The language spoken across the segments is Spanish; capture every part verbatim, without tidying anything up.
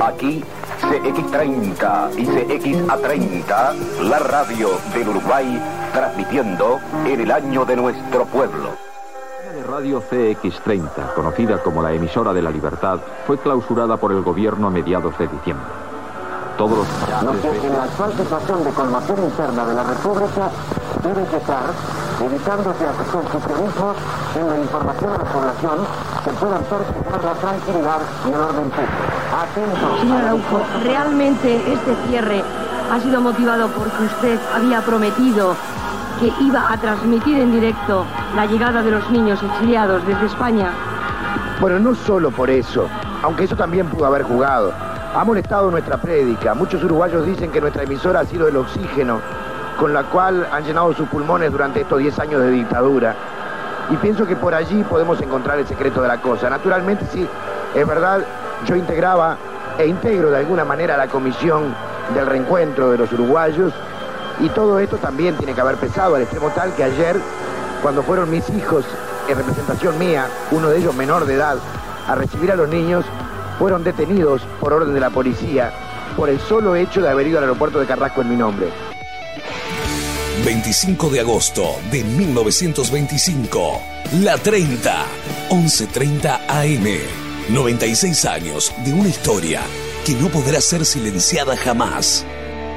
Aquí C X treinta y C X A treinta, la radio del Uruguay, transmitiendo en el año de nuestro pueblo. La radio C X treinta, conocida como la emisora de la libertad, fue clausurada por el gobierno a mediados de diciembre. Todos los... Lo que en la actual situación de conmoción interna de la República debe cesar, evitándose confusionismos en la información a la población que puedan perjudicar la tranquilidad y el orden público. Atentos. Señor Araujo, realmente este cierre ha sido motivado porque usted había prometido que iba a transmitir en directo la llegada de los niños exiliados desde España. Bueno, no solo por eso, aunque eso también pudo haber jugado. Ha molestado nuestra prédica. Muchos uruguayos dicen que nuestra emisora ha sido el oxígeno con la cual han llenado sus pulmones durante estos diez años de dictadura. Y pienso que por allí podemos encontrar el secreto de la cosa. Naturalmente, sí, es verdad, yo integraba e integro de alguna manera la comisión del reencuentro de los uruguayos, y todo esto también tiene que haber pesado al extremo tal que ayer, cuando fueron mis hijos, en representación mía, uno de ellos menor de edad, a recibir a los niños, fueron detenidos por orden de la policía por el solo hecho de haber ido al aeropuerto de Carrasco en mi nombre. veinticinco de agosto de mil novecientos veinticinco, La treinta, once treinta A M. noventa y seis años de una historia que no podrá ser silenciada jamás.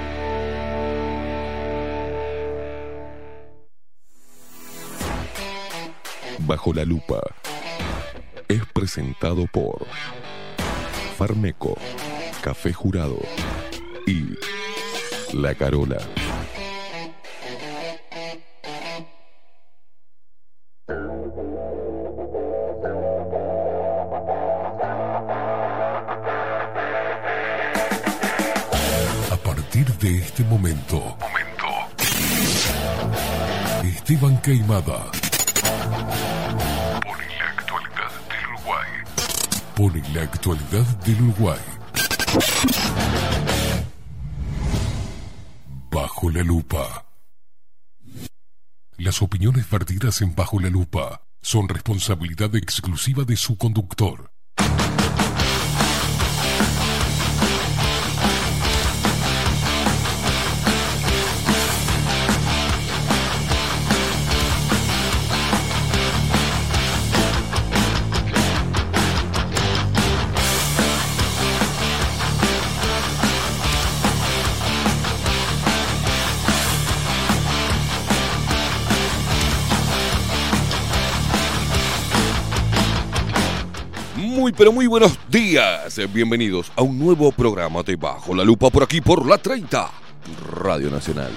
Bajo la lupa es presentado por Farmeco, Café Jurado y La Carola. A partir de este momento, momento. Esteban Queimada pone la actualidad del Uruguay. Pone la actualidad del Uruguay. Bajo la lupa. Las opiniones vertidas en Bajo la Lupa son responsabilidad exclusiva de su conductor. Muy pero muy buenos días, bienvenidos a un nuevo programa de Bajo la Lupa por aquí por La treinta, Radio Nacional.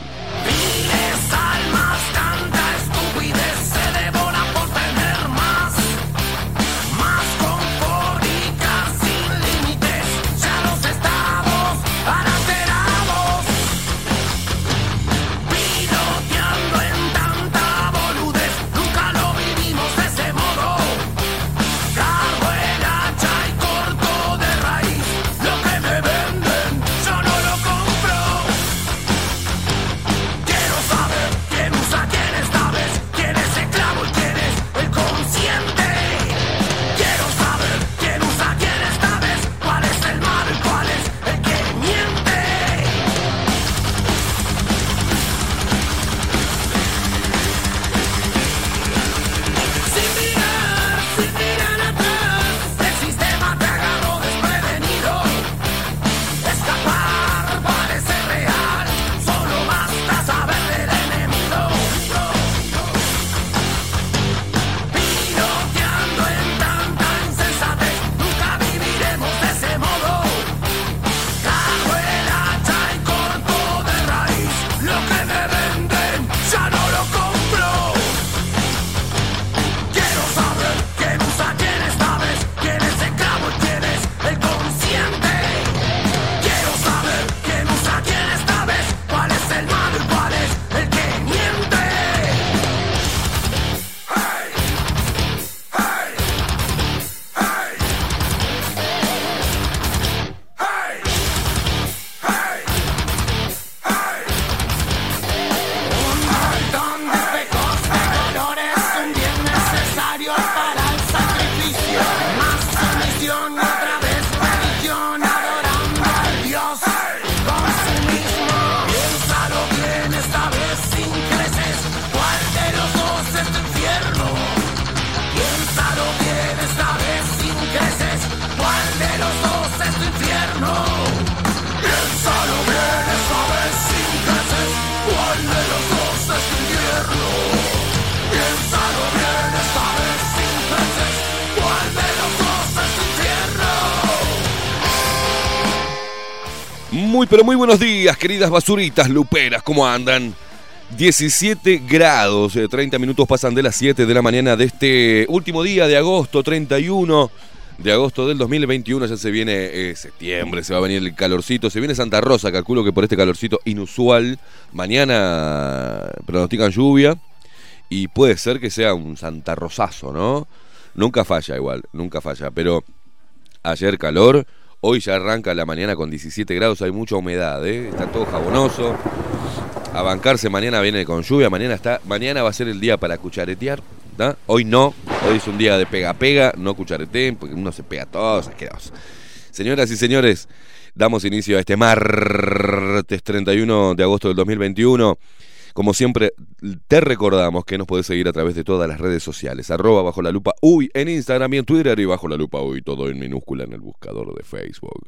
Muy, pero muy buenos días, queridas basuritas luperas, ¿cómo andan? diecisiete grados, treinta minutos pasan de las siete de la mañana de este último día de agosto, treinta y uno de agosto del dos mil veintiuno. Ya se viene eh, septiembre, se va a venir el calorcito, se viene Santa Rosa, calculo que por este calorcito inusual. Mañana pronostican lluvia y puede ser que sea un Santa Rosazo, ¿no? Nunca falla igual, nunca falla, pero ayer calor, hoy ya arranca la mañana con diecisiete grados, hay mucha humedad, ¿eh? Está todo jabonoso. A bancarse, mañana viene con lluvia, mañana está, mañana va a ser el día para cucharetear, ¿tá? Hoy no, hoy es un día de pega-pega, no cuchareteen, porque uno se pega todo, asqueroso. Señoras y señores, damos inicio a este martes treinta y uno de agosto del dos mil veintiuno. Como siempre, te recordamos que nos podés seguir a través de todas las redes sociales, arroba bajo la lupa uy en Instagram y en Twitter, y bajo la lupa uy, todo en minúscula en el buscador de Facebook.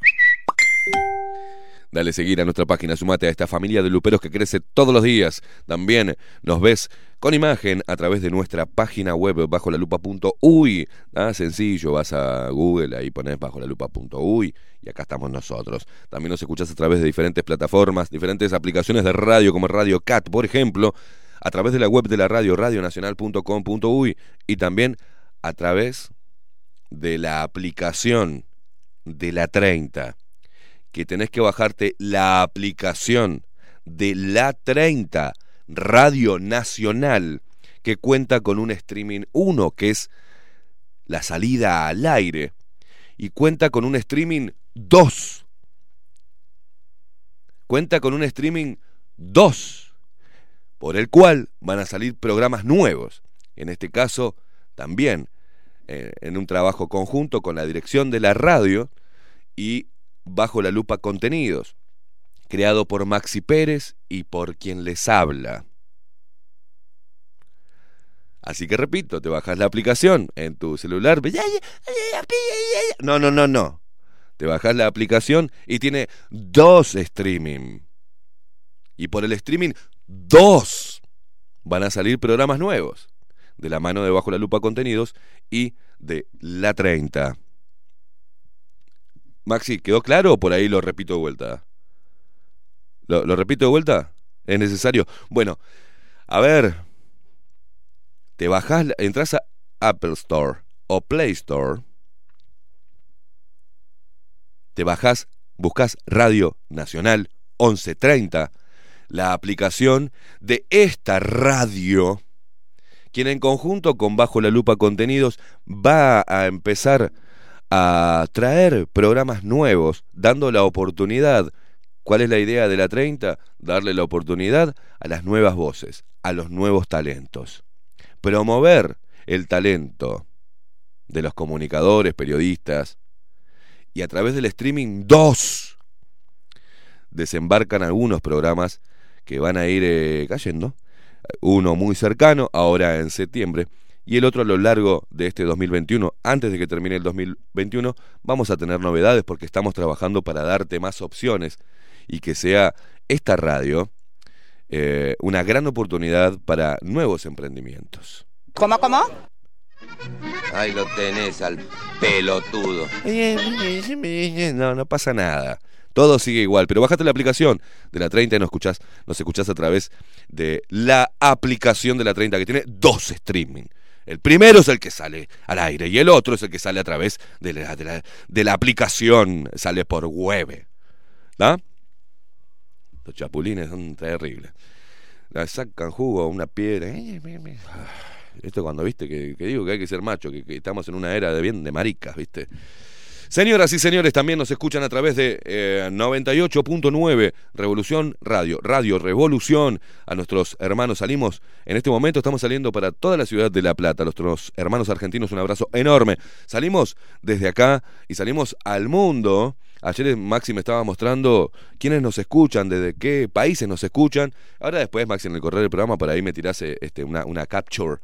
Dale seguir a nuestra página, sumate a esta familia de luperos que crece todos los días. También nos ves con imagen a través de nuestra página web bajo la lupa punto uy. Ah, sencillo, vas a Google, ahí pones bajo la lupa punto uy y acá estamos nosotros. También nos escuchás a través de diferentes plataformas, diferentes aplicaciones de radio como Radio Cat, por ejemplo, a través de la web de la radio, radio nacional punto com punto uy, y también a través de la aplicación de la treinta. Que tenés que bajarte la aplicación de la treinta Radio Nacional, que cuenta con un streaming uno, que es la salida al aire, y cuenta con un streaming dos. Cuenta con un streaming dos, por el cual van a salir programas nuevos. En este caso, también eh, en un trabajo conjunto con la dirección de la radio y Bajo la Lupa Contenidos, creado por Maxi Pérez y por quien les habla. Así que repito, te bajas la aplicación en tu celular. No, no, no, no. Te bajas la aplicación y tiene dos streaming. Y por el streaming, dos van a salir programas nuevos, de la mano de Bajo la Lupa Contenidos y de La treinta. Maxi, ¿quedó claro o por ahí lo repito de vuelta? ¿Lo, lo repito de vuelta? ¿Es necesario? Bueno, a ver, te bajás, entras a Apple Store o Play Store, te bajás, buscas Radio Nacional once treinta, la aplicación de esta radio, quien en conjunto con Bajo la Lupa Contenidos va a empezar a traer programas nuevos, dando la oportunidad. ¿Cuál es la idea de la treinta? Darle la oportunidad a las nuevas voces, a los nuevos talentos. Promover el talento de los comunicadores, periodistas, y a través del streaming dos desembarcan algunos programas que van a ir eh, cayendo. Uno muy cercano, ahora en septiembre, y el otro a lo largo de este dos mil veintiuno. Antes de que termine el dos mil veintiuno vamos a tener novedades, porque estamos trabajando para darte más opciones y que sea esta radio eh, una gran oportunidad para nuevos emprendimientos. ¿Cómo, cómo? Ahí lo tenés al pelotudo. No, no pasa nada. Todo sigue igual, pero bájate la aplicación de la treinta y nos escuchás, nos escuchás a través de la aplicación de la treinta, que tiene dos streaming. El primero es el que sale al aire y el otro es el que sale a través de la, de la, de la aplicación, sale por web. ¿Ah? Los chapulines son terribles. La sacan jugo a una piedra. Esto cuando viste que, que digo que hay que ser macho, que, que estamos en una era de bien de maricas, ¿viste? Señoras y señores, también nos escuchan a través de eh, noventa y ocho punto nueve Revolución Radio, Radio Revolución. A nuestros hermanos salimos, en este momento estamos saliendo para toda la ciudad de La Plata. A nuestros hermanos argentinos un abrazo enorme. Salimos desde acá y salimos al mundo. Ayer Maxi me estaba mostrando quiénes nos escuchan, desde qué países nos escuchan. Ahora después, Maxi, en el correo del programa, por ahí me tirás este, una, una capture.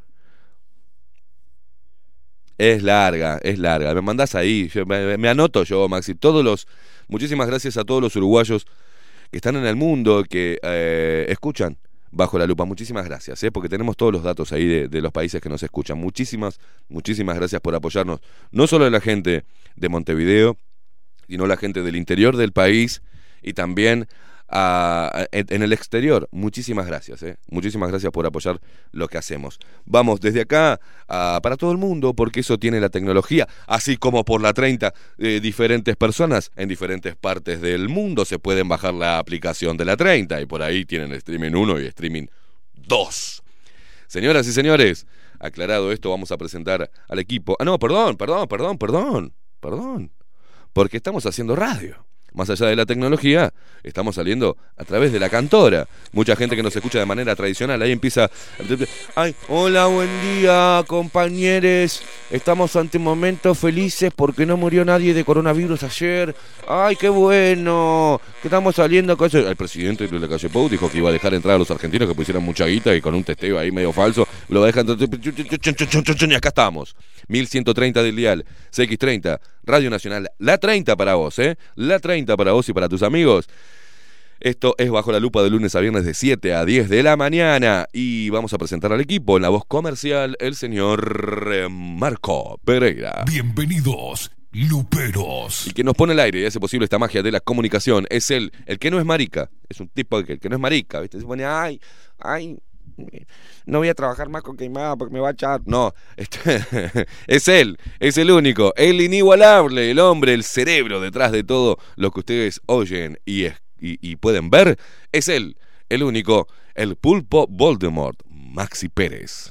Es larga, es larga. Me mandás ahí, yo, me, me anoto yo, Maxi. Todos los, muchísimas gracias a todos los uruguayos que están en el mundo, que eh, escuchan Bajo la Lupa. Muchísimas gracias, ¿eh? Porque tenemos todos los datos ahí de, de los países que nos escuchan. Muchísimas, muchísimas gracias por apoyarnos. No solo la gente de Montevideo, sino la gente del interior del país y también a, en, en el exterior. Muchísimas gracias, ¿eh? Muchísimas gracias por apoyar lo que hacemos. Vamos desde acá a, para todo el mundo, porque eso tiene la tecnología, así como por la treinta, eh, diferentes personas en diferentes partes del mundo se pueden bajar la aplicación de la treinta y por ahí tienen streaming uno y streaming dos. Señoras y señores, aclarado esto, vamos a presentar al equipo. Ah, no, perdón, perdón, perdón, perdón, perdón, porque estamos haciendo radio. Más allá de la tecnología, estamos saliendo a través de la cantora. Mucha gente que nos escucha de manera tradicional, ahí empieza... Ay, hola, buen día, compañeros. Estamos ante momentos felices porque no murió nadie de coronavirus ayer. Ay, qué bueno, que estamos saliendo con eso. El presidente de la calle Pou dijo que iba a dejar entrar a los argentinos que pusieran mucha guita y con un testeo ahí medio falso, lo va a dejar... Y acá estamos. mil ciento treinta del dial, C X treinta, Radio Nacional, la treinta para vos, ¿eh? La treinta para vos y para tus amigos. Esto es Bajo la Lupa de lunes a viernes de siete a diez de la mañana y vamos a presentar al equipo en la voz comercial, el señor Marco Pereira. Bienvenidos, luperos. Y quien nos pone al aire y hace posible esta magia de la comunicación es él, el que no es marica. Es un tipo que el que no es marica, ¿viste? Se pone, ay, ay... no voy a trabajar más con Queimada porque me va a echar. No, este, es él, es el único, el inigualable, el hombre, el cerebro detrás de todo lo que ustedes oyen y, y, y pueden ver. Es él, el único, el pulpo Voldemort, Maxi Pérez.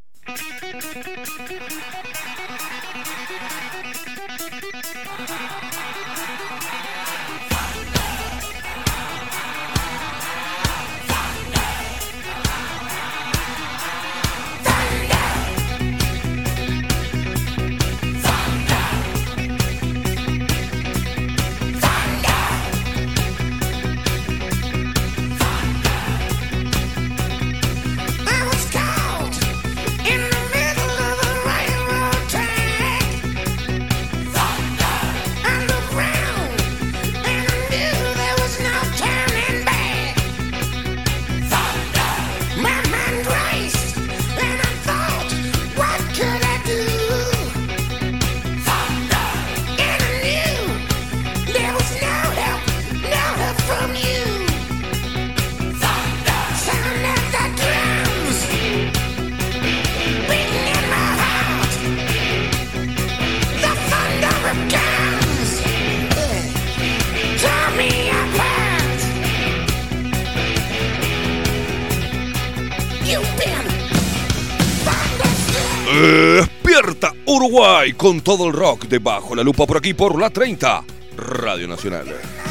Despierta Uruguay con todo el rock de Bajo la Lupa por aquí por la treinta, Radio Nacional.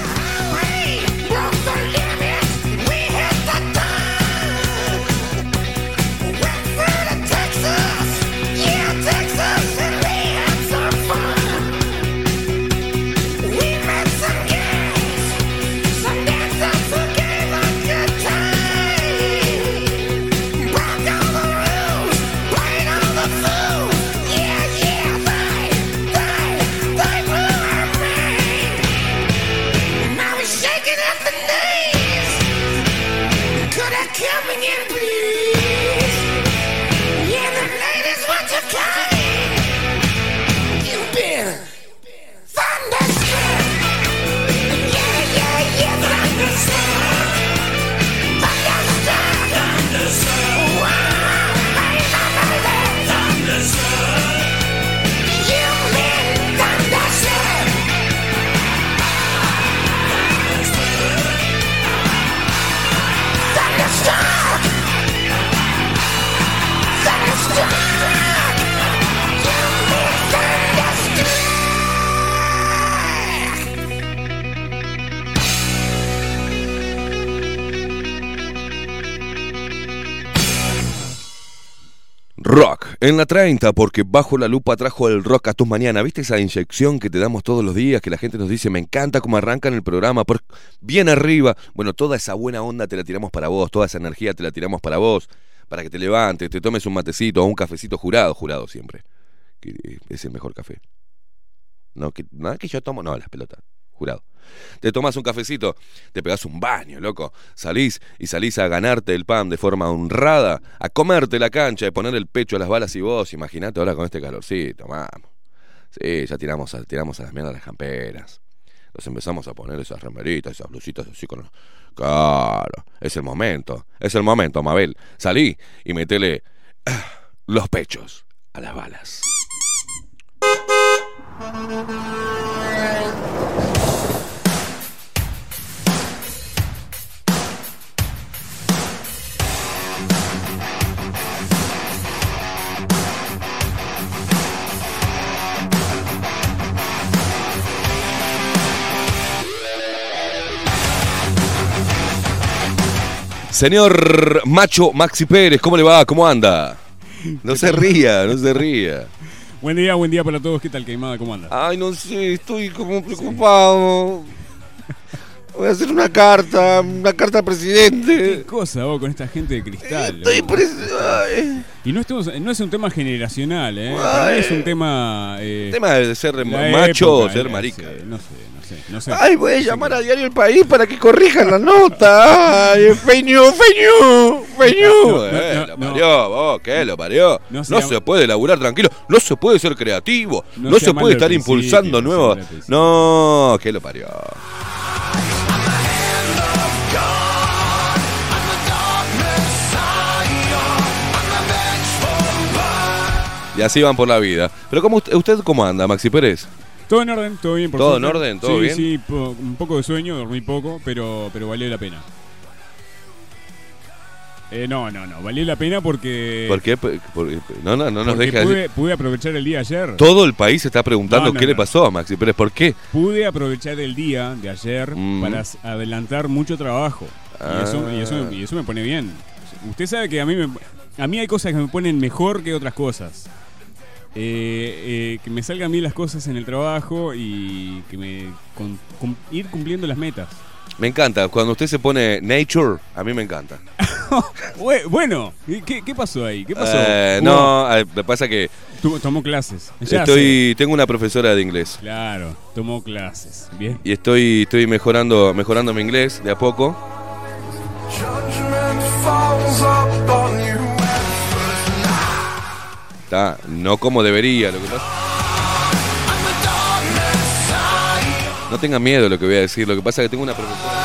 Rock en la treinta, porque Bajo la Lupa trajo el rock a tus mañanas. ¿Viste esa inyección que te damos todos los días? Que la gente nos dice, me encanta cómo arrancan el programa, por bien arriba. Bueno, toda esa buena onda te la tiramos para vos, toda esa energía te la tiramos para vos, para que te levantes, te tomes un matecito o un cafecito jurado, jurado siempre. Que es el mejor café. No, que, nada que yo tomo, no, las pelotas, jurado. Te tomás un cafecito, te pegás un baño, loco. Salís y salís a ganarte el pan de forma honrada, a comerte la cancha, a poner el pecho a las balas y vos, imaginate ahora con este calorcito, vamos. Sí, ya tiramos a, tiramos a las mierdas las camperas. Nos empezamos a poner esas remeritas, esas blusitas así con... Claro, es el momento, es el momento, Mabel. Salí y metele uh, los pechos a las balas. Señor Macho Maxi Pérez, ¿cómo le va? ¿Cómo anda? No se ría, no se ría. Buen día, buen día para todos. ¿Qué tal, Queimada? ¿Cómo anda? Ay, no sé, estoy como preocupado. Voy a hacer una carta, una carta al presidente. ¿Qué cosa vos con esta gente de cristal? Estoy pres... Y no, estamos, no es un tema generacional, ¿eh? Para mí es un tema... Eh, el tema de ser macho o ser marica. Sí, no sé, no sé, no sé. Ay, voy a llamar a Diario El País para que corrijan la nota. Ay, feño, feño, feño. No, no, no, eh, lo parió, no. Vos, ¿qué? Lo parió. No, se, no se puede laburar tranquilo, no se puede ser creativo, no, no se puede estar impulsando nuevos... No, ¿qué lo parió? Y así van por la vida. Pero ¿cómo usted, usted cómo anda, Maxi Pérez? Todo en orden, todo bien. Por ¿Todo suerte. en orden? ¿Todo sí, bien? Sí, po, un poco de sueño, dormí poco, pero, pero valió la pena. Eh, no, no, no, valió la pena porque... ¿Por qué? Porque, no, no, no nos deja... Pude, pude aprovechar el día ayer. Todo el país se está preguntando no, no, qué no. le pasó a Maxi Pérez, ¿por qué? Pude aprovechar el día de ayer mm. para adelantar mucho trabajo. Ah. Y, eso, y, eso, y eso me pone bien. Usted sabe que a mí, me, a mí hay cosas que me ponen mejor que otras cosas. Eh, eh, que me salgan bien las cosas en el trabajo y que me con, con, ir cumpliendo las metas. Me encanta, cuando usted se pone nature, a mí me encanta. Bueno, ¿qué, ¿qué pasó ahí? ¿Qué pasó? Eh, no, me pasa que... Tomó clases. Ya estoy, tengo una profesora de inglés. Claro, tomó clases. Bien. Y estoy, estoy mejorando, mejorando mi inglés de a poco. Está, no como debería, lo que pasa. No tenga miedo de lo que voy a decir, lo que pasa es que tengo una profesora.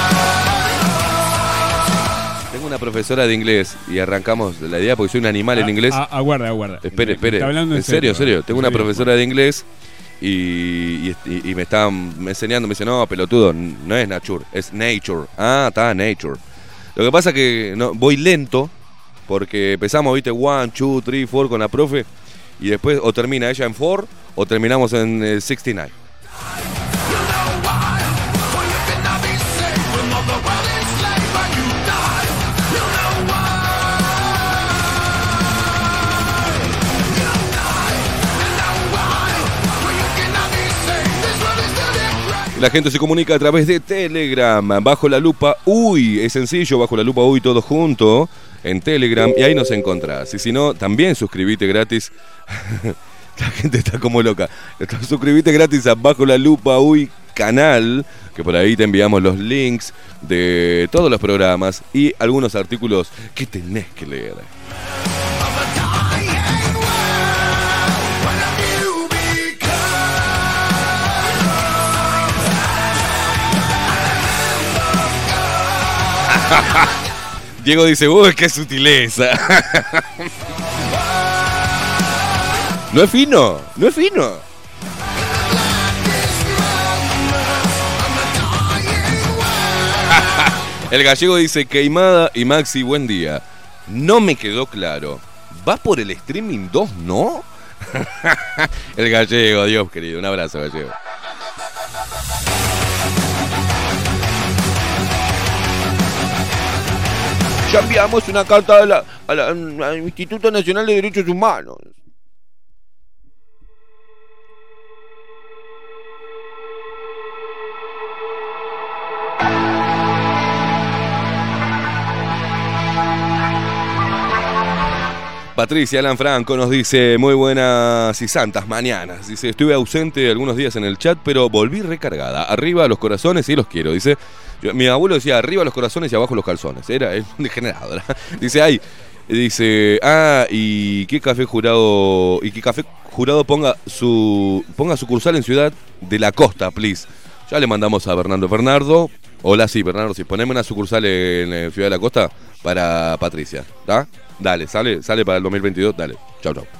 Tengo una profesora de inglés y arrancamos la idea porque soy un animal en inglés. Ah, aguarda, aguarda. Espere, espere. Está hablando en, en serio, serio. serio. Tengo una profesora de inglés y, y, y me está enseñando, me dice, no, pelotudo, no es nature, es nature. Ah, está, nature. Lo que pasa es que no, voy lento. Porque empezamos, viste, one, two, three, four con la profe. Y después o termina ella en four o terminamos en eh, sesenta y nueve. La gente se comunica a través de Telegram. Bajo la lupa, uy, es sencillo, bajo la lupa, uy, todo junto. En Telegram, y ahí nos encontrás. Y si no, también suscribite gratis. La gente está como loca. Suscribite gratis a Bajo la Lupa Uy canal, que por ahí te enviamos los links de todos los programas y algunos artículos que tenés que leer. Diego dice, uy, qué sutileza. No es fino, no es fino. El gallego dice, Queimada y Maxi, buen día. No me quedó claro. ¿Va por el streaming dos, no? El gallego, Dios querido, un abrazo, gallego. Ya enviamos una carta a la, a la, al Instituto Nacional de Derechos Humanos. Patricia Alan Franco nos dice, muy buenas y santas mañanas. Dice, estuve ausente algunos días en el chat, pero volví recargada. Arriba los corazones y los quiero. Dice, yo, mi abuelo decía, arriba los corazones y abajo los calzones. Era un degenerado, ¿verdad? Dice, ay, dice, ah, y qué café jurado, y qué café jurado ponga su, ponga sucursal en Ciudad de la Costa, please. Ya le mandamos a Bernardo Bernardo. Hola, sí, Bernardo, si poneme una sucursal en, en Ciudad de la Costa para Patricia, ¿está? Dale, sale, sale para el dos mil veintidós, dale. Chau, chau.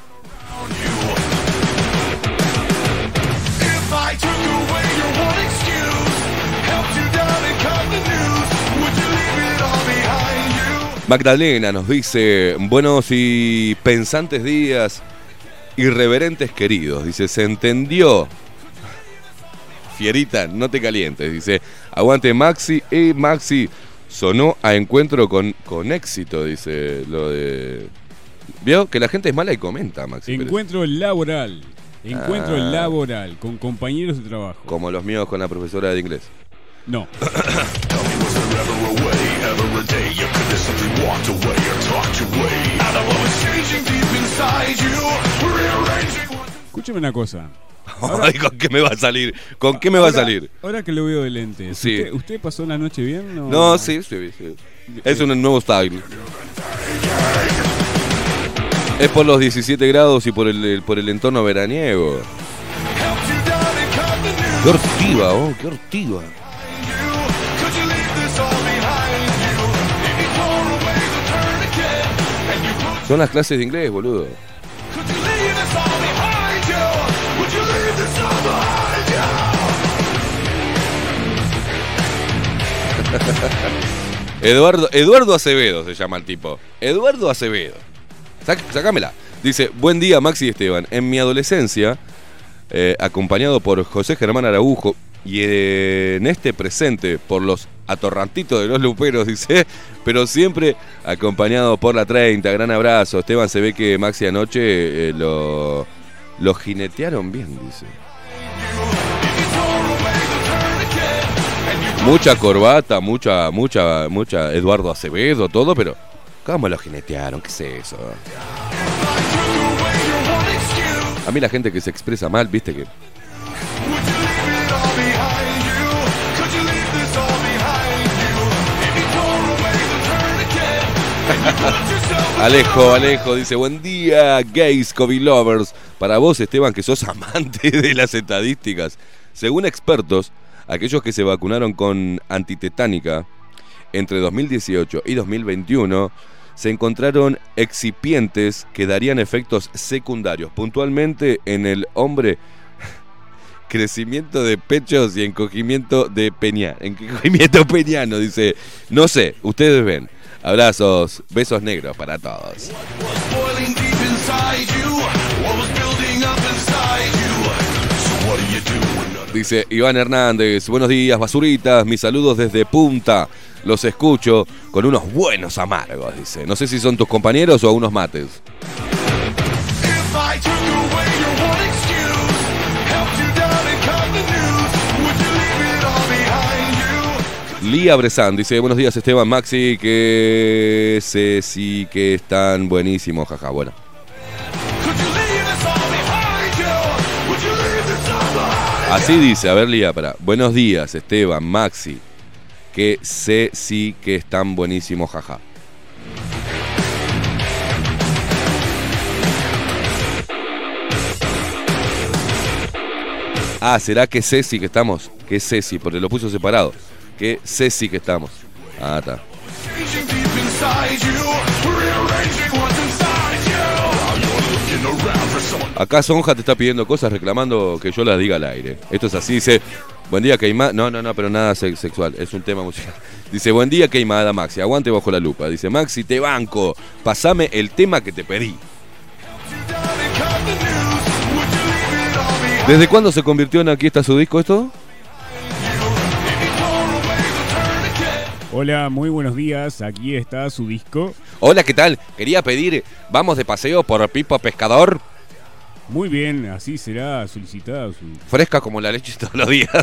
Magdalena nos dice, buenos y pensantes días, irreverentes queridos. Dice, se entendió. Fierita, no te calientes. Dice, aguante Maxi. Y Maxi sonó a encuentro con, con éxito, dice lo de... ¿Vio? Que la gente es mala y comenta, Maxi. Encuentro Pérez. laboral. Encuentro ah. laboral con compañeros de trabajo. Como los míos con la profesora de inglés. No. Escúcheme una cosa. Ahora, Ay, ¿con qué me va a salir? ¿Con qué me ahora, va a salir? Ahora que lo veo de lentes. Sí. ¿Usted, ¿Usted pasó la noche bien? No, no sí, sí, sí. Es un nuevo style. Es por los diecisiete grados y por el, por el entorno veraniego. Qué hortiva, oh, qué hortiva. Son las clases de inglés, boludo. Eduardo, Eduardo Acevedo se llama el tipo. Eduardo Acevedo. Sac, sacámela. Dice, buen día Maxi y Esteban. En mi adolescencia, eh, acompañado por José Germán Araujo y eh, en este presente por los atorrantitos de los luperos, dice, pero siempre acompañado por la treinta. Gran abrazo. Esteban, se ve que Maxi anoche eh, lo, lo jinetearon bien, dice. Mucha corbata, mucha, mucha, mucha Eduardo Acevedo, todo, pero ¿cómo lo jinetearon? ¿Qué es eso? A mí la gente que se expresa mal, viste que... Alejo, Alejo, dice, buen día, gays, Kobe lovers. Para vos, Esteban, que sos amante de las estadísticas. Según expertos, aquellos que se vacunaron con antitetánica entre dos mil dieciocho y dos mil veintiuno se encontraron excipientes que darían efectos secundarios. Puntualmente en el hombre, crecimiento de pechos y encogimiento de peña, encogimiento peñano, dice. No sé, ustedes ven. Abrazos, besos negros para todos. Dice Iván Hernández, buenos días basuritas, mis saludos desde Punta, los escucho con unos buenos amargos, dice. No sé si son tus compañeros o unos mates. Lía Bresán dice, buenos días Esteban, Maxi, que sé sí que están buenísimos, jaja, bueno. Así dice, a ver Lía, para. Buenos días Esteban, Maxi, que sé sí que están buenísimos, jaja. Ah, ¿será que Ceci que estamos? Que Ceci, porque lo puso separado. Que Ceci que estamos. Ah, está. Acá Sonja te está pidiendo cosas reclamando que yo las diga al aire. Esto es así, dice, buen día Queimada. No, no, no, pero nada sexual, es un tema musical. Dice, buen día Queimada Maxi, aguante bajo la lupa. Dice, Maxi, te banco, pasame el tema que te pedí. ¿Desde cuándo se convirtió en Aquí está su disco esto? Hola, muy buenos días, aquí está su disco. Hola, ¿qué tal? Quería pedir, vamos de paseo por Pipo Pescador. Muy bien, así será solicitada su... Fresca como la leche todos los días.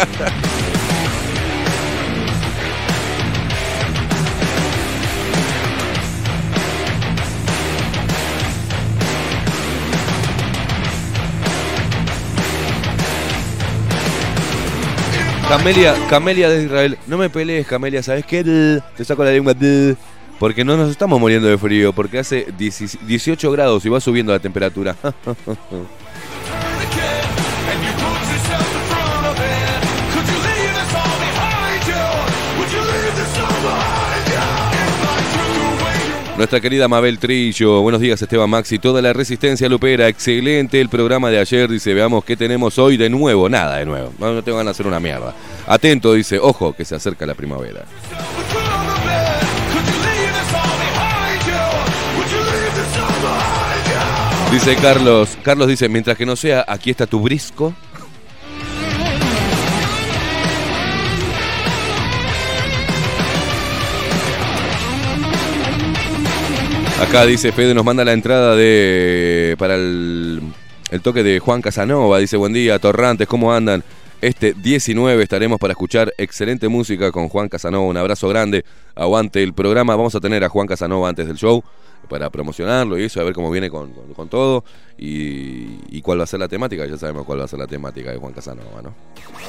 Camelia, Camelia de Israel, no me pelees Camelia, ¿sabes qué? Te saco la lengua, porque no nos estamos muriendo de frío, porque hace dieciocho grados y va subiendo la temperatura. Nuestra querida Mabel Trillo, buenos días Esteban, Maxi, toda la resistencia lupera, excelente el programa de ayer, dice, veamos qué tenemos hoy de nuevo, nada de nuevo, no tengo ganas de hacer una mierda. Atento, dice, ojo, que se acerca la primavera. Dice Carlos, Carlos dice, mientras que no sea, aquí está tu brisco. Acá dice Fede, nos manda la entrada de para el, el toque de Juan Casanova. Dice, buen día, Torrantes, ¿cómo andan? Este diecinueve estaremos para escuchar excelente música con Juan Casanova. Un abrazo grande, aguante el programa. Vamos a tener a Juan Casanova antes del show para promocionarlo y eso, a ver cómo viene con, con, con todo y, y cuál va a ser la temática. Ya sabemos cuál va a ser la temática de Juan Casanova, ¿no?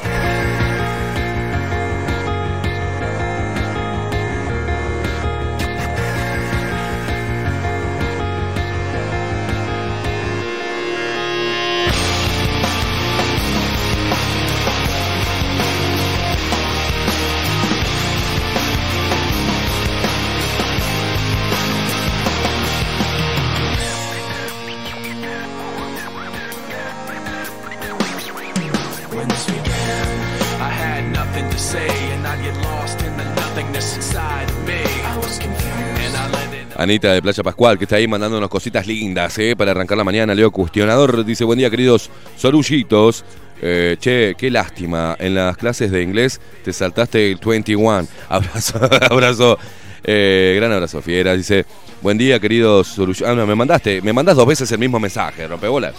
Anita de Playa Pascual, que está ahí mandándonos cositas lindas, ¿eh? Para arrancar la mañana. Leo Cuestionador dice, buen día, queridos sorullitos. Eh, che, qué lástima. En las clases de inglés te saltaste el veintiuno. Abrazo, abrazo. Eh, gran abrazo, fiera. Dice, buen día, queridos sorullitos. Ah, no, me mandaste, me mandas dos veces el mismo mensaje, rompebolas.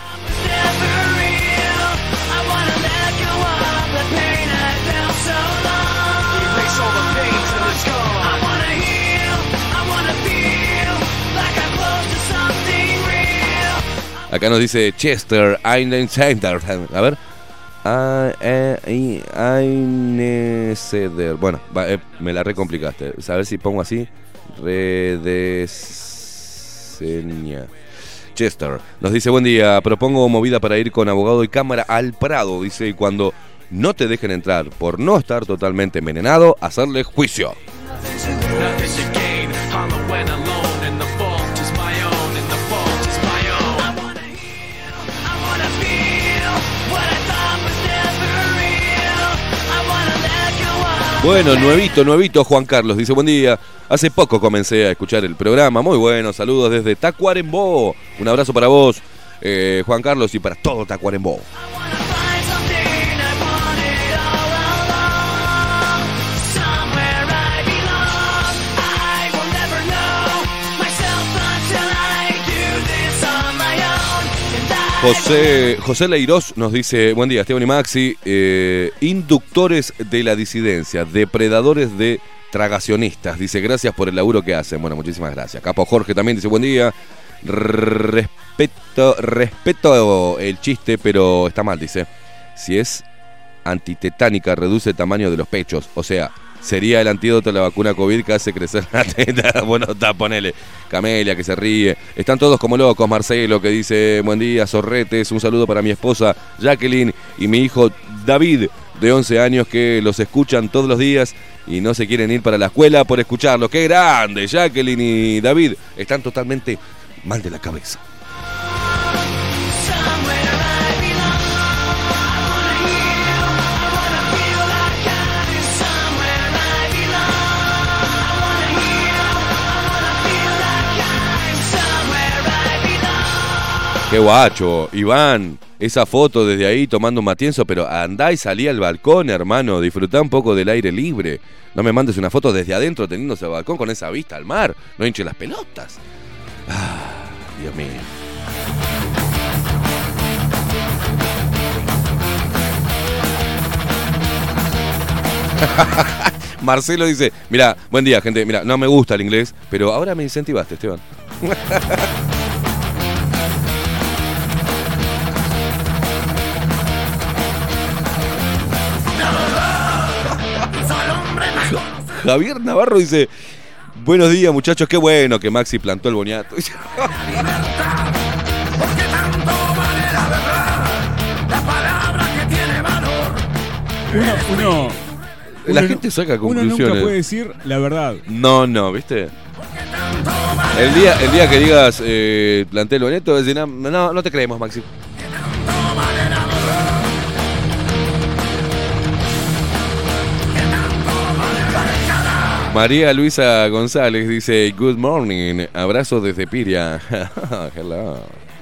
Acá nos dice Chester Island Center. A ver. Aineceder. Bueno, va, eh, me la recomplicaste. A ver si pongo así. Redeseña. Chester nos dice, buen día. Propongo movida para ir con abogado y cámara al Prado. Dice, y cuando no te dejen entrar por no estar totalmente envenenado, hacerle juicio. Bueno, nuevito, nuevito Juan Carlos, dice, buen día, hace poco comencé a escuchar el programa, muy bueno, saludos desde Tacuarembó, un abrazo para vos, eh, Juan Carlos, y para todo Tacuarembó. José, José Leiros nos dice, buen día, Esteban y Maxi, eh, inductores de la disidencia, depredadores de tragacionistas, dice, gracias por el laburo que hacen. Bueno, muchísimas gracias. Capo Jorge también dice, buen día, respeto, respeto el chiste, pero está mal, dice, si es antitetánica, reduce el tamaño de los pechos, o sea, sería el antídoto de la vacuna COVID que hace crecer la teta. Bueno, está, ponele. Camelia, que se ríe. Están todos como locos. Marcelo, que dice, buen día, zorretes. Un saludo para mi esposa Jacqueline y mi hijo David, de once años, que los escuchan todos los días y no se quieren ir para la escuela por escucharlo. ¡Qué grande! Jacqueline y David están totalmente mal de la cabeza. Qué guacho, Iván, esa foto desde ahí tomando un matienzo, pero andá y salí al balcón, hermano, disfrutá un poco del aire libre. No me mandes una foto desde adentro teniéndose al balcón con esa vista al mar, no hinche las pelotas. Ah, Dios mío. Marcelo dice, mira, buen día, gente, mira, no me gusta el inglés, pero ahora me incentivaste, Esteban. Javier Navarro dice, buenos días muchachos, qué bueno que Maxi plantó el boniato. Uno, uno, la uno gente saca uno conclusiones. Uno nunca puede decir la verdad. No, no, ¿viste? El día, el día que digas eh, plantel Boneto, es decir, no, no, no te creemos, Maxi. María Luisa González dice, good morning, abrazo desde Piria. Hello.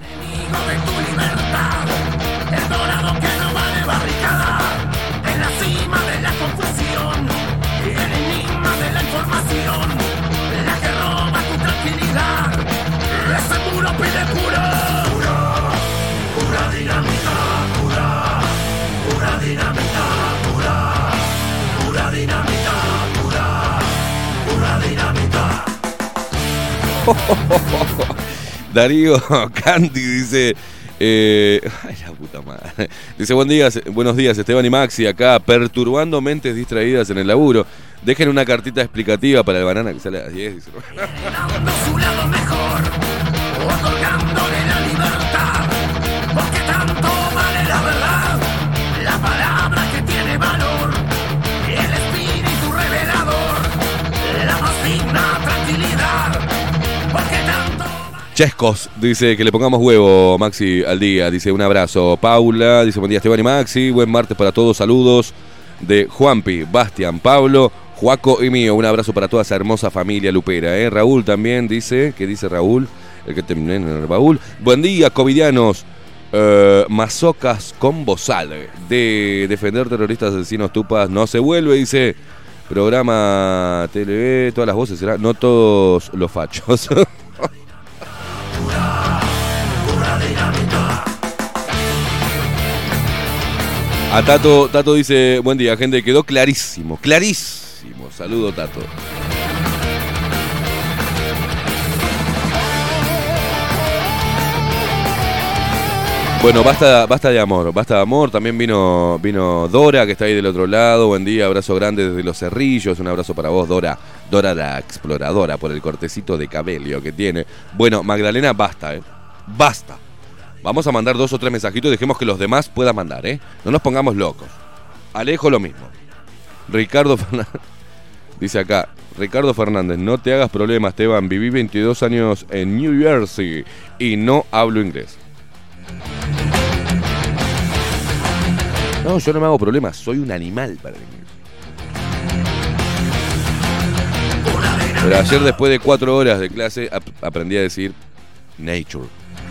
Darío Canti dice, eh, ay la puta madre, dice buen día, buenos días Esteban y Maxi, acá perturbando mentes distraídas en el laburo. Dejen una cartita explicativa para el banana que sale a las diez. Dice. Chescos dice que le pongamos huevo, Maxi, al día. Dice un abrazo. Paula dice buen día Esteban y Maxi. Buen martes para todos. Saludos de Juanpi, Bastian, Pablo, Juaco y mío. Un abrazo para toda esa hermosa familia lupera. ¿eh? Raúl también dice. ¿Qué dice Raúl? El que terminé en el baúl. Buen día, covidianos. Uh, mazocas con bozal. De defender terroristas asesinos tupas no se vuelve, dice. Programa T V, todas las voces serán. No todos los fachos. A Tato, Tato dice, buen día, gente, quedó clarísimo, clarísimo. Saludo, Tato. Bueno, basta, basta de amor, basta de amor. También vino, vino Dora, que está ahí del otro lado. Buen día, abrazo grande desde Los Cerrillos. Un abrazo para vos, Dora. Dora la exploradora, por el cortecito de cabello que tiene. Bueno, Magdalena, basta, ¿eh? Basta. Vamos a mandar dos o tres mensajitos y dejemos que los demás puedan mandar, ¿eh? No nos pongamos locos. Alejo lo mismo. Ricardo Fernández. Dice acá, Ricardo Fernández, no te hagas problema, Esteban. Viví veintidós años en New Jersey y no hablo inglés. No, yo no me hago problemas. Soy un animal para el inglés. Pero ayer, después de cuatro horas de clase, ap- aprendí a decir nature.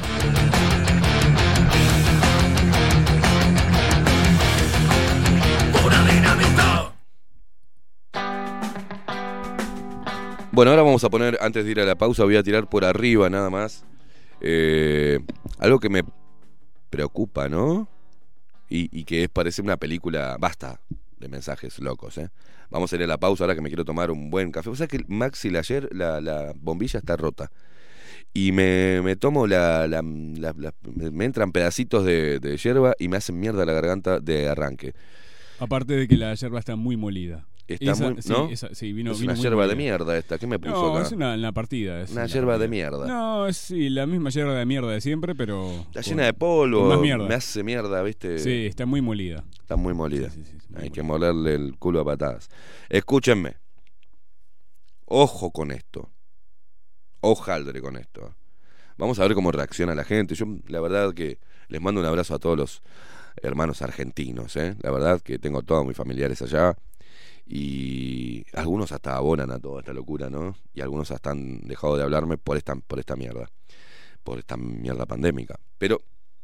Bueno, ahora vamos a poner, antes de ir a la pausa, voy a tirar por arriba nada más. Eh, algo que me preocupa, ¿no? Y, y que es, parece una película, basta de mensajes locos, ¿eh? Vamos a ir a la pausa ahora que me quiero tomar un buen café. O sea que Maxi, ayer la, la bombilla está rota. Y me, me tomo la, la, la, la... Me entran pedacitos de, de yerba y me hacen mierda la garganta de arranque. Aparte de que la yerba está muy molida. Está esa, muy, sí, ¿no? Esa, sí, vino, es vino una muy yerba molida. de mierda esta. ¿Qué me puso no, acá? es una, una partida. Es una una yerba partida. de mierda. No, es sí, la misma yerba de mierda de siempre, pero... Está con, llena de polvo. con más mierda. Me hace mierda, ¿viste? Sí, está muy molida. Está muy molida. Sí, sí, sí, muy Hay molida. que molerle el culo a patadas. Escúchenme. Ojo con esto. Ojaldre con esto. Vamos a ver cómo reacciona la gente. Yo, la verdad que les mando un abrazo a todos los hermanos argentinos, ¿eh? La verdad que tengo todos mis familiares allá. Y algunos hasta abonan a toda esta locura, ¿no? Y algunos hasta han dejado de hablarme por esta, por esta mierda. Por esta mierda pandémica. Pero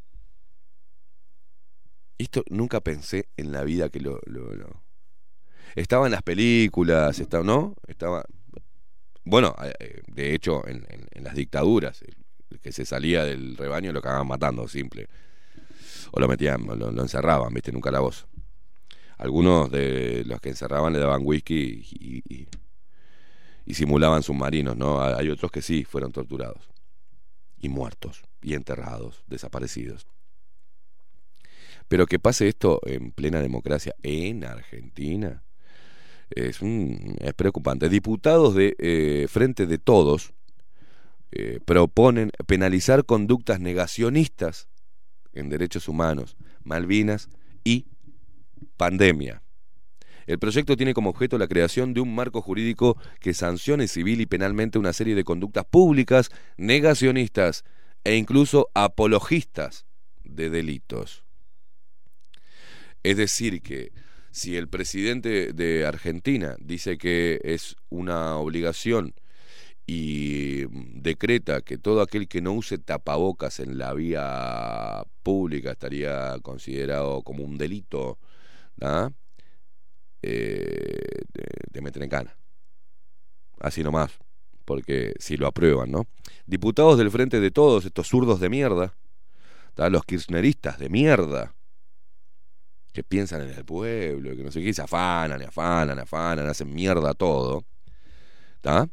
esto nunca pensé en la vida que lo... lo, lo... Estaba en las películas, estaba, ¿no? Estaba... Bueno, de hecho, en, en, en las dictaduras, el que se salía del rebaño lo acababan matando, simple. O lo metían, o lo, lo encerraban, ¿viste? Nunca la voz. Algunos de los que encerraban le daban whisky y, y, y simulaban submarinos, ¿no? Hay otros que sí fueron torturados. Y muertos, y enterrados, desaparecidos. Pero que pase esto en plena democracia en Argentina es, un, es preocupante. Diputados de eh, Frente de Todos eh, proponen penalizar conductas negacionistas en derechos humanos, Malvinas y pandemia. El proyecto tiene como objeto la creación de un marco jurídico que sancione civil y penalmente una serie de conductas públicas, negacionistas e incluso apologistas de delitos. Es decir que si el presidente de Argentina dice que es una obligación y decreta que todo aquel que no use tapabocas en la vía pública estaría considerado como un delito, ¿no? Eh, de, de meter en cana. Así nomás, porque si lo aprueban, ¿no? Diputados del Frente de Todos, estos zurdos de mierda, ¿tá? Los kirchneristas de mierda, que piensan en el pueblo, que no sé qué, se afanan, afanan, afanan, hacen mierda todo, ¿tá?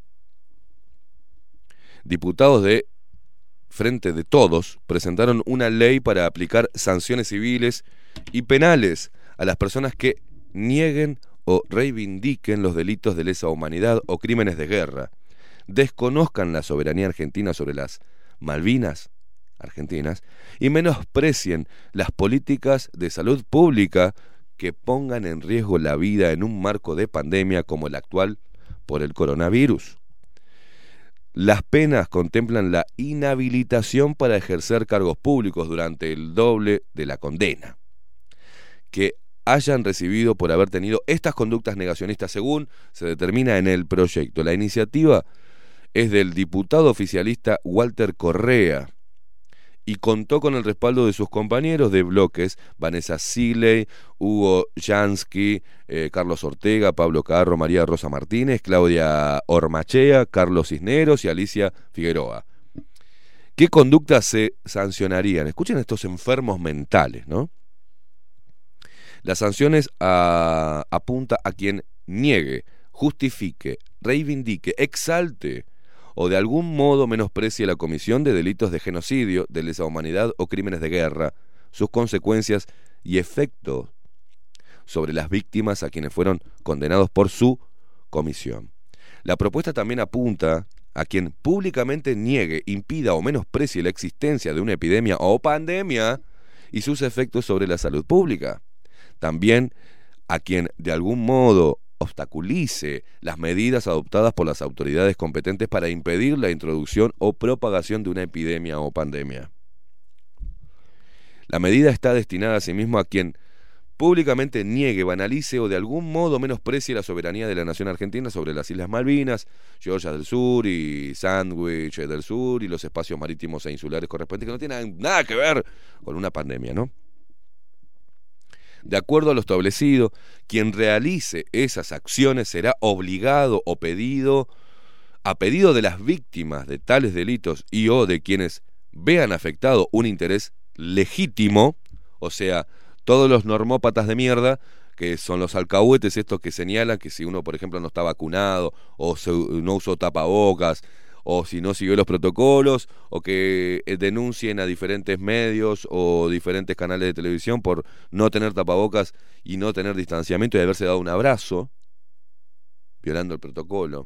Diputados de Frente de Todos presentaron una ley para aplicar sanciones civiles y penales a las personas que nieguen o reivindiquen los delitos de lesa humanidad o crímenes de guerra, desconozcan la soberanía argentina sobre las Malvinas argentinas y menosprecien las políticas de salud pública que pongan en riesgo la vida en un marco de pandemia como el actual por el coronavirus. Las penas contemplan la inhabilitación para ejercer cargos públicos durante el doble de la condena que hayan recibido por haber tenido estas conductas negacionistas según se determina en el proyecto. La iniciativa es del diputado oficialista Walter Correa y contó con el respaldo de sus compañeros de bloques, Vanessa Siley, Hugo Jansky, eh, Carlos Ortega, Pablo Carro, María Rosa Martínez, Claudia Ormachea, Carlos Cisneros y Alicia Figueroa. ¿Qué conductas se sancionarían? Escuchen a estos enfermos mentales, ¿no? Las sanciones a, apunta a quien niegue, justifique, reivindique, exalte o de algún modo menosprecie la comisión de delitos de genocidio, de lesa humanidad o crímenes de guerra, sus consecuencias y efectos sobre las víctimas a quienes fueron condenados por su comisión. La propuesta también apunta a quien públicamente niegue, impida o menosprecie la existencia de una epidemia o pandemia y sus efectos sobre la salud pública. También a quien de algún modo obstaculice las medidas adoptadas por las autoridades competentes para impedir la introducción o propagación de una epidemia o pandemia. La medida está destinada asimismo a quien públicamente niegue, banalice o de algún modo menosprecie la soberanía de la nación argentina sobre las Islas Malvinas, Georgia del Sur y Sandwich del Sur y los espacios marítimos e insulares correspondientes que no tienen nada que ver con una pandemia, ¿no? De acuerdo a lo establecido, quien realice esas acciones será obligado o pedido, a pedido de las víctimas de tales delitos y o de quienes vean afectado un interés legítimo, o sea, todos los normópatas de mierda, que son los alcahuetes estos que señalan que si uno, por ejemplo, no está vacunado, o se, no usó tapabocas, o si no siguió los protocolos, o que denuncien a diferentes medios o diferentes canales de televisión por no tener tapabocas y no tener distanciamiento y haberse dado un abrazo, violando el protocolo.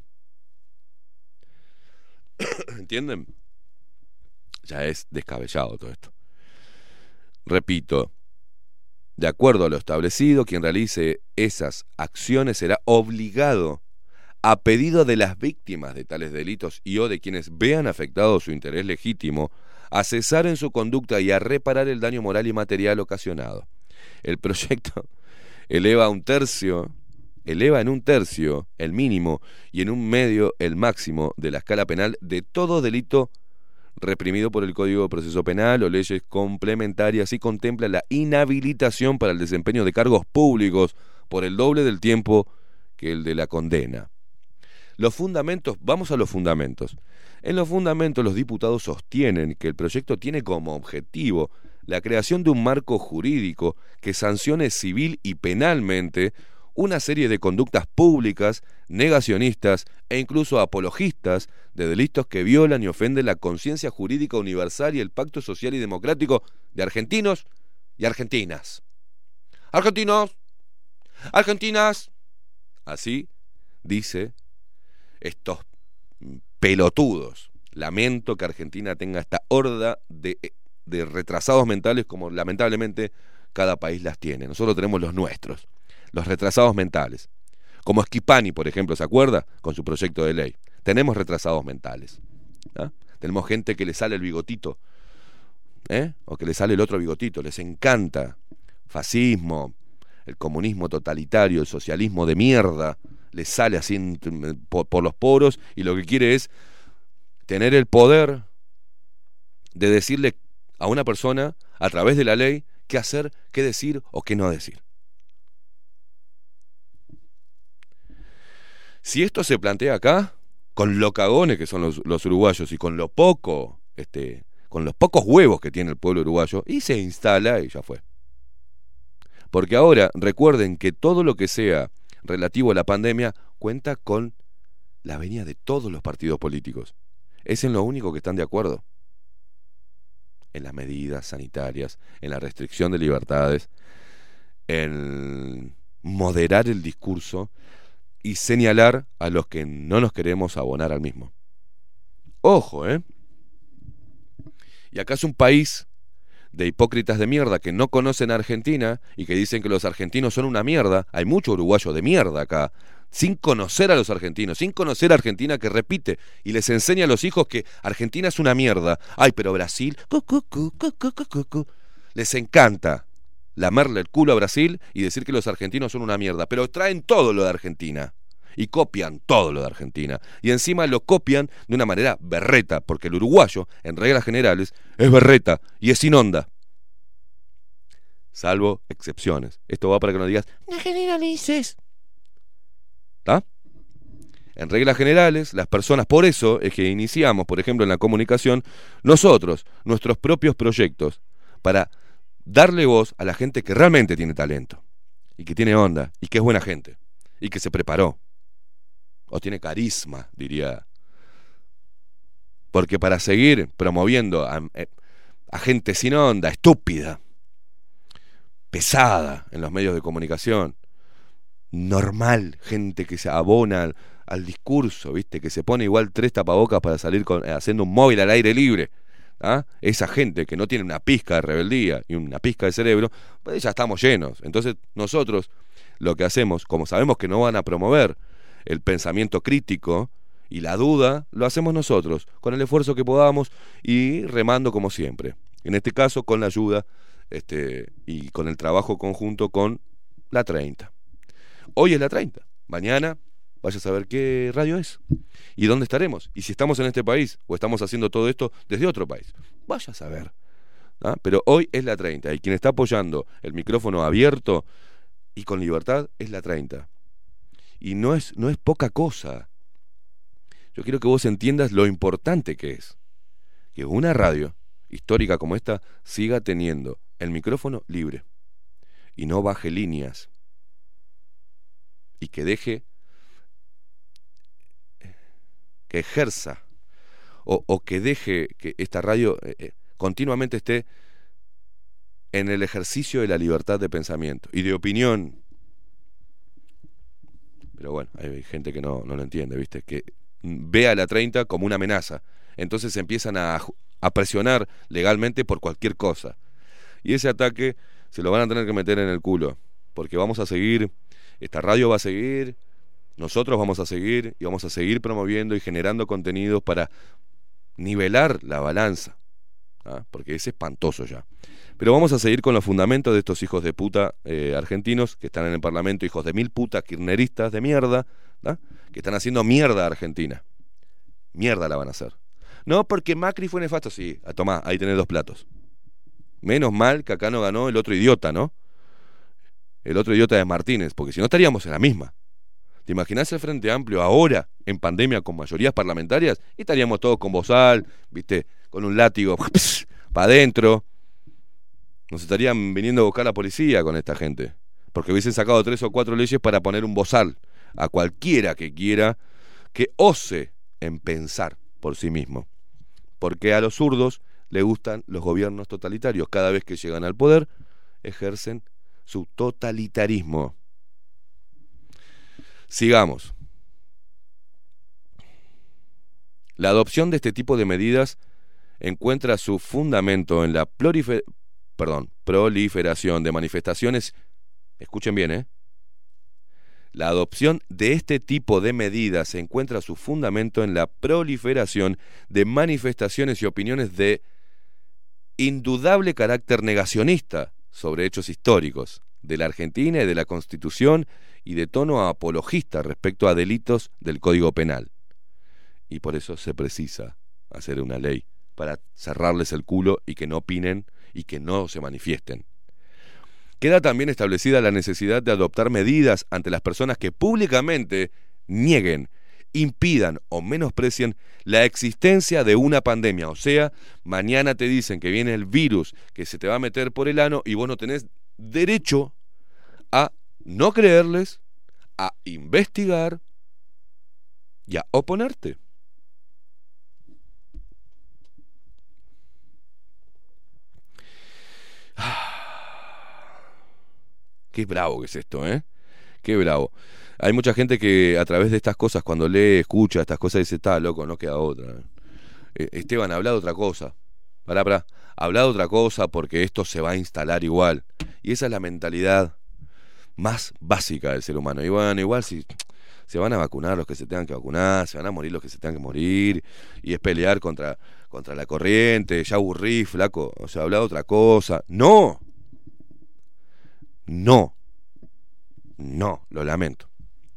¿Entienden? Ya es descabellado todo esto. Repito, de acuerdo a lo establecido, quien realice esas acciones será obligado, a pedido de las víctimas de tales delitos y o de quienes vean afectado su interés legítimo, a cesar en su conducta y a reparar el daño moral y material ocasionado. El proyecto eleva a un tercio, eleva en un tercio el mínimo y en un medio el máximo de la escala penal de todo delito reprimido por el Código de Proceso Penal o leyes complementarias y contempla la inhabilitación para el desempeño de cargos públicos por el doble del tiempo que el de la condena. Los fundamentos, vamos a los fundamentos. En los fundamentos los diputados sostienen que el proyecto tiene como objetivo la creación de un marco jurídico que sancione civil y penalmente una serie de conductas públicas, negacionistas e incluso apologistas de delitos que violan y ofenden la conciencia jurídica universal y el pacto social y democrático de argentinos y argentinas. Argentinos, argentinas, así dice estos pelotudos. Lamento que Argentina tenga esta horda de, de retrasados mentales como lamentablemente cada país las tiene. Nosotros tenemos los nuestros. los retrasados mentales. Como Schipani, por ejemplo, ¿se acuerda? Con su proyecto de ley. Tenemos retrasados mentales. ¿Ah? Tenemos gente que le sale el bigotito, ¿eh? O que le sale el otro bigotito. Les encanta fascismo, el comunismo totalitario, el socialismo de mierda. Les sale así en, por, por los poros y lo que quiere es tener el poder de decirle a una persona, a través de la ley, qué hacer, qué decir o qué no decir. Si esto se plantea acá, con lo cagones que son los, los uruguayos y con lo poco, este, con los pocos huevos que tiene el pueblo uruguayo, y se instala y ya fue. Porque ahora recuerden que todo lo que sea relativo a la pandemia cuenta con la venia de todos los partidos políticos. Es en lo único que están de acuerdo. En las medidas sanitarias, en la restricción de libertades, en moderar el discurso y señalar a los que no nos queremos abonar al mismo. Ojo, ¿eh? Y acá es un país de hipócritas de mierda que no conocen a Argentina y que dicen que los argentinos son una mierda. Hay mucho uruguayo de mierda acá, sin conocer a los argentinos, sin conocer a Argentina, que repite y les enseña a los hijos que Argentina es una mierda. Ay, pero Brasil, cu, cu, cu, cu, cu, cu, cu. Les encanta lamerle el culo a Brasil y decir que los argentinos son una mierda, pero traen todo lo de Argentina y copian todo lo de Argentina y encima lo copian de una manera berreta, porque el uruguayo, en reglas generales, es berreta y es sin onda, salvo excepciones. Esto va para que no digas no generalices, ¿está? En reglas generales, las personas, por eso es que iniciamos, por ejemplo, en la comunicación, nosotros, nuestros propios proyectos, para darle voz a la gente que realmente tiene talento, y que tiene onda, y que es buena gente, y que se preparó, o tiene carisma, diría. Porque para seguir promoviendo a, a gente sin onda, estúpida, pesada en los medios de comunicación, normal, gente que se abona al, al discurso, ¿viste? Que se pone igual tres tapabocas para salir con, haciendo un móvil al aire libre, ¿ah? Esa gente que no tiene una pizca de rebeldía y una pizca de cerebro, pues ya estamos llenos. Entonces nosotros lo que hacemos, como sabemos que no van a promover el pensamiento crítico y la duda, lo hacemos nosotros, con el esfuerzo que podamos y remando como siempre. En este caso con la ayuda este, y con el trabajo conjunto con la treinta. Hoy es la treinta, mañana vaya a saber qué radio es y dónde estaremos, y si estamos en este país o estamos haciendo todo esto desde otro país, vaya a saber, ¿ah? Pero hoy es la treinta y quien está apoyando el micrófono abierto y con libertad es la treinta, y no es, no es poca cosa. Yo quiero que vos entiendas lo importante que es que una radio histórica como esta siga teniendo el micrófono libre y no baje líneas y que deje que ejerza o, o que deje que esta radio eh, continuamente esté en el ejercicio de la libertad de pensamiento y de opinión. Pero bueno, hay gente que no, no lo entiende, ¿viste? Que ve a la treinta como una amenaza. Entonces empiezan a, a presionar legalmente por cualquier cosa. Y ese ataque se lo van a tener que meter en el culo. Porque vamos a seguir, esta radio va a seguir, nosotros vamos a seguir y vamos a seguir promoviendo y generando contenidos para nivelar la balanza, ¿ah? Porque es espantoso ya. Pero vamos a seguir con los fundamentos de estos hijos de puta eh, argentinos que están en el Parlamento, hijos de mil putas kirchneristas de mierda, ¿ah? Que están haciendo mierda a Argentina. Mierda la van a hacer. No, porque Macri fue nefasto. Sí, a tomá, ahí tenés dos platos. Menos mal que acá no ganó el otro idiota, ¿no? El otro idiota de Martínez, porque si no estaríamos en la misma. ¿Te imaginás el Frente Amplio ahora, en pandemia, con mayorías parlamentarias? Y estaríamos todos con bozal, ¿viste? Con un látigo, para adentro. Nos estarían viniendo a buscar la policía con esta gente. Porque hubiesen sacado tres o cuatro leyes para poner un bozal a cualquiera que quiera, que ose en pensar por sí mismo. Porque a los zurdos les gustan los gobiernos totalitarios. Cada vez que llegan al poder, ejercen su totalitarismo. Sigamos. La adopción de este tipo de medidas encuentra su fundamento en la prolifer- perdón, proliferación de manifestaciones, escuchen bien, ¿eh? La adopción de este tipo de medidas encuentra su fundamento en la proliferación de manifestaciones y opiniones de indudable carácter negacionista sobre hechos históricos de la Argentina y de la Constitución y de tono apologista respecto a delitos del Código Penal. Y por eso se precisa hacer una ley para cerrarles el culo y que no opinen y que no se manifiesten. Queda también establecida la necesidad de adoptar medidas ante las personas que públicamente nieguen, impidan o menosprecien la existencia de una pandemia. O sea, mañana te dicen que viene el virus que se te va a meter por el ano y vos no tenés derecho a no creerles, a investigar y a oponerte. Qué bravo que es esto, ¿eh? Qué bravo. Hay mucha gente que a través de estas cosas, cuando lee, escucha estas cosas, dice, está loco, no queda otra. Eh, Esteban, habla de otra cosa. Pará, pará. Habla de otra cosa porque esto se va a instalar igual. Y esa es la mentalidad más básica del ser humano. Y bueno, igual si se van a vacunar los que se tengan que vacunar, se van a morir los que se tengan que morir, y es pelear contra, contra la corriente, ya aburrí, flaco. O sea, habla de otra cosa. ¡No! No, no, lo lamento.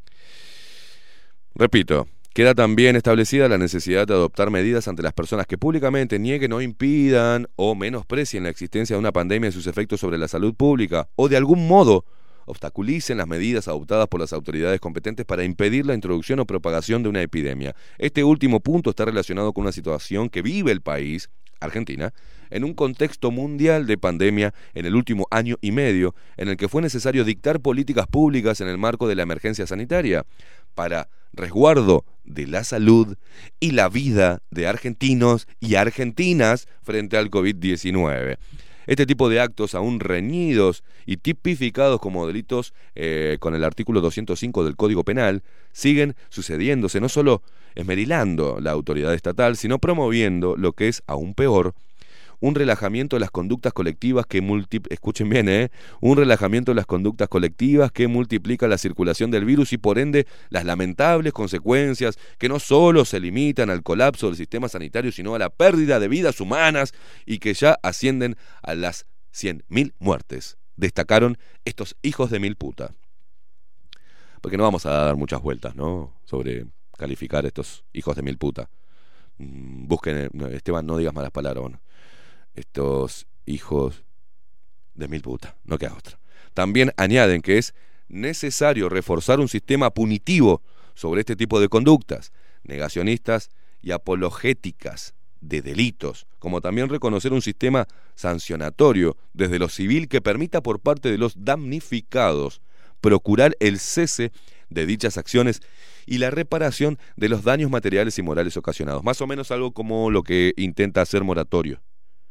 Repito, queda también establecida la necesidad de adoptar medidas ante las personas que públicamente nieguen o impidan o menosprecien la existencia de una pandemia y sus efectos sobre la salud pública, o de algún modo obstaculicen las medidas adoptadas por las autoridades competentes para impedir la introducción o propagación de una epidemia. Este último punto está relacionado con una situación que vive el país, Argentina, en un contexto mundial de pandemia en el último año y medio, en el que fue necesario dictar políticas públicas en el marco de la emergencia sanitaria para resguardo de la salud y la vida de argentinos y argentinas frente al COVID diecinueve. Este tipo de actos, aún reñidos y tipificados como delitos eh, con el artículo doscientos cinco del Código Penal, siguen sucediéndose, no solo esmerilando la autoridad estatal, sino promoviendo lo que es aún peor, un relajamiento de las conductas colectivas que multi... escuchen bien, ¿eh? un relajamiento de las conductas colectivas que multiplica la circulación del virus y por ende las lamentables consecuencias que no solo se limitan al colapso del sistema sanitario, sino a la pérdida de vidas humanas y que ya ascienden a las cien mil muertes, destacaron estos hijos de mil puta. Porque no vamos a dar muchas vueltas, ¿no?, sobre calificar a estos hijos de mil puta. Busquen, Esteban, no digas malas palabras, bueno. Estos hijos de mil puta, no queda otra. También añaden que es necesario reforzar un sistema punitivo sobre este tipo de conductas negacionistas y apologéticas de delitos, como también reconocer un sistema sancionatorio desde lo civil que permita por parte de los damnificados procurar el cese de dichas acciones y la reparación de los daños materiales y morales ocasionados. Más o menos algo como lo que intenta hacer Moratorio.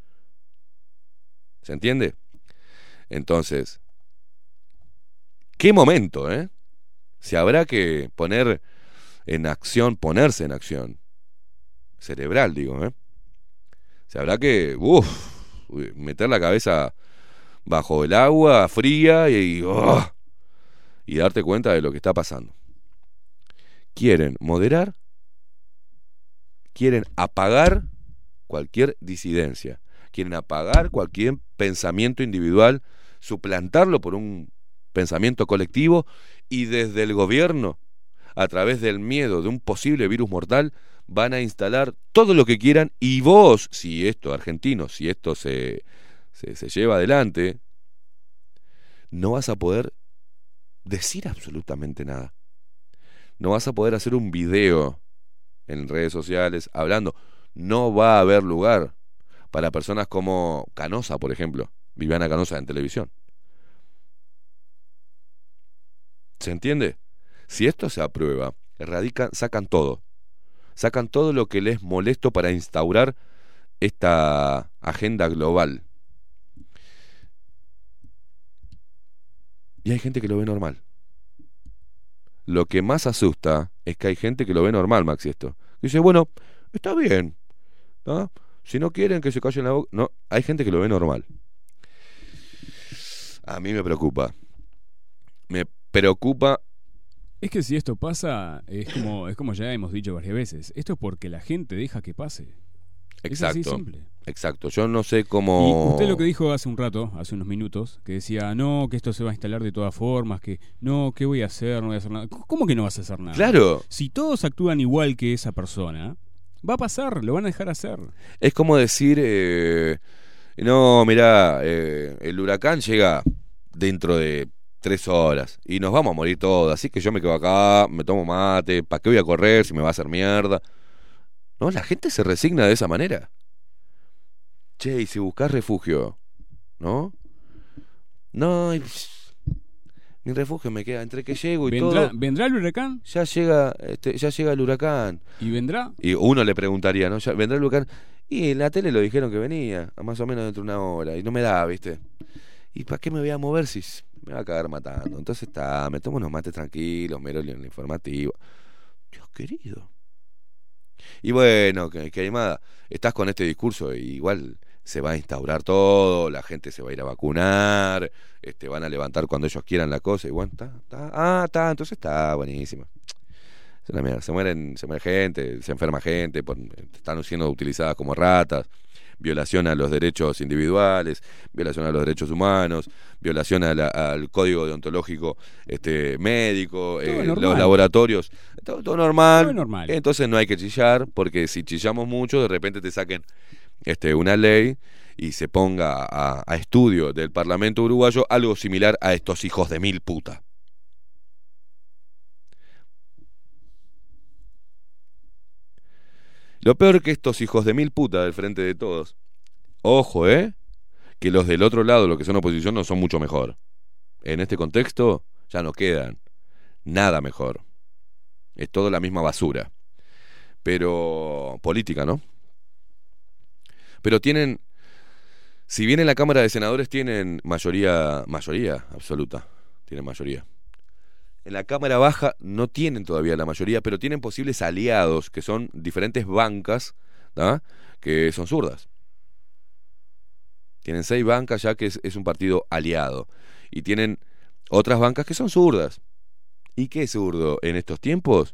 ¿Se entiende? Entonces, ¿qué momento, eh? Se habrá que poner en acción, ponerse en acción, cerebral, digo, eh. Se habrá que, uff, meter la cabeza bajo el agua fría y, oh, y darte cuenta de lo que está pasando. Quieren moderar, quieren apagar cualquier disidencia. Quieren apagar cualquier pensamiento individual, suplantarlo por un pensamiento colectivo y desde el gobierno, a través del miedo de un posible virus mortal, van a instalar todo lo que quieran y vos, si esto, argentinos, si esto se, se, se lleva adelante, no vas a poder decir absolutamente nada. No vas a poder hacer un video en redes sociales hablando. No va a haber lugar para personas como Canosa, por ejemplo, Viviana Canosa en televisión. ¿Se entiende? Si esto se aprueba, erradican, sacan todo. Sacan todo lo que les molesto para instaurar esta agenda global. Y hay gente que lo ve normal. Lo que más asusta es que hay gente que lo ve normal, Maxi, esto. Dice, bueno, está bien, ¿no? Si no quieren que se callen la boca... No, hay gente que lo ve normal. A mí me preocupa. Me preocupa Es que si esto pasa, es como, es como ya hemos dicho varias veces, esto es porque la gente deja que pase. Exacto. Es así simple. Exacto. Yo no sé cómo... Y usted lo que dijo hace un rato, hace unos minutos, que decía, no, que esto se va a instalar de todas formas, que no, ¿qué voy a hacer? No voy a hacer nada. ¿Cómo que no vas a hacer nada? Claro. Si todos actúan igual que esa persona, va a pasar, lo van a dejar hacer. Es como decir, eh, no, mirá, eh, el huracán llega dentro de tres horas y nos vamos a morir todos, así que yo me quedo acá, me tomo mate, ¿para qué voy a correr si me va a hacer mierda? No, la gente se resigna de esa manera. Che, y si buscas refugio, ¿no? No, y, pss, mi refugio me queda entre que llego y ¿Vendrá, todo. ¿Vendrá el huracán? Ya llega, este, ya llega el huracán. ¿Y vendrá? Y uno le preguntaría, ¿no? ¿Ya vendrá el huracán? Y en la tele lo dijeron que venía, a más o menos dentro de una hora, y no me da, ¿viste? ¿Y para qué me voy a mover si me va a cagar matando? Entonces está, me tomo unos mates tranquilos, miro el informativo. Dios querido. Y bueno, que, que Aimada, estás con este discurso y igual se va a instaurar todo, la gente se va a ir a vacunar, este, van a levantar cuando ellos quieran la cosa, y bueno, está, está, ah, está, entonces está buenísimo. Es una mierda, se mueren, se muere gente, se enferma gente, por, están siendo utilizadas como ratas, violación a los derechos individuales, violación a los derechos humanos, violación a la, al código deontológico este, médico, eh, los laboratorios, todo, todo normal. Todo normal. Entonces no hay que chillar, porque si chillamos mucho, de repente te saquen este, una ley y se ponga a, a estudio del Parlamento uruguayo algo similar a estos hijos de mil puta. Lo peor que estos hijos de mil puta del frente de todos, ojo, ¿eh? Que los del otro lado, los que son oposición, no son mucho mejor. En este contexto ya no quedan nada mejor. Es todo la misma basura. Pero política, ¿no? Pero tienen, si bien en la Cámara de Senadores tienen mayoría, mayoría absoluta, tienen mayoría. En la Cámara Baja no tienen todavía la mayoría, pero tienen posibles aliados, que son diferentes bancas, ¿tá? Que son zurdas. Tienen seis bancas ya que es, es un partido aliado. Y tienen otras bancas que son zurdas. ¿Y qué es zurdo en estos tiempos?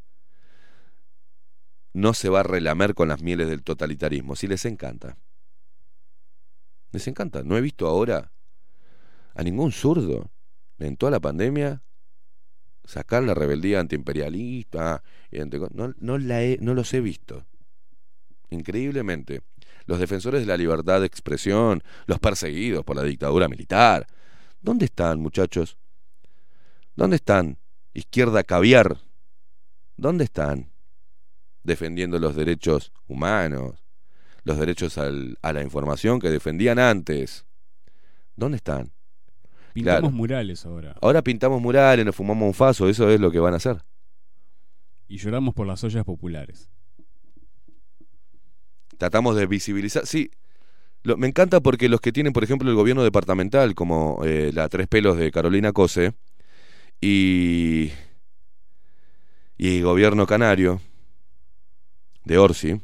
No se va a relamer con las mieles del totalitarismo. Sí, les encanta. Les encanta. No he visto ahora a ningún zurdo en toda la pandemia sacar la rebeldía antiimperialista. No, no, la he, no los he visto. Increíblemente. Los defensores de la libertad de expresión, los perseguidos por la dictadura militar. ¿Dónde están, muchachos? ¿Dónde están? Izquierda caviar. ¿Dónde están? Defendiendo los derechos humanos, los derechos al, a la información que defendían antes. ¿Dónde están? Pintamos Claro. murales ahora. Ahora pintamos murales, nos fumamos un faso, eso es lo que van a hacer. Y lloramos por las ollas populares. Tratamos de visibilizar, sí. Lo, me encanta porque los que tienen, por ejemplo, el gobierno departamental, como eh, la Tres Pelos de Carolina Cose, y, y el gobierno canario de Orsi,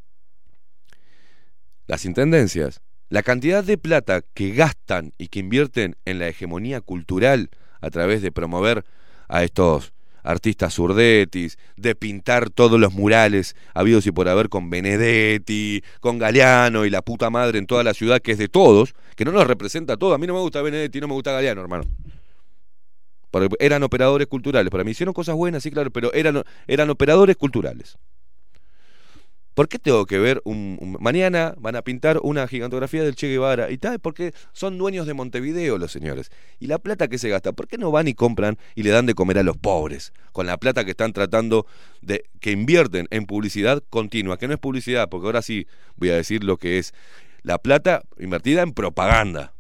las intendencias, la cantidad de plata que gastan y que invierten en la hegemonía cultural a través de promover a estos artistas zurdetis, de pintar todos los murales habidos y por haber con Benedetti, con Galeano y la puta madre en toda la ciudad, que es de todos, que no nos representa a todos. A mí no me gusta Benedetti, no me gusta Galeano, hermano. Porque eran operadores culturales. Para mí hicieron cosas buenas, sí, claro, pero eran, eran operadores culturales. ¿Por qué tengo que ver un, un... Mañana van a pintar una gigantografía del Che Guevara y tal? Porque son dueños de Montevideo los señores. Y la plata que se gasta, ¿por qué no van y compran y le dan de comer a los pobres? Con la plata que están tratando de... que invierten en publicidad continua, que no es publicidad, porque ahora sí voy a decir lo que es la plata invertida en propaganda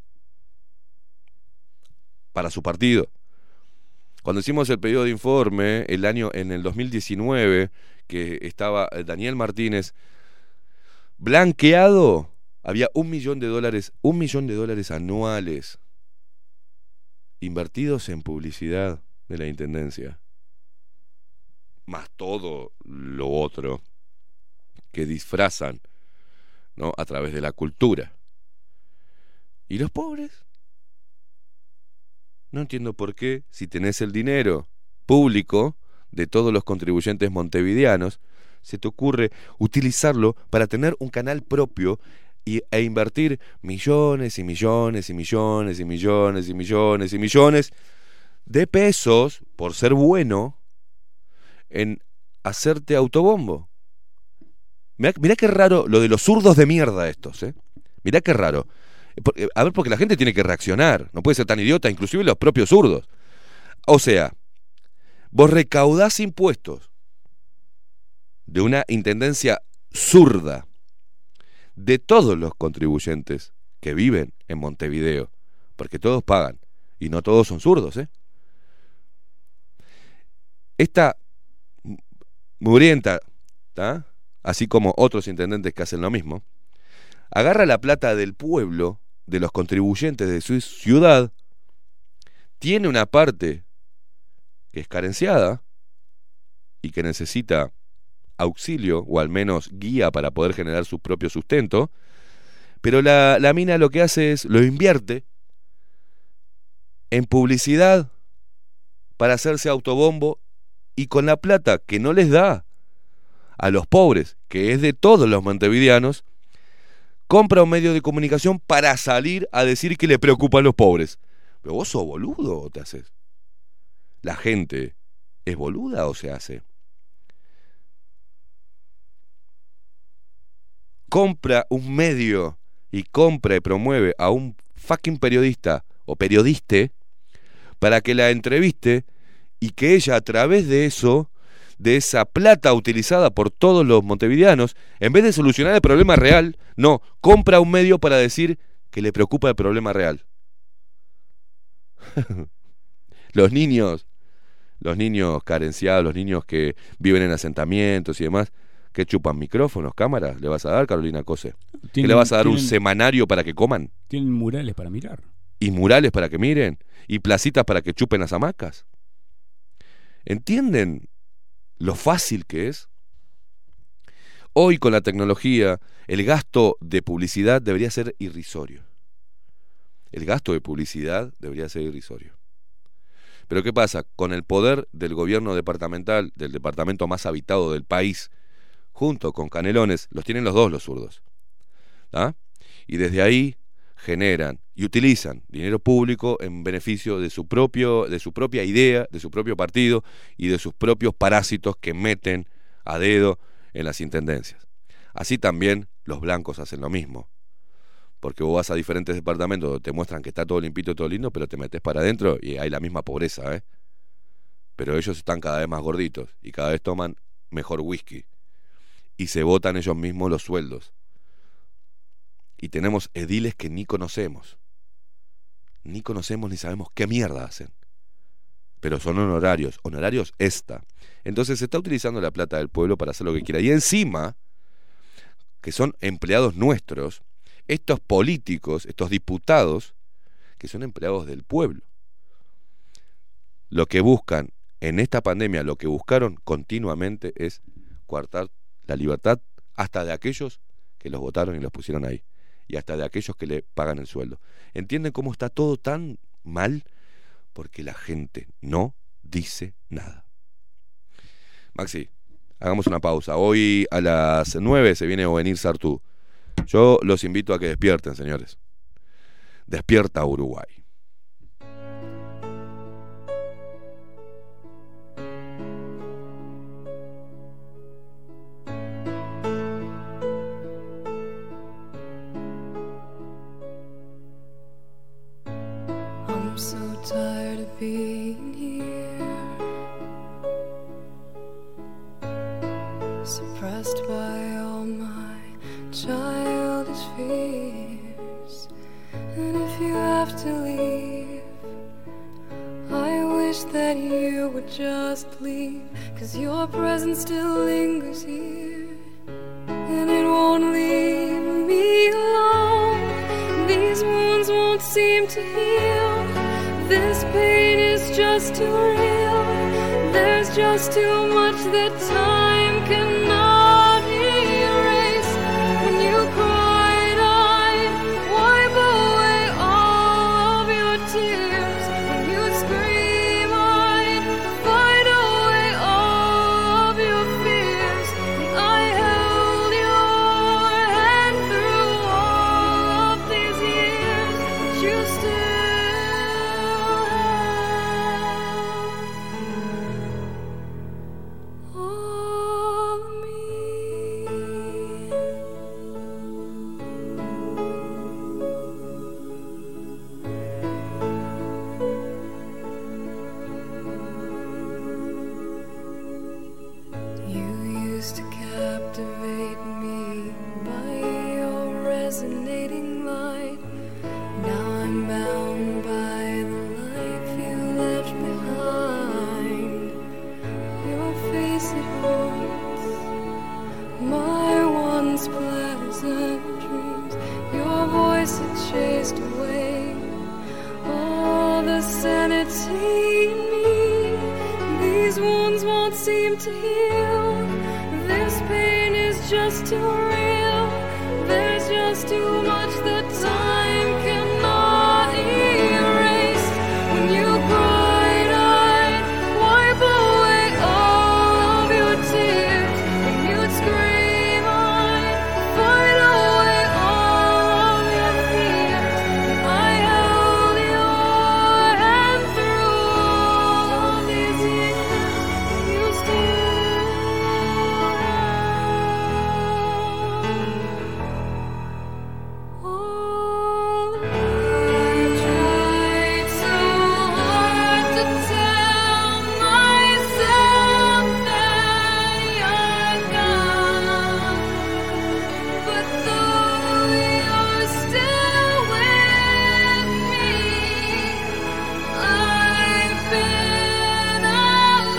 para su partido. Cuando hicimos el pedido de informe el año en el dos mil diecinueve, que estaba Daniel Martínez blanqueado, había un millón de dólares, un millón de dólares anuales invertidos en publicidad de la intendencia, más todo lo otro que disfrazan, ¿no?, a través de la cultura. ¿Y los pobres? No entiendo por qué, si tenés el dinero público de todos los contribuyentes montevideanos, se te ocurre utilizarlo para tener un canal propio y, e invertir millones y millones y millones y millones y millones y millones de pesos, por ser bueno, en hacerte autobombo? Mirá, mirá qué raro lo de los zurdos de mierda estos, ¿eh? Mirá qué raro. A ver, porque la gente tiene que reaccionar, no puede ser tan idiota, inclusive los propios zurdos. O sea, vos recaudás impuestos de una intendencia zurda de todos los contribuyentes que viven en Montevideo, porque todos pagan y no todos son zurdos, ¿eh? Esta mugrienta, ¿tá?, así como otros intendentes que hacen lo mismo, agarra la plata del pueblo, de los contribuyentes de su ciudad, tiene una parte que es carenciada y que necesita auxilio o al menos guía para poder generar su propio sustento, pero la, la mina lo que hace es, lo invierte en publicidad para hacerse autobombo, y con la plata que no les da a los pobres, que es de todos los montevideanos, compra un medio de comunicación para salir a decir que le preocupan los pobres. ¿Pero vos sos boludo o te haces? ¿La gente es boluda o se hace? Compra un medio y compra y promueve a un fucking periodista o periodiste para que la entreviste y que ella, a través de eso, de esa plata utilizada por todos los montevideanos, en vez de solucionar el problema real, no, compra un medio para decir que le preocupa el problema real. Los niños, los niños carenciados, los niños que viven en asentamientos y demás, ¿qué chupan? ¿Micrófonos, cámaras? ¿Le vas a dar, Carolina Cose? ¿Qué le vas a dar? ¿Un semanario para que coman? Tienen murales para mirar. ¿Y murales para que miren? ¿Y placitas para que chupen las hamacas? ¿Entienden lo fácil que es? Hoy, con la tecnología, el gasto de publicidad debería ser irrisorio. El gasto de publicidad debería ser irrisorio. Pero ¿qué pasa? Con el poder del gobierno departamental, del departamento más habitado del país, junto con Canelones, los tienen los dos los zurdos, ¿ah? Y desde ahí generan y utilizan dinero público en beneficio de su propio, de su propia idea, de su propio partido y de sus propios parásitos que meten a dedo en las intendencias. Así también los blancos hacen lo mismo, porque vos vas a diferentes departamentos donde te muestran que está todo limpito y todo lindo, pero te metes para adentro y hay la misma pobreza, ¿eh? Pero ellos están cada vez más gorditos y cada vez toman mejor whisky y se botan ellos mismos los sueldos. Y tenemos ediles que ni conocemos. Ni conocemos ni sabemos qué mierda hacen. Pero son honorarios, honorarios esta. Entonces se está utilizando la plata del pueblo para hacer lo que quiera. Y encima, que son empleados nuestros, estos políticos, estos diputados, que son empleados del pueblo. Lo que buscan en esta pandemia, lo que buscaron continuamente es coartar la libertad hasta de aquellos que los votaron y los pusieron ahí. Y hasta de aquellos que le pagan el sueldo. ¿Entienden cómo está todo tan mal? Porque la gente no dice nada. Maxi, hagamos una pausa. Hoy a las nueve se viene Ovenir Sartú. Yo los invito a que despierten, señores. Despierta Uruguay. I'm so tired of being here, suppressed by all my childish fears. And if you have to leave, I wish that you would just leave, 'cause your presence still lingers here, and it won't leave me alone. These wounds won't seem to heal. This pain is just too real. There's just too much that time cannot erase. When you cried, I wipe away all of your tears. When you scream, I fight these wounds won't seem to heal. This pain is just too real. There's just too much that time cannot erase. When you bright-eyed wipe away all of your tears, when you'd scream, I'd fight away all of your fears. And I held your hand through all of these years, and you still all I tried so hard to tell myself that you're gone, but though you're still with me, I've been alone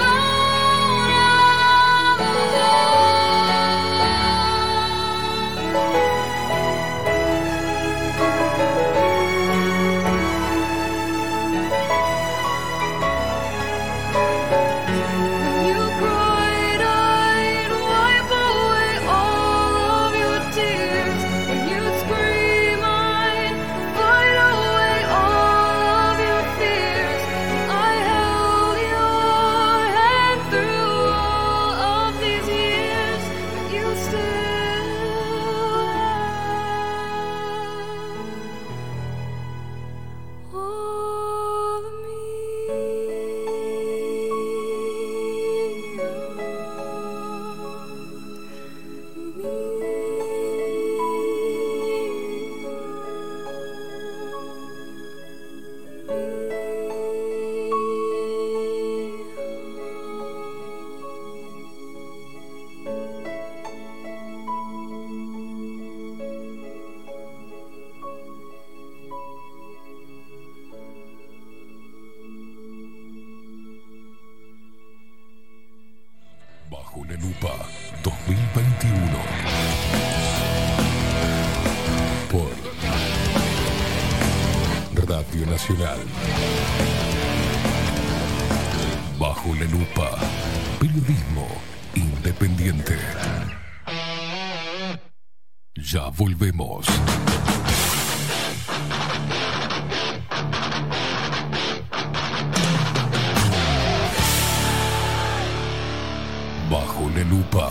When you bright-eyed wipe away all of your tears, when you'd scream, I'd fight away all of your fears. I held your hand through all of these years, but you still have all of me. Bajo la lupa dos mil veintiuno. Por Radio Nacional. Bajo la lupa. Periodismo independiente. Ya volvemos. Bajo la lupa.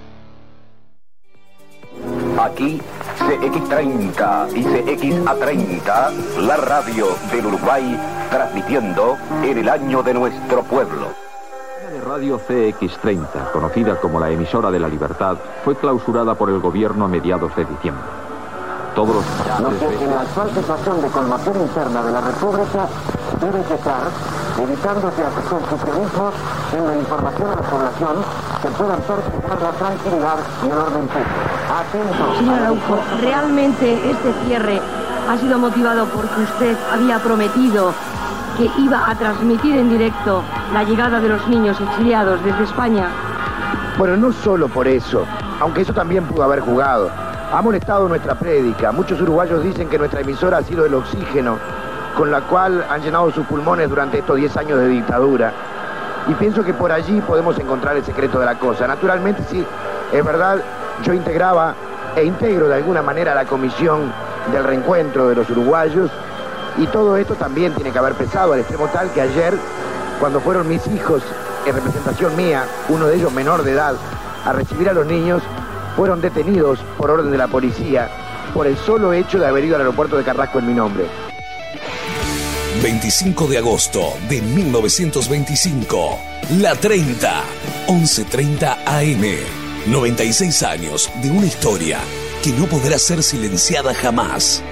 Aquí C X treinta y C X A treinta, la radio del Uruguay, transmitiendo en el año de nuestro pueblo. La de radio C X treinta, conocida como la emisora de la libertad, fue clausurada por el gobierno a mediados de diciembre. Todos los Lo que en la actual situación de conmoción interna de la República debe cesar, evitándose así confusionismos en la información a la población que puedan perturbar la tranquilidad y el orden público. Atentos. Señor Araujo, realmente este cierre ha sido motivado porque usted había prometido que iba a transmitir en directo la llegada de los niños exiliados desde España. Bueno, no solo por eso, aunque eso también pudo haber jugado. Ha molestado nuestra prédica. Muchos uruguayos dicen que nuestra emisora ha sido el oxígeno con la cual han llenado sus pulmones durante estos diez años de dictadura. Y pienso que por allí podemos encontrar el secreto de la cosa. Naturalmente, sí, es verdad, yo integraba e integro de alguna manera la comisión del reencuentro de los uruguayos, y todo esto también tiene que haber pesado al extremo tal que ayer, cuando fueron mis hijos, en representación mía, uno de ellos menor de edad, a recibir a los niños, fueron detenidos por orden de la policía por el solo hecho de haber ido al aeropuerto de Carrasco en mi nombre. veinticinco de agosto de mil novecientos veinticinco, La treinta, once treinta A M. noventa y seis años de una historia que no podrá ser silenciada jamás.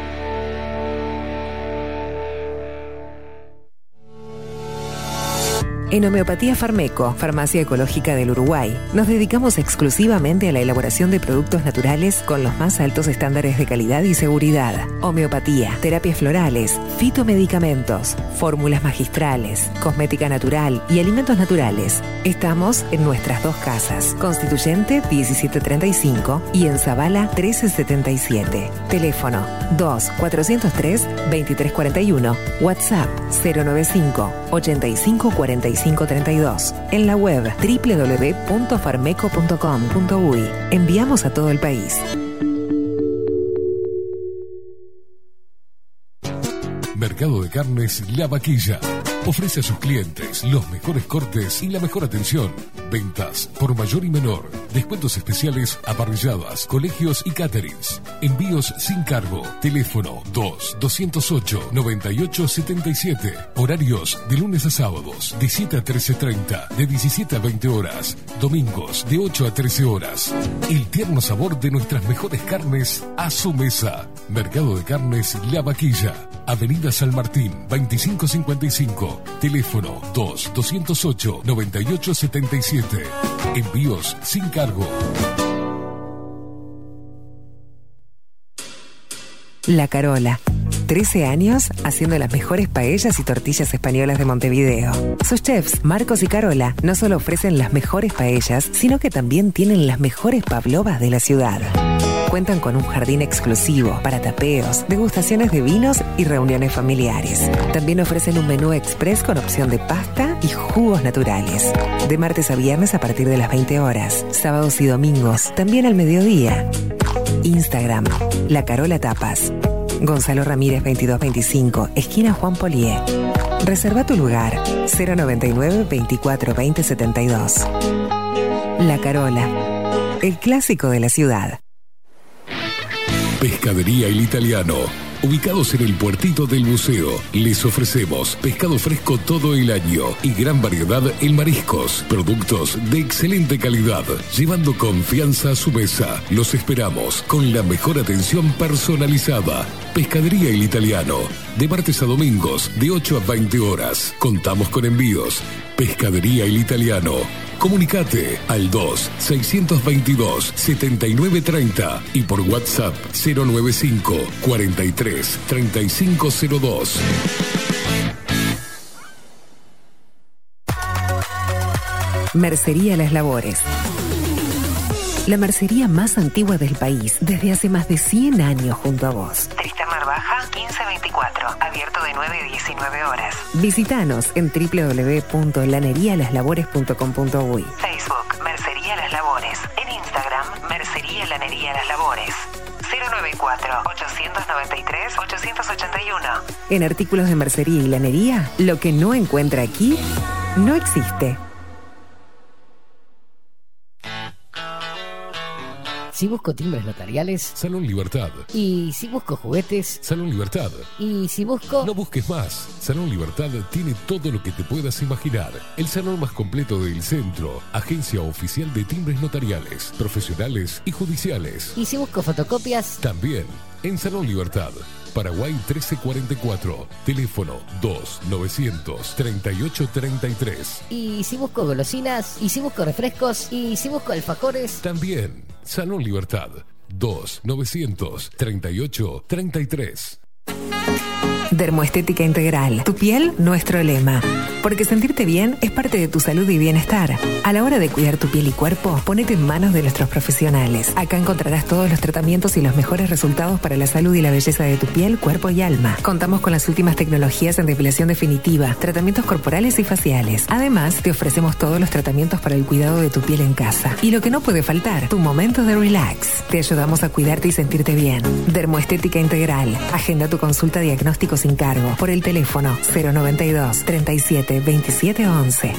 En Homeopatía Farmeco, Farmacia Ecológica del Uruguay, nos dedicamos exclusivamente a la elaboración de productos naturales con los más altos estándares de calidad y seguridad. Homeopatía, terapias florales, fitomedicamentos, fórmulas magistrales, cosmética natural y alimentos naturales. Estamos en nuestras dos casas, Constituyente diecisiete treinta y cinco y en Zabala trece setenta y siete. Teléfono dos cuatrocientos tres veintitrés cuarenta y uno, WhatsApp cero noventa y cinco ochenta y cinco cuarenta y veinticinco treinta y dos. En la web doble u doble u doble u punto farmeco punto com punto uy. Enviamos a todo el país. Mercado de Carnes La Vaquilla. Ofrece a sus clientes los mejores cortes y la mejor atención. Ventas por mayor y menor. Descuentos especiales a parrilladas, colegios y caterings. Envíos sin cargo. Teléfono dos doscientos ocho noventa y ocho setenta y siete. Horarios de lunes a sábados de siete a trece treinta, de diecisiete a veinte horas. Domingos de ocho a trece horas. El tierno sabor de nuestras mejores carnes a su mesa. Mercado de Carnes La Vaquilla. Avenida San Martín, veinticinco cincuenta y cinco. Teléfono dos doscientos ocho noventa y ocho setenta y siete. Envíos sin cargo. La Carola. trece años haciendo las mejores paellas y tortillas españolas de Montevideo. Sus chefs, Marcos y Carola, no solo ofrecen las mejores paellas, sino que también tienen las mejores pavlovas de la ciudad. Cuentan con un jardín exclusivo para tapeos, degustaciones de vinos y reuniones familiares. También ofrecen un menú express con opción de pasta y jugos naturales. De martes a viernes a partir de las veinte horas. Sábados y domingos, también al mediodía. Instagram, La Carola Tapas. Gonzalo Ramírez veintidós veinticinco, esquina Juan Polié. Reserva tu lugar, cero noventa y nueve veinticuatro veinte setenta y dos. La Carola, el clásico de la ciudad. Pescadería El Italiano. Ubicados en el puertito del buceo, les ofrecemos pescado fresco todo el año y gran variedad en mariscos, productos de excelente calidad, llevando confianza a su mesa. Los esperamos con la mejor atención personalizada. Pescadería El Italiano, de martes a domingos, de ocho a veinte horas. Contamos con envíos. Pescadería El Italiano. Comunicate al dos seiscientos veintidós setenta y nueve treinta y por WhatsApp cero noventa y cinco cuarenta y tres treinta y cinco cero dos. Mercería Las Labores. La mercería más antigua del país, desde hace más de cien años junto a vos. Tristán Baja, quince veinticuatro, abierto de nueve a diecinueve horas. Visítanos en doble u doble u doble u punto lanería las labores punto com punto uy. Facebook, Mercería Las Labores. En Instagram, Mercería Lanería Las Labores. cero noventa y cuatro, ochocientos noventa y tres, ochocientos ochenta y uno. En artículos de mercería y lanería, lo que no encuentra aquí, no existe. Si busco timbres notariales, Salón Libertad. Y si busco juguetes, Salón Libertad. Y si busco... No busques más. Salón Libertad tiene todo lo que te puedas imaginar. El salón más completo del centro. Agencia oficial de timbres notariales, profesionales y judiciales. Y si busco fotocopias... También. En Salón Libertad. Paraguay trece cuarenta y cuatro. Teléfono dos novecientos treinta y ocho treinta y tres. Y si busco golosinas, y si busco refrescos, y si busco alfajores... También. Salón Libertad. dos novecientos treinta y ocho treinta y tres. Dermoestética Integral. Tu piel, nuestro lema. Porque sentirte bien es parte de tu salud y bienestar. A la hora de cuidar tu piel y cuerpo, ponete en manos de nuestros profesionales. Acá encontrarás todos los tratamientos y los mejores resultados para la salud y la belleza de tu piel, cuerpo y alma. Contamos con las últimas tecnologías en depilación definitiva, tratamientos corporales y faciales. Además, te ofrecemos todos los tratamientos para el cuidado de tu piel en casa. Y lo que no puede faltar, tu momento de relax. Te ayudamos a cuidarte y sentirte bien. Dermoestética Integral. Agenda tu consulta diagnóstico sin cargo por el teléfono cero noventa y dos treinta y siete veintisiete once.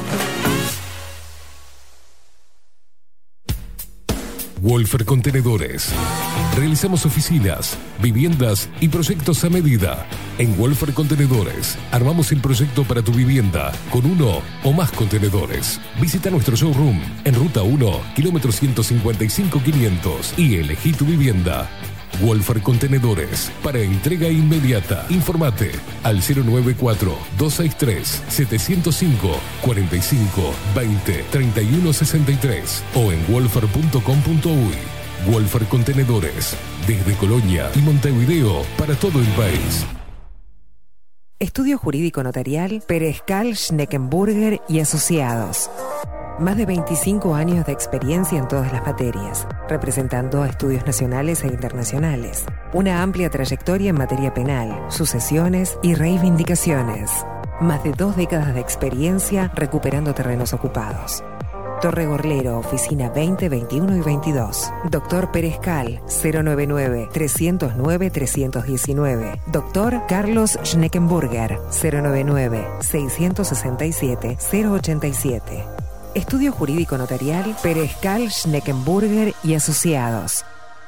Wolfer Contenedores. Realizamos oficinas, viviendas y proyectos a medida. En Wolfer Contenedores armamos el proyecto para tu vivienda con uno o más contenedores. Visita nuestro showroom en Ruta uno, kilómetro ciento cincuenta y cinco quinientos y elegí tu vivienda. Wolfer Contenedores, para entrega inmediata. Informate al cero noventa y cuatro, doscientos sesenta y tres, setecientos cinco, cuarenta y cinco, veinte, treinta y uno sesenta y tres o en wolfer punto com punto uy. Wolfer Contenedores, desde Colonia y Montevideo para todo el país. Estudio Jurídico Notarial, Perezcal, Schneckenburger y Asociados. Más de veinticinco años de experiencia en todas las materias, representando a estudios nacionales e internacionales. Una amplia trayectoria en materia penal, sucesiones y reivindicaciones. Más de dos décadas de experiencia recuperando terrenos ocupados. Torre Gorlero, oficina veinte, veintiuno y veintidós. Doctor Pérez Cal, cero noventa y nueve, trescientos nueve, trescientos diecinueve. Doctor Carlos Schneckenburger, cero noventa y nueve, seiscientos sesenta y siete, cero ochenta y siete. Estudio Jurídico Notarial Pérez Cal, Schneckenburger y Asociados.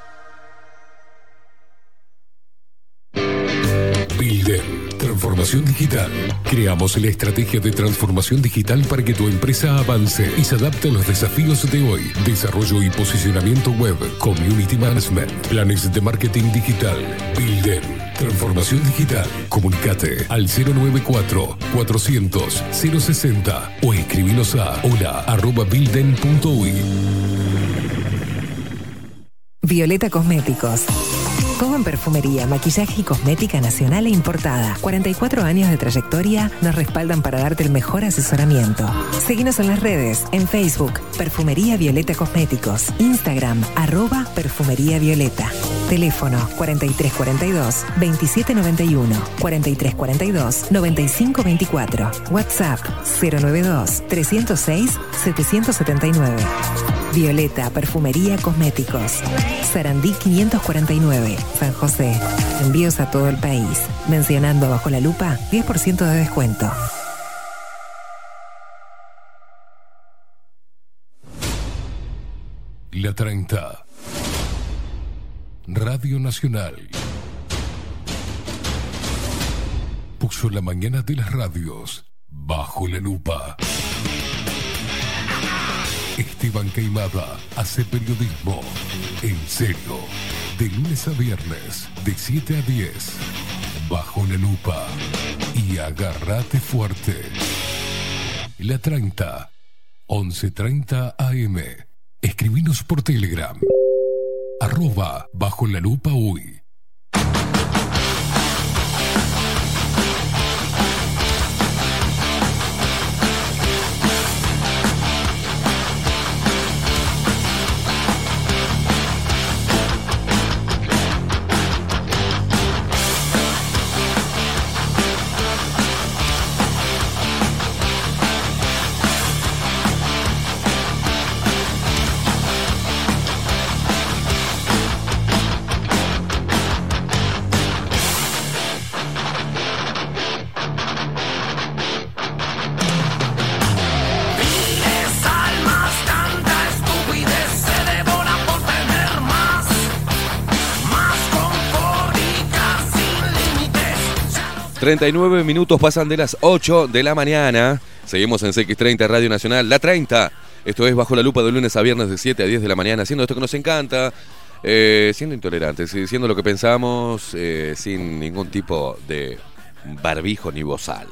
Builden. Transformación digital. Creamos la estrategia de transformación digital para que tu empresa avance y se adapte a los desafíos de hoy. Desarrollo y posicionamiento web, community management, planes de marketing digital. Builden. Transformación digital. Comunicate al cero noventa y cuatro, cuatrocientos, cero sesenta o escribinos a hola arroba builden punto uy. Violeta Cosméticos. Todo en perfumería, maquillaje y cosmética nacional e importada. cuarenta y cuatro años de trayectoria nos respaldan para darte el mejor asesoramiento. Seguinos en las redes, en Facebook, Perfumería Violeta Cosméticos, Instagram, arroba Perfumería Violeta. Teléfono cuarenta y tres cuarenta y dos, veintisiete noventa y uno, cuarenta y tres cuarenta y dos, noventa y cinco veinticuatro. WhatsApp cero noventa y dos, trescientos seis, setecientos setenta y nueve. Violeta Perfumería Cosméticos. Sarandí quinientos cuarenta y nueve, San José. Envíos a todo el país. Mencionando Bajo la Lupa, diez por ciento de descuento. La treinta. Radio Nacional. Puso la mañana de las radios bajo la lupa. Esteban Queimada hace periodismo en serio, de lunes a viernes, de siete a diez, bajo la lupa. Y agárrate fuerte. La treinta, once treinta A M. Escribinos por Telegram. Arroba bajo la lupa uy. treinta y nueve minutos pasan de las ocho de la mañana. Seguimos en C X treinta Radio Nacional, la treinta. Esto es Bajo la Lupa de lunes a viernes de siete a diez de la mañana, haciendo esto que nos encanta, eh, siendo intolerantes, diciendo lo que pensamos, eh, sin ningún tipo de barbijo ni bozal.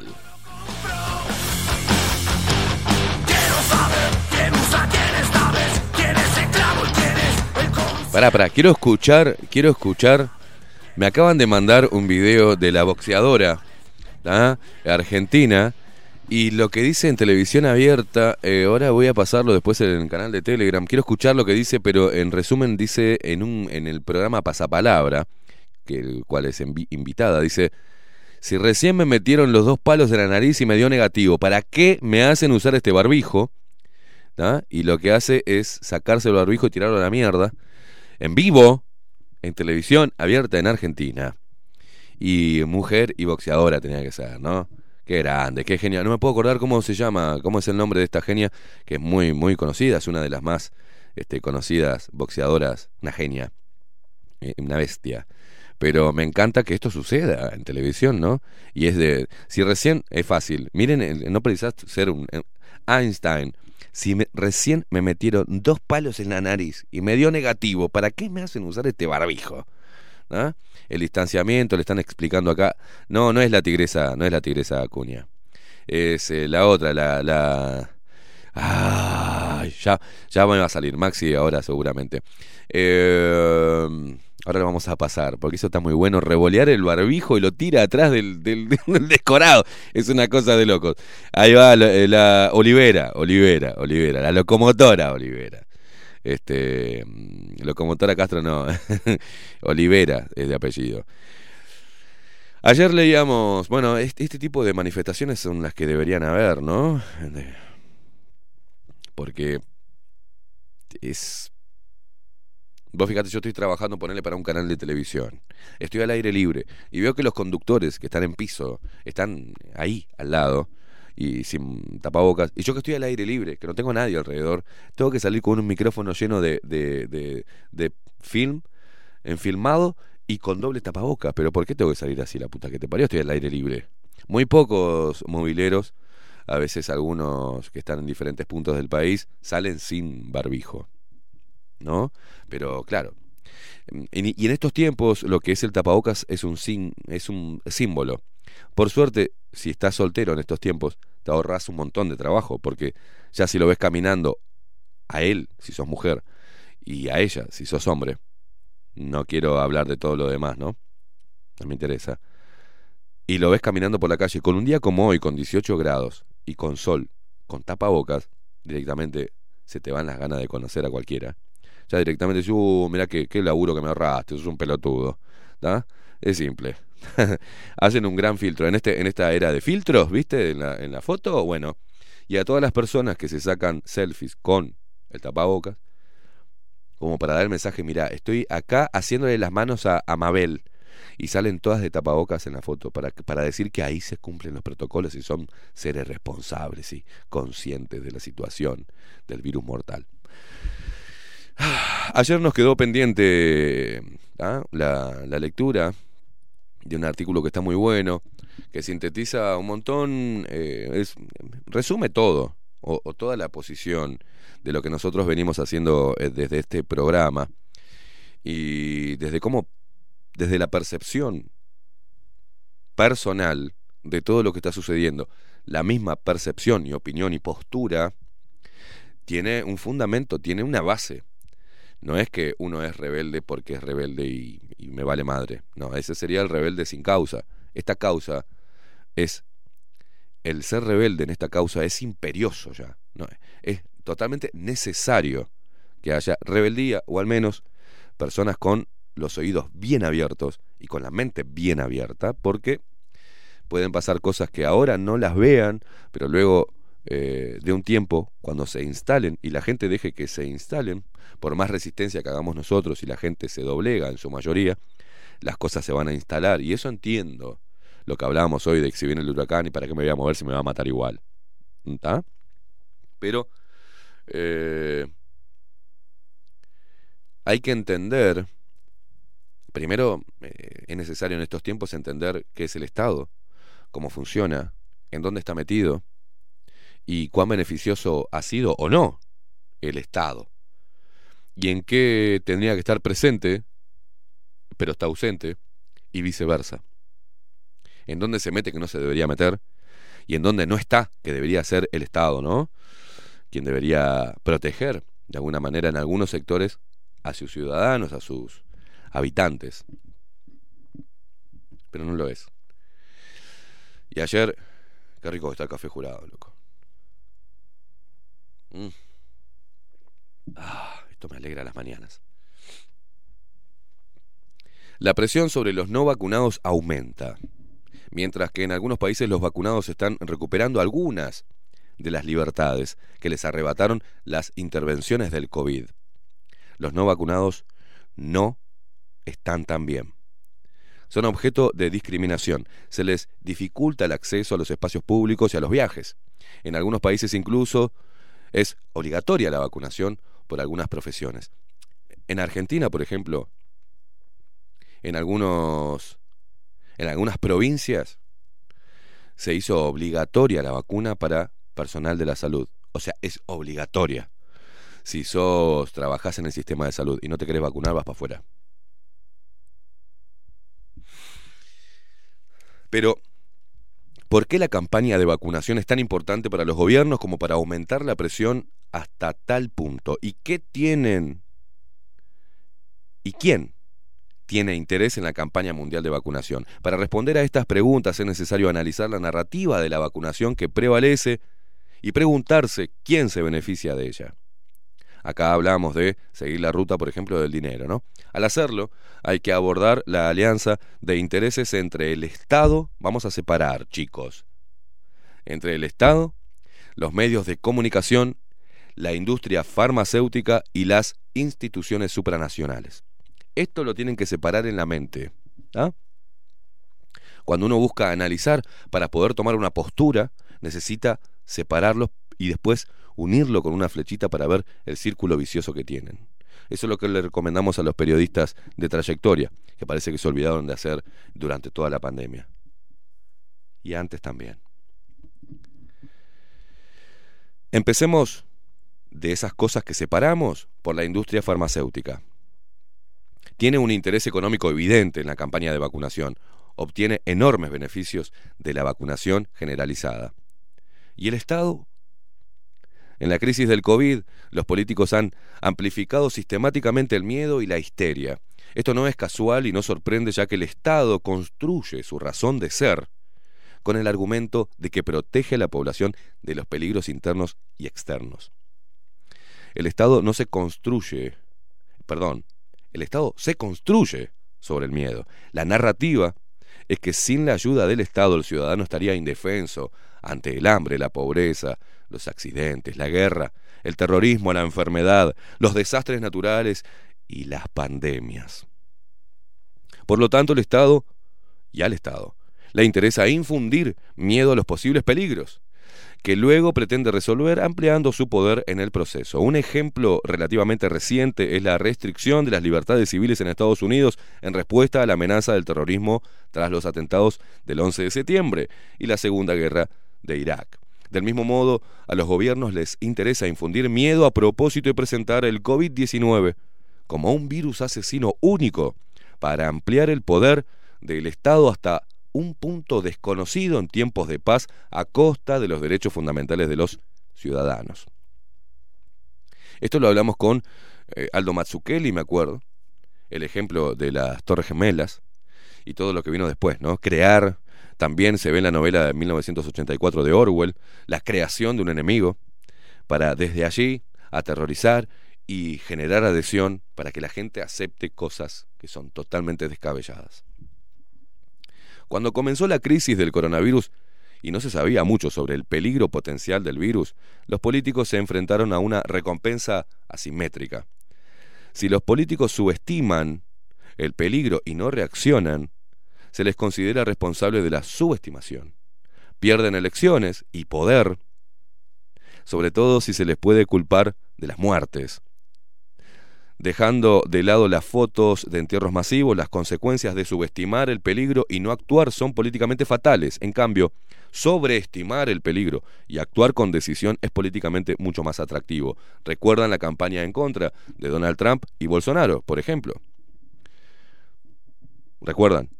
Pará, pará, quiero escuchar, quiero escuchar. Me acaban de mandar un video de la boxeadora, ¿ah?, argentina, y lo que dice en televisión abierta, eh, ahora voy a pasarlo después en el canal de Telegram. Quiero escuchar lo que dice, pero en resumen dice en un en el programa Pasapalabra, que el cual es envi- invitada, dice: si recién me metieron los dos palos de la nariz y me dio negativo, ¿para qué me hacen usar este barbijo? ¿Ah? Y lo que hace es sacarse el barbijo y tirarlo a la mierda, en vivo, en televisión abierta en Argentina. Y mujer y boxeadora tenía que ser, ¿no? Qué grande, qué genial. No me puedo acordar cómo se llama, cómo es el nombre de esta genia, que es muy, muy conocida, es una de las más este, conocidas boxeadoras, una genia, eh, una bestia. Pero me encanta que esto suceda en televisión, ¿no? Y es de, si recién, es fácil, miren, no precisás ser un eh, Einstein. Si me, recién me metieron dos palos en la nariz y me dio negativo, ¿para qué me hacen usar este barbijo? ¿Ah? El distanciamiento, le están explicando acá. No, no es la tigresa, no es la tigresa Acuña. Es eh, la otra, la... la... Ah, ya, ya me va a salir Maxi ahora seguramente. Eh, ahora lo vamos a pasar, porque eso está muy bueno. Revolear el barbijo y lo tira atrás del, del, del decorado. Es una cosa de locos. Ahí va la, la Olivera, Olivera, Olivera, la locomotora Olivera. Este, locomotora Castro no. Olivera es de apellido. Ayer leíamos, bueno, este, este tipo de manifestaciones son las que deberían haber, ¿no? Porque es... Vos fíjate, yo estoy trabajando, ponele, para un canal de televisión. Estoy al aire libre y veo que los conductores que están en piso están ahí, al lado, y sin tapabocas. Y yo que estoy al aire libre, que no tengo a nadie alrededor, tengo que salir con un micrófono lleno de, de, de, de film, enfilmado y con doble tapabocas. ¿Pero por qué tengo que salir así, la puta que te parió? Estoy al aire libre. Muy pocos mobileros, a veces algunos que están en diferentes puntos del país, salen sin barbijo, ¿no? Pero claro, y en estos tiempos lo que es el tapabocas es un, sin, es un símbolo. Por suerte, si estás soltero en estos tiempos, te ahorras un montón de trabajo, porque ya si lo ves caminando a él, si sos mujer, y a ella, si sos hombre, no quiero hablar de todo lo demás, ¿no? No me interesa. Y lo ves caminando por la calle con un día como hoy, con dieciocho grados y con sol, con tapabocas, directamente se te van las ganas de conocer a cualquiera. Ya directamente dices, uh, mirá qué, qué laburo que me ahorraste, sos un pelotudo, ¿tá? Es simple. Hacen un gran filtro. En este en esta era de filtros, ¿viste? En la, en la foto, bueno. Y a todas las personas que se sacan selfies con el tapabocas, como para dar el mensaje, mirá, estoy acá haciéndole las manos a, a Mabel, y salen todas de tapabocas en la foto, para, para decir que ahí se cumplen los protocolos y son seres responsables y conscientes de la situación del virus mortal. Ayer nos quedó pendiente ¿ah? la, la lectura de un artículo que está muy bueno, que sintetiza un montón, eh, es, resume todo, o, o toda la posición de lo que nosotros venimos haciendo eh, desde este programa, y desde cómo, desde la percepción personal de todo lo que está sucediendo, la misma percepción y opinión y postura tiene un fundamento, tiene una base. No es que uno es rebelde porque es rebelde y, y me vale madre. No, ese sería el rebelde sin causa. Esta causa es... El ser rebelde en esta causa es imperioso ya. No, es totalmente necesario que haya rebeldía, o al menos personas con los oídos bien abiertos y con la mente bien abierta, porque pueden pasar cosas que ahora no las vean, pero luego... Eh, de un tiempo, cuando se instalen y la gente deje que se instalen, por más resistencia que hagamos nosotros y la gente se doblega en su mayoría, las cosas se van a instalar. Y eso entiendo lo que hablábamos hoy de que si viene el huracán y para qué me voy a mover si me va a matar igual, ¿está? Pero eh, hay que entender, primero eh, es necesario en estos tiempos entender qué es el Estado, cómo funciona, en dónde está metido y cuán beneficioso ha sido o no el Estado, y en qué tendría que estar presente, pero está ausente, y viceversa. En dónde se mete que no se debería meter, y en dónde no está, que debería ser el Estado, ¿no? Quien debería proteger, de alguna manera, en algunos sectores, a sus ciudadanos, a sus habitantes. Pero no lo es. Y ayer, qué rico está el café Jurado, loco. Mm. Ah, esto me alegra las mañanas. La presión sobre los no vacunados aumenta, mientras que en algunos países los vacunados están recuperando algunas de las libertades que les arrebataron las intervenciones del COVID. Los no vacunados no están tan bien. Son objeto de discriminación. Se les dificulta el acceso a los espacios públicos y a los viajes. En algunos países incluso es obligatoria la vacunación por algunas profesiones. En Argentina, por ejemplo, en algunos en algunas provincias se hizo obligatoria la vacuna para personal de la salud. O sea, es obligatoria. Si sos, trabajás en el sistema de salud y no te querés vacunar, vas para afuera. Pero ¿por qué la campaña de vacunación es tan importante para los gobiernos como para aumentar la presión hasta tal punto? ¿Y qué tienen? ¿Y quién tiene interés en la campaña mundial de vacunación? Para responder a estas preguntas es necesario analizar la narrativa de la vacunación que prevalece y preguntarse quién se beneficia de ella. Acá hablamos de seguir la ruta, por ejemplo, del dinero, ¿no? Al hacerlo, hay que abordar la alianza de intereses entre el Estado, vamos a separar, chicos, entre el Estado, los medios de comunicación, la industria farmacéutica y las instituciones supranacionales. Esto lo tienen que separar en la mente, ¿ah? Cuando uno busca analizar para poder tomar una postura, necesita separarlos y después unirlo con una flechita para ver el círculo vicioso que tienen. Eso es lo que le recomendamos a los periodistas de trayectoria, que parece que se olvidaron de hacer durante toda la pandemia. Y antes también. Empecemos de esas cosas que separamos por la industria farmacéutica. Tiene un interés económico evidente en la campaña de vacunación. Obtiene enormes beneficios de la vacunación generalizada. ¿Y el Estado? En la crisis del COVID, los políticos han amplificado sistemáticamente el miedo y la histeria. Esto no es casual y no sorprende, ya que el Estado construye su razón de ser con el argumento de que protege a la población de los peligros internos y externos. El Estado no se construye, perdón, el Estado se construye sobre el miedo. La narrativa es que sin la ayuda del Estado el ciudadano estaría indefenso ante el hambre, la pobreza, los accidentes, la guerra, el terrorismo, la enfermedad, los desastres naturales y las pandemias. Por lo tanto, el Estado, y al Estado, le interesa infundir miedo a los posibles peligros, que luego pretende resolver ampliando su poder en el proceso. Un ejemplo relativamente reciente es la restricción de las libertades civiles en Estados Unidos en respuesta a la amenaza del terrorismo tras los atentados del once de septiembre y la Segunda Guerra de Irak. Del mismo modo, a los gobiernos les interesa infundir miedo a propósito de presentar el COVID diecinueve como un virus asesino único para ampliar el poder del Estado hasta un punto desconocido en tiempos de paz a costa de los derechos fundamentales de los ciudadanos. Esto lo hablamos con eh, Aldo Mazzucchelli, me acuerdo, el ejemplo de las Torres Gemelas y todo lo que vino después, ¿no? Crear, también se ve en la novela de mil novecientos ochenta y cuatro de Orwell, la creación de un enemigo para desde allí aterrorizar y generar adhesión para que la gente acepte cosas que son totalmente descabelladas. Cuando comenzó la crisis del coronavirus y no se sabía mucho sobre el peligro potencial del virus, los políticos se enfrentaron a una recompensa asimétrica. Si los políticos subestiman el peligro y no reaccionan, se les considera responsable de la subestimación. Pierden elecciones y poder, sobre todo si se les puede culpar de las muertes. Dejando de lado las fotos de entierros masivos, las consecuencias de subestimar el peligro y no actuar son políticamente fatales. En cambio, sobreestimar el peligro y actuar con decisión es políticamente mucho más atractivo. ¿Recuerdan la campaña en contra de Donald Trump y Bolsonaro, por ejemplo? ¿Recuerdan?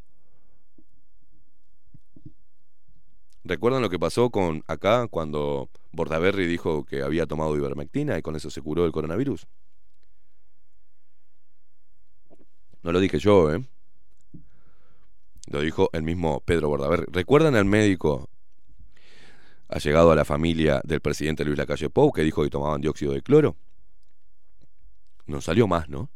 ¿Recuerdan lo que pasó con acá cuando Bordaberry dijo que había tomado ivermectina y con eso se curó el coronavirus? No lo dije yo, ¿eh? Lo dijo el mismo Pedro Bordaberry. ¿Recuerdan al médico allegado a la familia del presidente Luis Lacalle Pou que dijo que tomaban dióxido de cloro? No salió más, ¿no?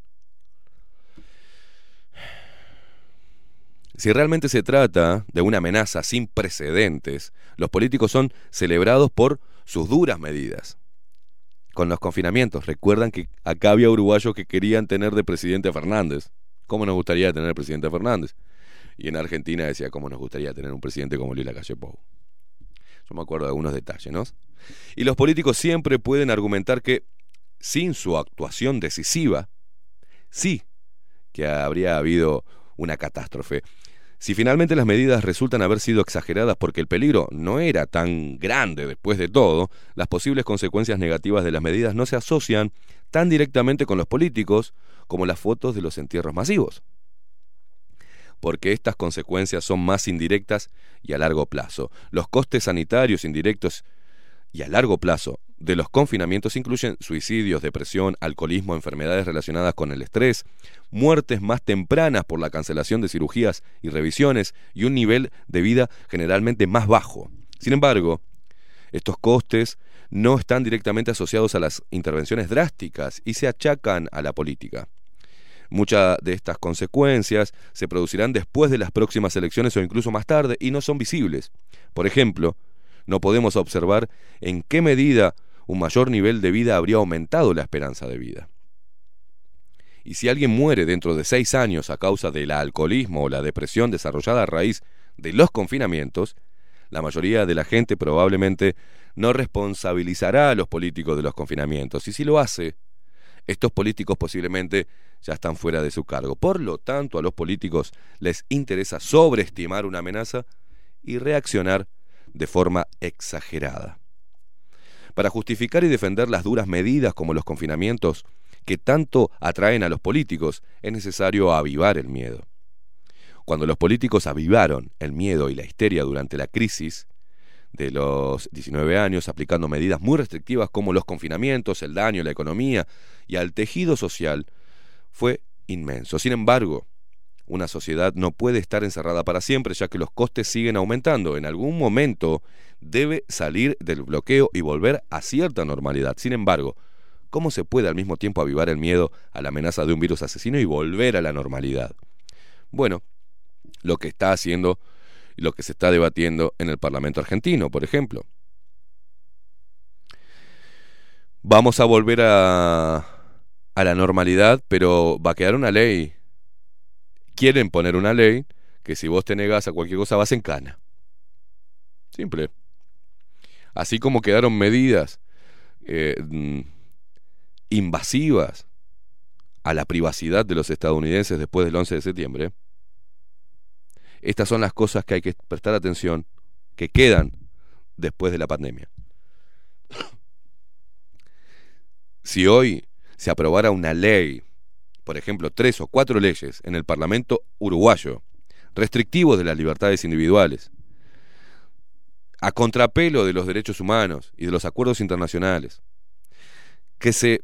Si realmente se trata de una amenaza sin precedentes, los políticos son celebrados por sus duras medidas. Con los confinamientos, recuerdan que acá había uruguayos que querían tener de presidente a Fernández. ¿Cómo nos gustaría tener presidente a Fernández? Y en Argentina decía, ¿cómo nos gustaría tener un presidente como Luis Lacalle Pou? Yo me acuerdo de algunos detalles, ¿no? Y los políticos siempre pueden argumentar que, sin su actuación decisiva, sí que habría habido una catástrofe. Si finalmente las medidas resultan haber sido exageradas porque el peligro no era tan grande después de todo, las posibles consecuencias negativas de las medidas no se asocian tan directamente con los políticos como las fotos de los entierros masivos, porque estas consecuencias son más indirectas y a largo plazo. Los costes sanitarios indirectos y a largo plazo de los confinamientos incluyen suicidios, depresión, alcoholismo, enfermedades relacionadas con el estrés, muertes más tempranas por la cancelación de cirugías y revisiones y un nivel de vida generalmente más bajo. Sin embargo, Estos costes no están directamente asociados a las intervenciones drásticas y se achacan a la política. Muchas de estas consecuencias se producirán después de las próximas elecciones o incluso más tarde y no son visibles. Por ejemplo, no podemos observar en qué medida un mayor nivel de vida habría aumentado la esperanza de vida. Y si alguien muere dentro de seis años a causa del alcoholismo o la depresión desarrollada a raíz de los confinamientos, la mayoría de la gente probablemente no responsabilizará a los políticos de los confinamientos. Y si lo hace, estos políticos posiblemente ya están fuera de su cargo. Por lo tanto, a los políticos les interesa sobreestimar una amenaza y reaccionar de forma exagerada. Para justificar y defender las duras medidas como los confinamientos que tanto atraen a los políticos, es necesario avivar el miedo. Cuando los políticos avivaron el miedo y la histeria durante la crisis de los diecinueve años, aplicando medidas muy restrictivas como los confinamientos, el daño a la economía y al tejido social, fue inmenso. Sin embargo, una sociedad no puede estar encerrada para siempre, ya que los costes siguen aumentando. En algún momento debe salir del bloqueo y volver a cierta normalidad. Sin embargo, ¿cómo se puede al mismo tiempo avivar el miedo a la amenaza de un virus asesino y volver a la normalidad? Bueno, lo que está haciendo y lo que se está debatiendo en el Parlamento argentino, por ejemplo. Vamos a volver a, a la normalidad, pero va a quedar una ley. Quieren poner una ley que si vos te negás a cualquier cosa vas en cana. Simple. Así como quedaron medidas eh, invasivas a la privacidad de los estadounidenses después del once de septiembre, estas son las cosas que hay que prestar atención, que quedan después de la pandemia. Si hoy se aprobara una ley, por ejemplo, tres o cuatro leyes en el Parlamento uruguayo, restrictivos de las libertades individuales, a contrapelo de los derechos humanos y de los acuerdos internacionales, que se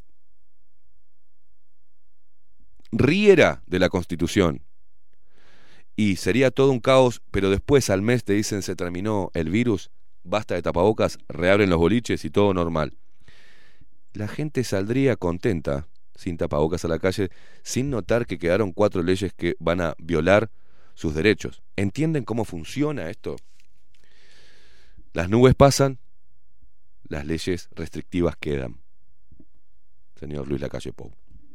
riera de la Constitución, y sería todo un caos, pero después al mes te dicen se terminó el virus, basta de tapabocas, reabren los boliches y todo normal. La gente saldría contenta, sin tapabocas a la calle, sin notar que quedaron cuatro leyes que van a violar sus derechos. ¿Entienden cómo funciona esto? Las nubes pasan, las leyes restrictivas quedan. Señor Luis Lacalle Pou.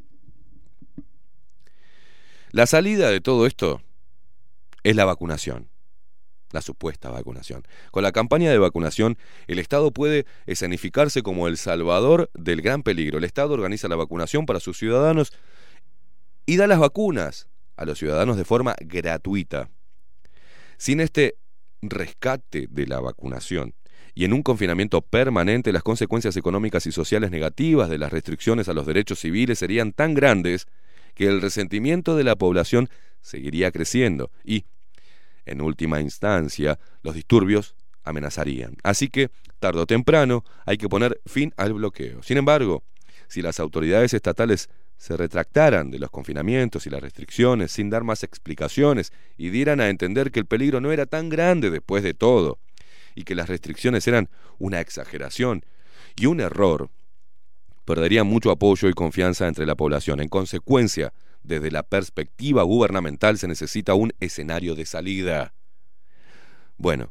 La salida de todo esto es la vacunación, la supuesta vacunación. Con la campaña de vacunación, el Estado puede escenificarse como el salvador del gran peligro. El Estado organiza la vacunación para sus ciudadanos y da las vacunas a los ciudadanos de forma gratuita. Sin este rescate de la vacunación y en un confinamiento permanente, las consecuencias económicas y sociales negativas de las restricciones a los derechos civiles serían tan grandes que el resentimiento de la población seguiría creciendo y, en última instancia, los disturbios amenazarían. Así que, tarde o temprano, hay que poner fin al bloqueo. Sin embargo, si las autoridades estatales se retractaran de los confinamientos y las restricciones sin dar más explicaciones y dieran a entender que el peligro no era tan grande después de todo y que las restricciones eran una exageración y un error, perderían mucho apoyo y confianza entre la población. En consecuencia, desde la perspectiva gubernamental se necesita un escenario de salida. Bueno,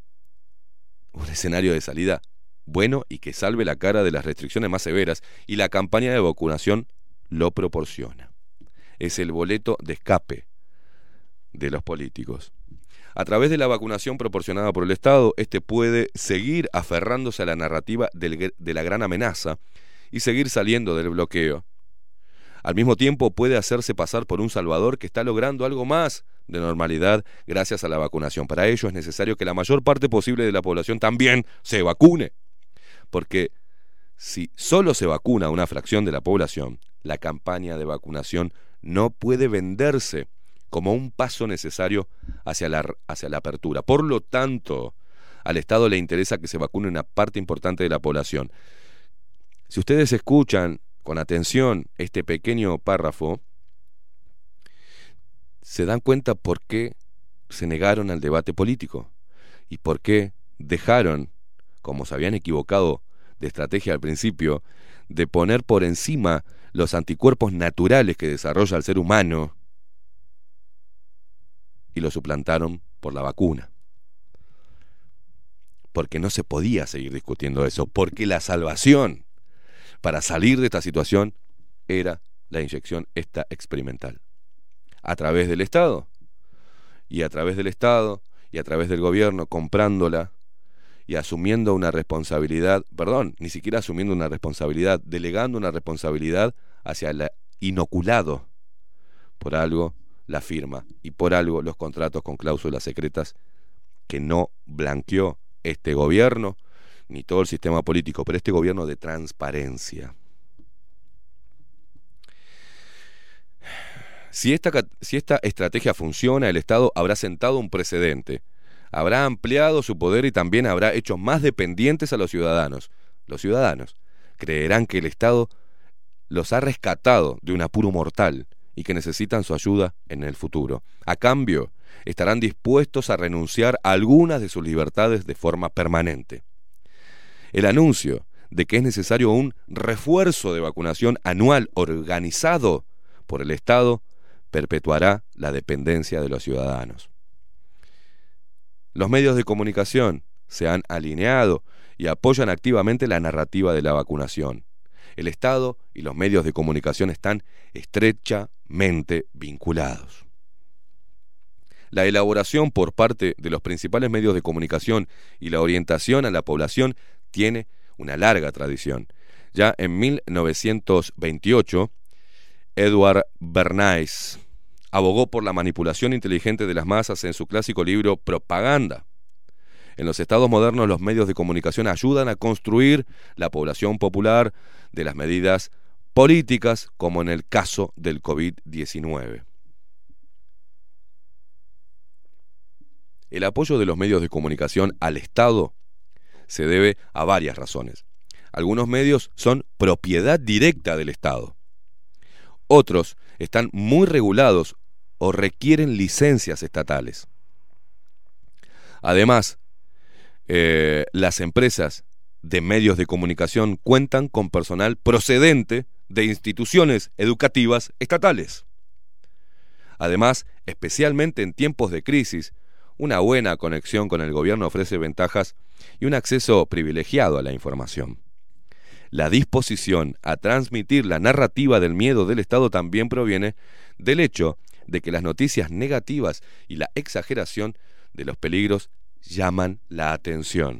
un escenario de salida bueno y que salve la cara de las restricciones más severas, y la campaña de vacunación lo proporciona. Es el boleto de escape de los políticos. A través de la vacunación proporcionada por el Estado, este puede seguir aferrándose a la narrativa del, de la gran amenaza y seguir saliendo del bloqueo. Al mismo tiempo puede hacerse pasar por un salvador que está logrando algo más de normalidad gracias a la vacunación. Para ello es necesario que la mayor parte posible de la población también se vacune, porque si solo se vacuna una fracción de la población, la campaña de vacunación no puede venderse como un paso necesario hacia la, hacia la apertura. Por lo tanto, al Estado le interesa que se vacune una parte importante de la población. Si ustedes escuchan con atención este pequeño párrafo, se dan cuenta por qué se negaron al debate político y por qué dejaron como se habían equivocado de estrategia al principio, de poner por encima los anticuerpos naturales que desarrolla el ser humano y lo suplantaron por la vacuna. Porque no se podía seguir discutiendo eso, porque la salvación para salir de esta situación era la inyección esta experimental. A través del Estado, y a través del Estado, y a través del gobierno, comprándola y asumiendo una responsabilidad, perdón, ni siquiera asumiendo una responsabilidad, delegando una responsabilidad hacia el inoculado. Por algo la firma y por algo los contratos con cláusulas secretas que no blanqueó este gobierno ni todo el sistema político, pero este gobierno de transparencia. Si esta, si esta estrategia funciona, el Estado habrá sentado un precedente, habrá ampliado su poder y también habrá hecho más dependientes a los ciudadanos. Los ciudadanos creerán que el Estado los ha rescatado de un apuro mortal y que necesitan su ayuda en el futuro. A cambio, estarán dispuestos a renunciar a algunas de sus libertades de forma permanente. El anuncio de que es necesario un refuerzo de vacunación anual organizado por el Estado perpetuará la dependencia de los ciudadanos. Los medios de comunicación se han alineado y apoyan activamente la narrativa de la vacunación. El Estado y los medios de comunicación están estrechamente vinculados. La elaboración por parte de los principales medios de comunicación y la orientación a la población tiene una larga tradición. Ya en mil novecientos veintiocho, Edward Bernays abogó por la manipulación inteligente de las masas en su clásico libro Propaganda. En los estados modernos, los medios de comunicación ayudan a construir la población popular de las medidas políticas, como en el caso del COVID diecinueve. El apoyo de los medios de comunicación al Estado se debe a varias razones. Algunos medios son propiedad directa del Estado. Otros están muy regulados o requieren licencias estatales. Además, eh, las empresas de medios de comunicación cuentan con personal procedente de instituciones educativas estatales. Además, especialmente en tiempos de crisis, una buena conexión con el gobierno ofrece ventajas y un acceso privilegiado a la información. La disposición a transmitir la narrativa del miedo del Estado también proviene del hecho de que las noticias negativas y la exageración de los peligros llaman la atención.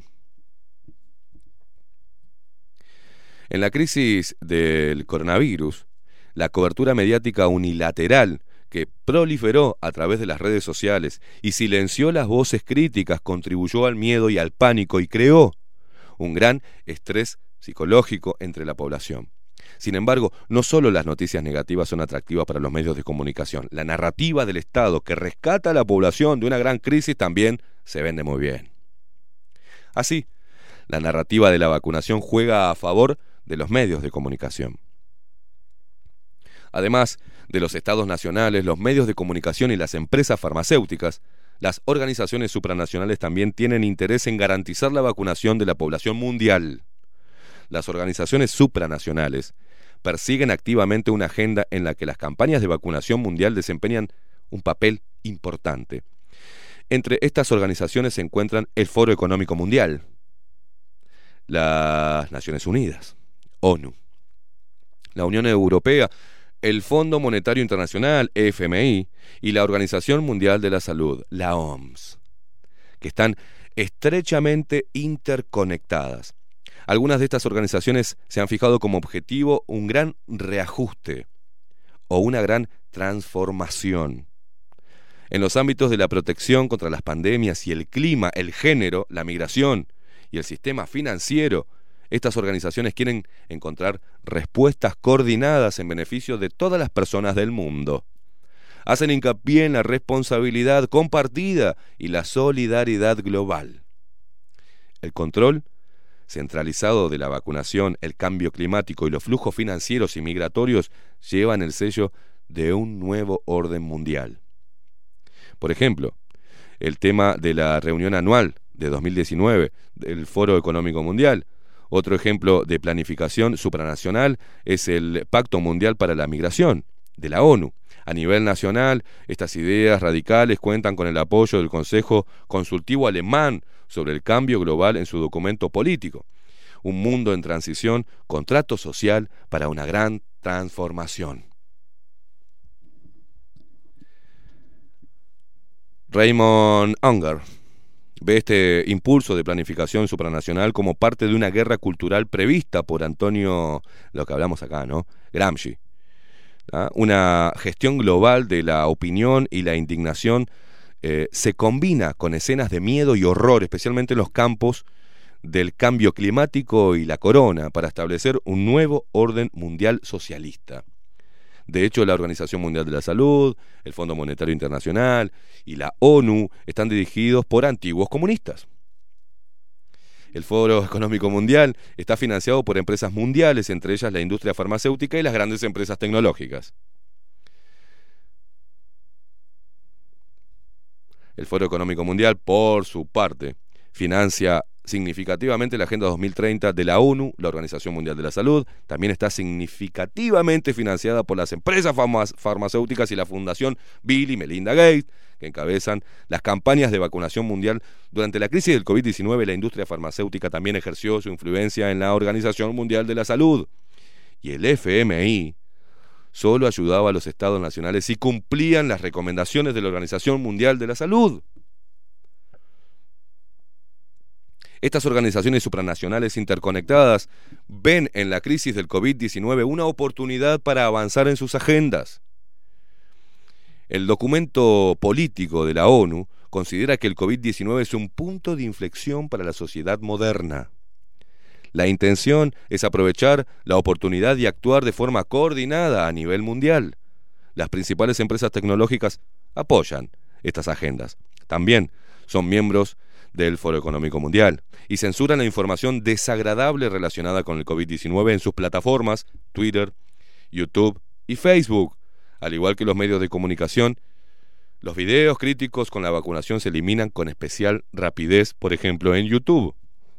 En la crisis del coronavirus, la cobertura mediática unilateral que proliferó a través de las redes sociales y silenció las voces críticas contribuyó al miedo y al pánico y creó un gran estrés psicológico entre la población. Sin embargo, no solo las noticias negativas son atractivas para los medios de comunicación. La narrativa del Estado que rescata a la población de una gran crisis también se vende muy bien. Así, la narrativa de la vacunación juega a favor de los medios de comunicación. Además de los estados nacionales, los medios de comunicación y las empresas farmacéuticas, las organizaciones supranacionales también tienen interés en garantizar la vacunación de la población mundial. Las organizaciones supranacionales persiguen activamente una agenda en la que las campañas de vacunación mundial desempeñan un papel importante. Entre estas organizaciones se encuentran el Foro Económico Mundial, las Naciones Unidas, ONU, la Unión Europea, el Fondo Monetario Internacional, F M I, y la Organización Mundial de la Salud, la O M S, que están estrechamente interconectadas. Algunas de estas organizaciones se han fijado como objetivo un gran reajuste o una gran transformación. En los ámbitos de la protección contra las pandemias y el clima, el género, la migración y el sistema financiero, estas organizaciones quieren encontrar respuestas coordinadas en beneficio de todas las personas del mundo. Hacen hincapié en la responsabilidad compartida y la solidaridad global. El control centralizado de la vacunación, el cambio climático y los flujos financieros y migratorios llevan el sello de un nuevo orden mundial. Por ejemplo, el tema de la reunión anual de dos mil diecinueve del Foro Económico Mundial. Otro ejemplo de planificación supranacional es el Pacto Mundial para la Migración, de la ONU. A nivel nacional, estas ideas radicales cuentan con el apoyo del Consejo Consultivo Alemán sobre el Cambio Global en su documento político. Un mundo en transición, contrato social para una gran transformación. Raymond Unger ve este impulso de planificación supranacional como parte de una guerra cultural prevista por Antonio, lo que hablamos acá, ¿no? Gramsci. ¿Ah? Una gestión global de la opinión y la indignación eh, se combina con escenas de miedo y horror, especialmente en los campos del cambio climático y la corona, para establecer un nuevo orden mundial socialista. De hecho, la Organización Mundial de la Salud, el Fondo Monetario Internacional y la ONU están dirigidos por antiguos comunistas. El Foro Económico Mundial está financiado por empresas mundiales, entre ellas la industria farmacéutica y las grandes empresas tecnológicas. El Foro Económico Mundial, por su parte, financia significativamente la Agenda dos mil treinta de la ONU, la Organización Mundial de la Salud. También está significativamente financiada por las empresas farma- farmacéuticas y la Fundación Bill y Melinda Gates, que encabezan las campañas de vacunación mundial. Durante la crisis del COVID diecinueve, la industria farmacéutica también ejerció su influencia en la Organización Mundial de la Salud. Y el F M I solo ayudaba a los estados nacionales si cumplían las recomendaciones de la Organización Mundial de la Salud. Estas organizaciones supranacionales interconectadas ven en la crisis del COVID diecinueve una oportunidad para avanzar en sus agendas. El documento político de la ONU considera que el COVID diecinueve es un punto de inflexión para la sociedad moderna. La intención es aprovechar la oportunidad y actuar de forma coordinada a nivel mundial. Las principales empresas tecnológicas apoyan estas agendas. También son miembros del Foro Económico Mundial y censuran la información desagradable relacionada con el COVID diecinueve en sus plataformas Twitter, YouTube y Facebook. Al igual que los medios de comunicación, los videos críticos con la vacunación se eliminan con especial rapidez, por ejemplo en YouTube.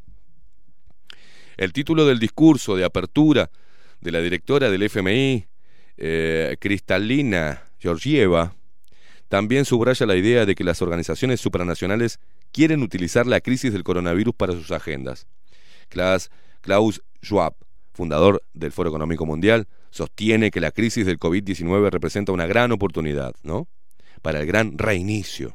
El título del discurso de apertura de la directora del F M I, eh, Kristalina Georgieva, también subraya la idea de que las organizaciones supranacionales quieren utilizar la crisis del coronavirus para sus agendas. Klaus Schwab, fundador del Foro Económico Mundial, sostiene que la crisis del COVID diecinueve representa una gran oportunidad, ¿no?, para el gran reinicio.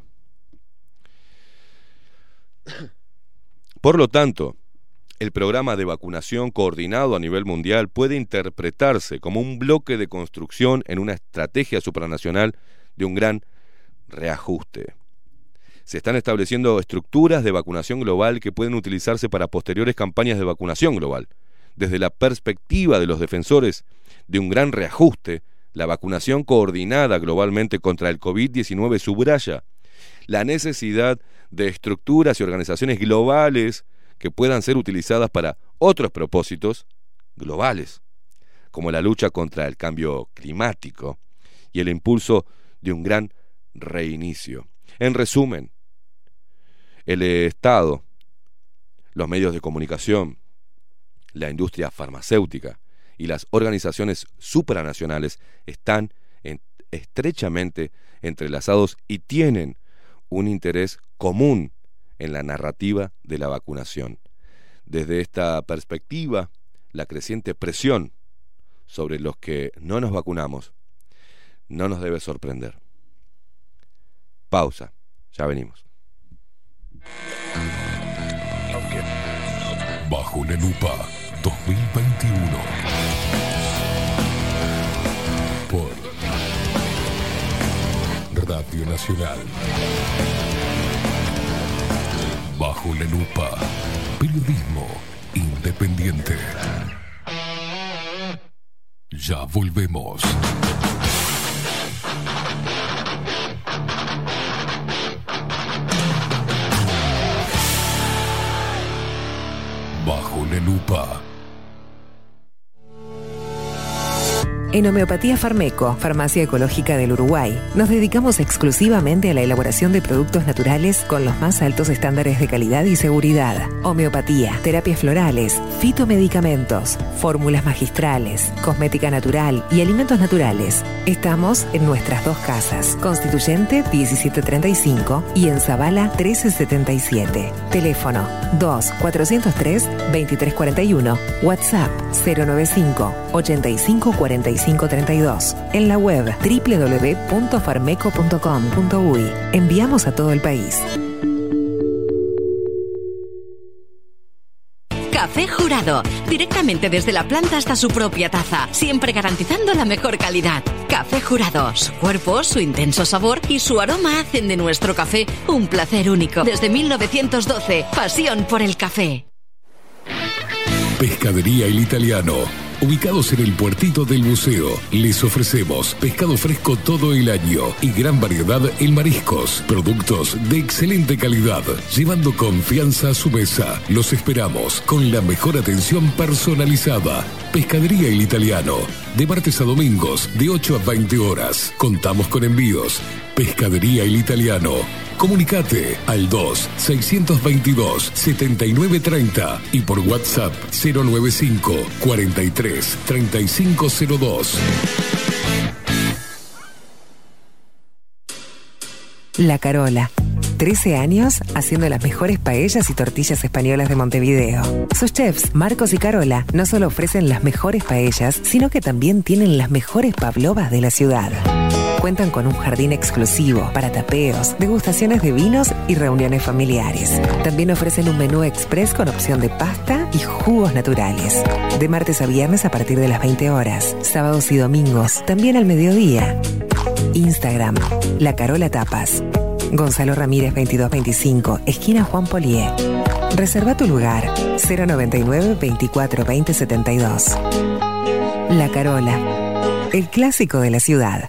Por lo tanto, el programa de vacunación coordinado a nivel mundial puede interpretarse como un bloque de construcción en una estrategia supranacional de un gran reajuste. Se están estableciendo estructuras de vacunación global que pueden utilizarse para posteriores campañas de vacunación global. Desde la perspectiva de los defensores de un gran reajuste, la vacunación coordinada globalmente contra el COVID diecinueve subraya la necesidad de estructuras y organizaciones globales que puedan ser utilizadas para otros propósitos globales, como la lucha contra el cambio climático y el impulso de un gran reinicio. En resumen, el Estado, los medios de comunicación, la industria farmacéutica y las organizaciones supranacionales están en, estrechamente entrelazados y tienen un interés común en la narrativa de la vacunación. Desde esta perspectiva, la creciente presión sobre los que no nos vacunamos no nos debe sorprender. Pausa, ya venimos. Bajo la lupa dos mil veintiuno por Radio Nacional. Bajo la lupa, periodismo independiente. Ya volvemos. Bajo la lupa. En Homeopatía Farmeco, Farmacia Ecológica del Uruguay, nos dedicamos exclusivamente a la elaboración de productos naturales con los más altos estándares de calidad y seguridad. Homeopatía, terapias florales, fitomedicamentos, fórmulas magistrales, cosmética natural y alimentos naturales. Estamos en nuestras dos casas, Constituyente diecisiete treinta y cinco y en Zabala trece setenta y siete. Teléfono dos cuatrocientos tres veintitrés cuarenta y uno, WhatsApp cero noventa y cinco ochenta y cinco cuarenta y cinco treinta y dos. En la web doble u doble u doble u punto farmeco punto com punto uy. Enviamos a todo el país. Café Jurado, directamente desde la planta hasta su propia taza, siempre garantizando la mejor calidad. Café Jurado, su cuerpo, su intenso sabor y su aroma hacen de nuestro café un placer único. Desde mil novecientos doce, pasión por el café. Pescadería El Italiano. Ubicados en el puertito del buceo, les ofrecemos pescado fresco todo el año y gran variedad en mariscos, productos de excelente calidad, llevando confianza a su mesa. Los esperamos con la mejor atención personalizada. Pescadería El Italiano, de martes a domingos, de ocho a veinte horas. Contamos con envíos. Pescadería El Italiano. Comunicate al dos seiscientos veintidós setenta y nueve treinta y por WhatsApp cero noventa y cinco cuarenta y tres treinta y cinco cero dos. La Carola. trece años haciendo las mejores paellas y tortillas españolas de Montevideo. Sus chefs, Marcos y Carola, no solo ofrecen las mejores paellas, sino que también tienen las mejores pavlovas de la ciudad. Cuentan con un jardín exclusivo para tapeos, degustaciones de vinos y reuniones familiares. También ofrecen un menú express con opción de pasta y jugos naturales. De martes a viernes a partir de las veinte horas. Sábados y domingos, también al mediodía. Instagram, La Carola Tapas. Gonzalo Ramírez veintidós veinticinco, esquina Juan Polié. Reserva tu lugar, cero noventa y nueve veinticuatro veinte setenta y dos. La Carola, el clásico de la ciudad.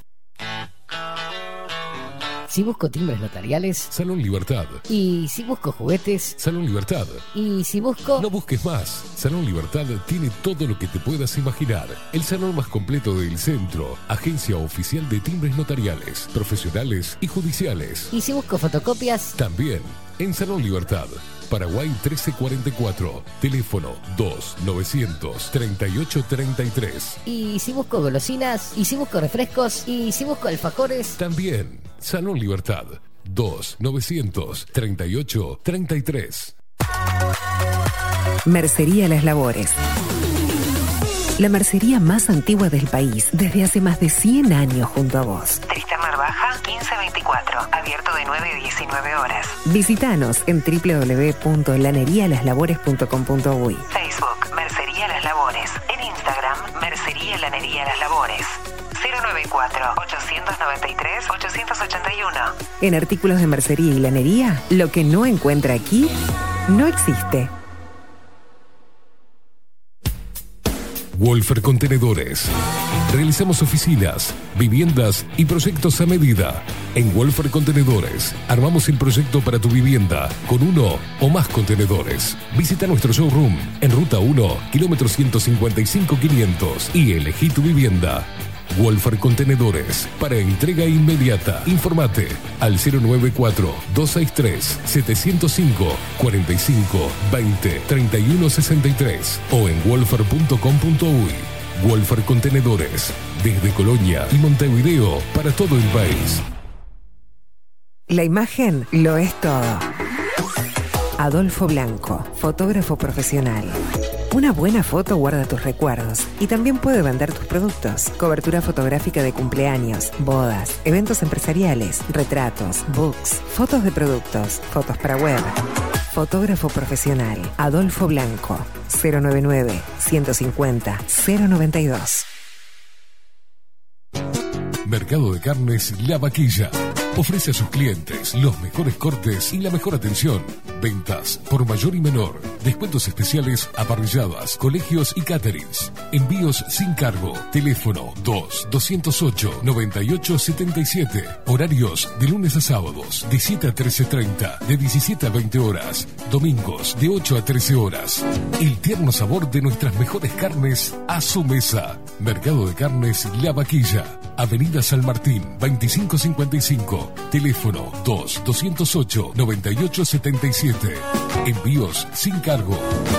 Si busco timbres notariales, Salón Libertad. Y si busco juguetes, Salón Libertad. Y si busco... No busques más. Salón Libertad tiene todo lo que te puedas imaginar. El salón más completo del centro. Agencia oficial de timbres notariales, profesionales y judiciales. Y si busco fotocopias, también en Salón Libertad. Paraguay trece cuarenta y cuatro. Teléfono dos novecientos treinta y ocho treinta y tres. Y si busco golosinas, y si busco refrescos, y si busco alfajores, también Salón Libertad. dos novecientos treinta y ocho treinta y tres. Mercería Las Labores. La mercería más antigua del país, desde hace más de cien años junto a vos. Tristamar Baja, quince veinticuatro, abierto de nueve a diecinueve horas. Visítanos en doble u doble u doble u punto lanería las labores punto com punto uy. Facebook, Mercería Las Labores. En Instagram, Mercería Lanería Las Labores. cero noventa y cuatro, ochocientos noventa y tres, ochocientos ochenta y uno. En artículos de mercería y lanería, lo que no encuentra aquí, no existe. Wolfer Contenedores. Realizamos oficinas, viviendas y proyectos a medida. En Wolfer Contenedores armamos el proyecto para tu vivienda con uno o más contenedores. Visita nuestro showroom en Ruta uno, kilómetro ciento cincuenta y cinco quinientos y elegí tu vivienda. Wolfer Contenedores, para entrega inmediata. Informate al cero noventa y cuatro, doscientos sesenta y tres, setecientos cinco, cuarenta y cinco, veinte, treinta y uno sesenta y tres o en wolfer punto com punto uy. Wolfer Contenedores, desde Colonia y Montevideo para todo el país. La imagen lo es todo. Adolfo Blanco, fotógrafo profesional. Una buena foto guarda tus recuerdos y también puede vender tus productos. Cobertura fotográfica de cumpleaños, bodas, eventos empresariales, retratos, books, fotos de productos, fotos para web. Fotógrafo profesional, Adolfo Blanco, cero noventa y nueve, ciento cincuenta, cero noventa y dos. Mercado de Carnes La Vaquilla. Ofrece a sus clientes los mejores cortes y la mejor atención. Ventas por mayor y menor. Descuentos especiales a parrilladas, colegios y caterings. Envíos sin cargo. Teléfono dos, doscientos ocho, noventa y ocho setenta y siete. Horarios de lunes a sábados de siete a trece treinta, de diecisiete a veinte horas. Domingos de ocho a trece horas. El tierno sabor de nuestras mejores carnes a su mesa. Mercado de Carnes La Vaquilla, Avenida San Martín, veinticinco cincuenta y cinco, teléfono dos doscientos ocho noventa y ocho setenta y siete. Envíos sin cargo.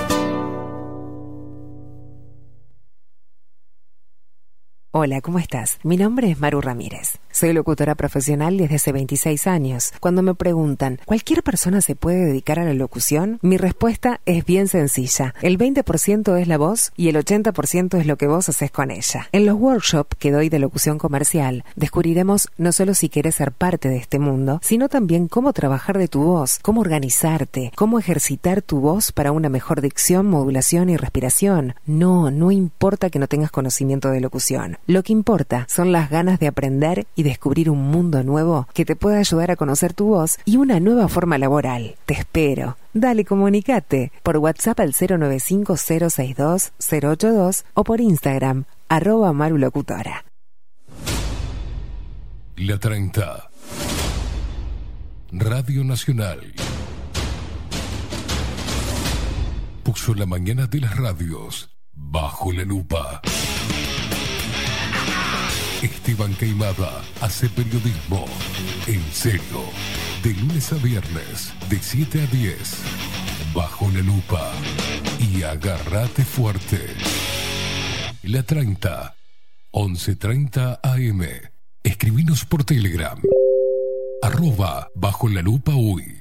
Hola, ¿cómo estás? Mi nombre es Maru Ramírez. Soy locutora profesional desde hace veintiséis años. Cuando me preguntan, ¿cualquier persona se puede dedicar a la locución? Mi respuesta es bien sencilla. El veinte por ciento es la voz y el ochenta por ciento es lo que vos haces con ella. En los workshops que doy de locución comercial, descubriremos no solo si querés ser parte de este mundo, sino también cómo trabajar de tu voz, cómo organizarte, cómo ejercitar tu voz para una mejor dicción, modulación y respiración. No, no importa que no tengas conocimiento de locución. Lo que importa son las ganas de aprender y descubrir un mundo nuevo que te pueda ayudar a conocer tu voz y una nueva forma laboral. Te espero. Dale, comunicate por WhatsApp al cero nueve cinco cero seis dos cero ocho dos o por Instagram, arroba marulocutora. La treinta. Radio Nacional. Puso la mañana de las radios bajo la lupa. Esteban Queimada hace periodismo en serio, de lunes a viernes, de siete a diez, bajo la lupa, y agárrate fuerte. La treinta, once treinta A M. Escribinos por Telegram, arroba bajo la lupa uy.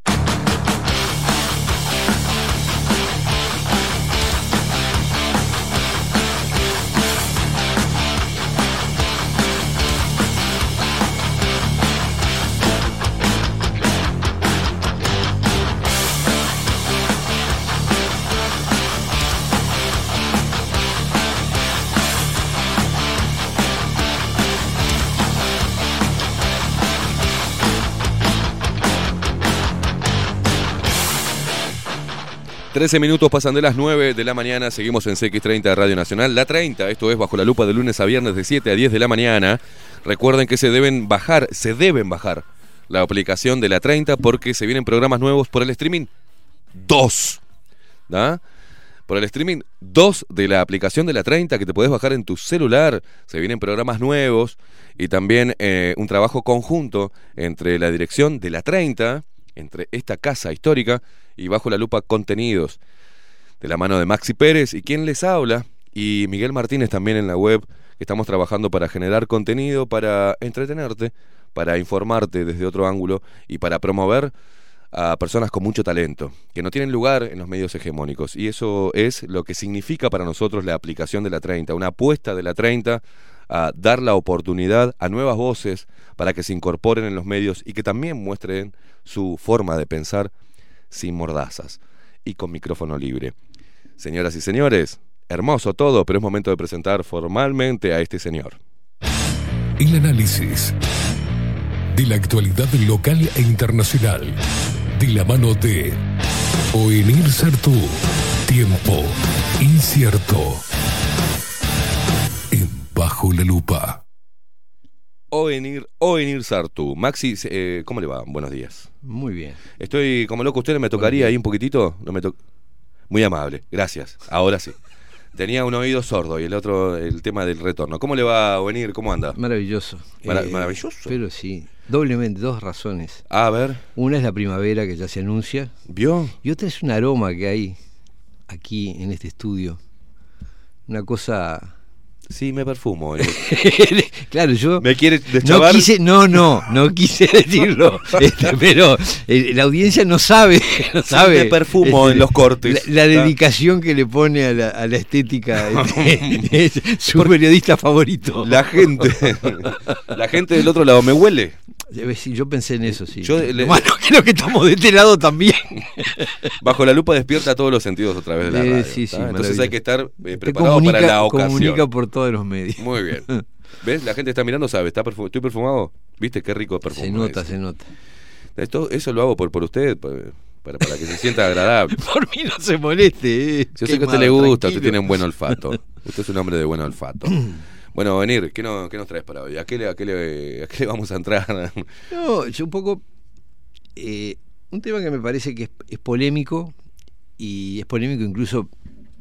trece minutos pasan de las nueve de la mañana, seguimos en C X treinta de Radio Nacional. La treinta, esto es Bajo la Lupa, de lunes a viernes de siete a diez de la mañana. Recuerden que se deben bajar, se deben bajar la aplicación de La treinta porque se vienen programas nuevos por el streaming dos. ¿Da? Por el streaming dos de la aplicación de La treinta que te podés bajar en tu celular. Se vienen programas nuevos y también eh, un trabajo conjunto entre la dirección de La treinta, entre esta casa histórica, y Bajo la Lupa Contenidos, de la mano de Maxi Pérez y quien les habla, y Miguel Martínez también en la web, que estamos trabajando para generar contenido, para entretenerte, para informarte desde otro ángulo y para promover a personas con mucho talento, que no tienen lugar en los medios hegemónicos. Y eso es lo que significa para nosotros la aplicación de La treinta, una apuesta de La treinta a dar la oportunidad a nuevas voces para que se incorporen en los medios y que también muestren su forma de pensar sin mordazas y con micrófono libre. Señoras y señores, hermoso todo, pero es momento de presentar formalmente a este señor. El análisis de la actualidad local e internacional, de la mano de Oenir Sartú. Tiempo incierto en Bajo la Lupa. Oenir, Oenir Sartú. Maxi, eh, ¿cómo le va? Buenos días. Muy bien. Estoy como loco. ¿Usted me tocaría ahí un poquitito? No me to... Muy amable, gracias. Ahora sí. Tenía un oído sordo y el otro, el tema del retorno. ¿Cómo le va, Oenir? ¿Cómo anda? Maravilloso. Mara- eh, maravilloso. Pero sí, doblemente, dos razones. A ver. Una es la primavera que ya se anuncia. ¿Vio? Y otra es un aroma que hay aquí en este estudio. Una cosa... Sí, me perfumo. Claro, yo ¿Me quiere no deschavar? quise, no, no, no quise decirlo, este, pero eh, la audiencia no sabe, no sabe. Sí, me perfumo este, en los cortes. La, la dedicación que le pone a la, a la estética, este, es su periodista favorito. La gente, la gente del otro lado me huele. Sí, yo pensé en eso, sí. Yo le- Bueno, creo que estamos de este lado también. Bajo la Lupa despierta todos los sentidos a través de la Eh, radio. sí, sí, ¿tá? Entonces maravilloso. hay que estar eh, Te preparado comunica- para la ocasión. Comunica por todos los medios. Muy bien. ¿Ves? La gente está mirando, sabe, ¿Está perfu- ¿estoy perfumado? ¿Viste qué rico perfume? Se nota, ese? se nota. Esto, eso lo hago por, por usted, por- para, para que se sienta agradable. Por mí no se moleste. Eh. Yo sé que a usted le gusta, usted tiene un buen olfato. Usted es un hombre de buen olfato. Bueno, Venir, ¿qué, no, ¿qué nos traes para hoy? ¿A qué le, a qué le, a qué le vamos a entrar? No, yo un poco... Eh, un tema que me parece que es, es polémico, y es polémico incluso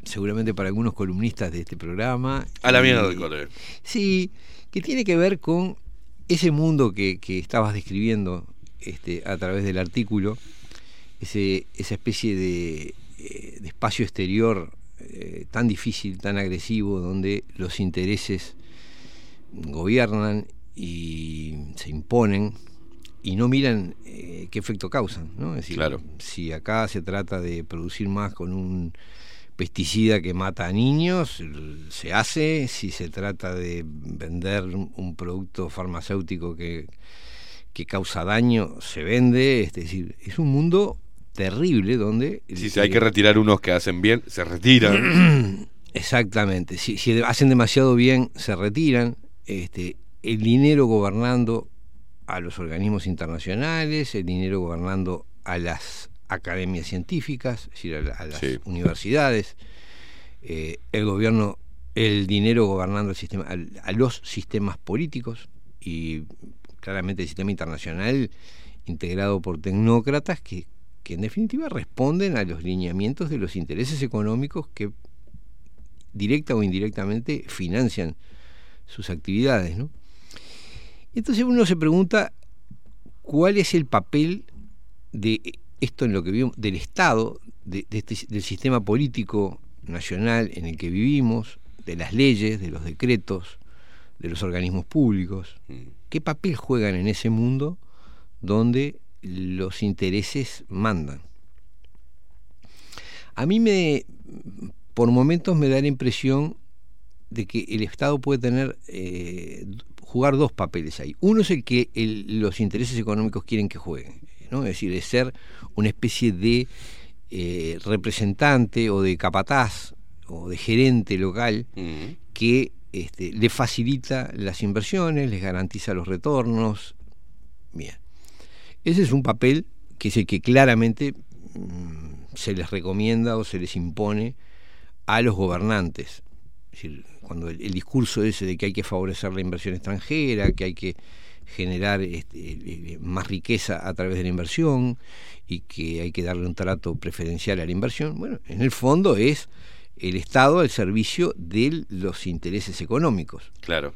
seguramente para algunos columnistas de este programa. A la y, mierda del cole. Sí, que tiene que ver con ese mundo que, que estabas describiendo este, a través del artículo, ese, esa especie de, eh, de espacio exterior eh, tan difícil, tan agresivo, donde los intereses gobiernan y se imponen y no miran eh, qué efecto causan, ¿no? Es decir, claro. Si acá se trata de producir más con un pesticida que mata a niños, se hace. Si se trata de vender un producto farmacéutico que, que causa daño, se vende. Es decir, es un mundo terrible donde... Si sí, hay que retirar unos que hacen bien, se retiran. Exactamente. Si, si hacen demasiado bien, se retiran. Este, el dinero gobernando a los organismos internacionales, el dinero gobernando a las academias científicas, es decir, a, a las sí. universidades, eh, el gobierno, el dinero gobernando el sistema, a, a los sistemas políticos y claramente el sistema internacional integrado por tecnócratas que, que en definitiva responden a los lineamientos de los intereses económicos que directa o indirectamente financian sus actividades, ¿no? Entonces uno se pregunta cuál es el papel de esto en lo que vivimos, del Estado, de, de este, del sistema político nacional en el que vivimos, de las leyes, de los decretos, de los organismos públicos. ¿Qué papel juegan en ese mundo donde los intereses mandan? A mí me, por momentos me da la impresión de que el Estado puede tener, eh, jugar dos papeles ahí. Uno es el que el, los intereses económicos quieren que jueguen, ¿no? Es decir, de ser una especie de eh, representante o de capataz o de gerente local uh-huh. que este, le facilita las inversiones, les garantiza los retornos. Bien. Ese es un papel que es el que claramente mmm, se les recomienda o se les impone a los gobernantes. Es decir, cuando el, el discurso ese de que hay que favorecer la inversión extranjera, que hay que generar este, más riqueza a través de la inversión y que hay que darle un trato preferencial a la inversión, bueno, en el fondo es el Estado al servicio de los intereses económicos. Claro.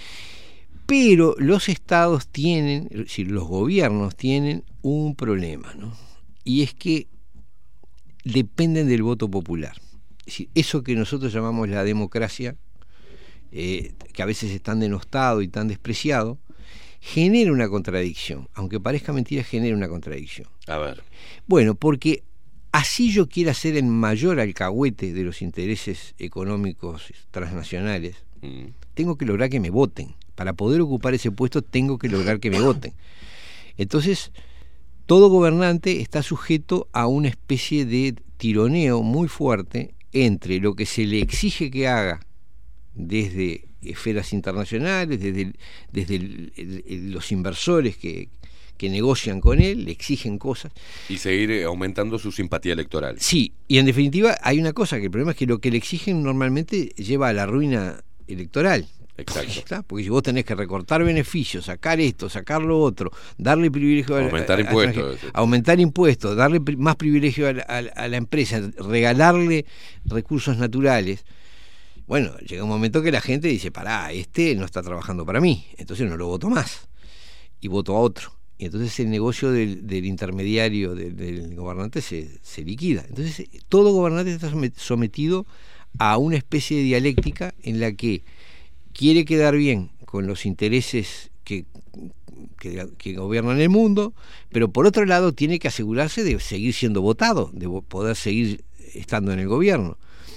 Pero los estados tienen, es decir, los gobiernos tienen un problema, ¿no? Y es que dependen del voto popular. Es decir, eso que nosotros llamamos la democracia, eh, que a veces es tan denostado y tan despreciado, genera una contradicción. Aunque parezca mentira, genera una contradicción. A ver. Bueno, porque así yo quiera ser el mayor alcahuete de los intereses económicos transnacionales, mm. tengo que lograr que me voten. Para poder ocupar ese puesto tengo que lograr que me voten. Entonces, todo gobernante está sujeto a una especie de tironeo muy fuerte entre lo que se le exige que haga desde esferas internacionales, desde, desde el, el, el, los inversores que, que negocian con él, le exigen cosas. Y seguir aumentando su simpatía electoral. Sí, y en definitiva hay una cosa, que el problema es que lo que le exigen normalmente lleva a la ruina electoral. Exacto. ¿Está? Porque si vos tenés que recortar beneficios, sacar esto, sacar lo otro, darle privilegio a aumentar a, impuestos, a, aumentar impuestos, darle pri, más privilegio a, a, a la empresa, regalarle recursos naturales, bueno, llega un momento que la gente dice, pará, este no está trabajando para mí, entonces no lo voto más y voto a otro. Y entonces el negocio del, del intermediario, del, del gobernante se, se liquida. Entonces todo gobernante está sometido a una especie de dialéctica en la que quiere quedar bien con los intereses que, que, que gobiernan el mundo, pero por otro lado tiene que asegurarse de seguir siendo votado, de poder seguir estando en el gobierno.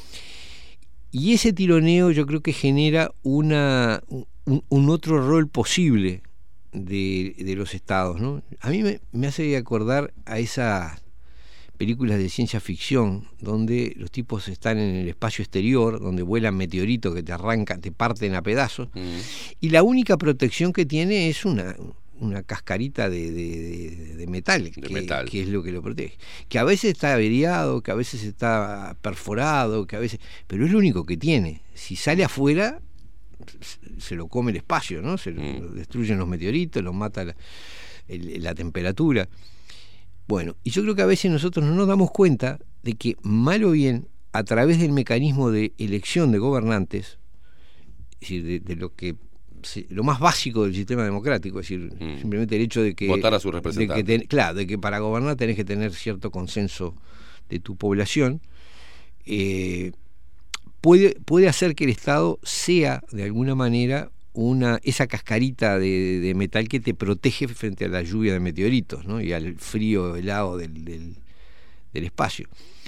Y ese tironeo yo creo que genera una, un, un otro rol posible de, de los estados, ¿no? A mí me, me hace acordar a esas películas de ciencia ficción donde los tipos están en el espacio exterior, donde vuelan meteoritos que te arrancan, te parten a pedazos, mm. y la única protección que tiene es una, una cascarita de, de, de, de metal, de que, metal, que es lo que lo protege. Que a veces está averiado, que a veces está perforado, que a veces, pero es lo único que tiene. Si sale afuera, se lo come el espacio, ¿no? Se mm. lo destruyen los meteoritos, los mata la, el, la temperatura. Bueno, y yo creo que a veces nosotros no nos damos cuenta de que, mal o bien, a través del mecanismo de elección de gobernantes, es decir, de, de lo que lo más básico del sistema democrático, es decir, mm. simplemente el hecho de que votar a sus representantes, de que ten, claro, de que para gobernar tenés que tener cierto consenso de tu población, eh, puede puede hacer que el Estado sea de alguna manera una esa cascarita de, de metal que te protege frente a la lluvia de meteoritos, ¿no? Y al frío helado del, del, del espacio.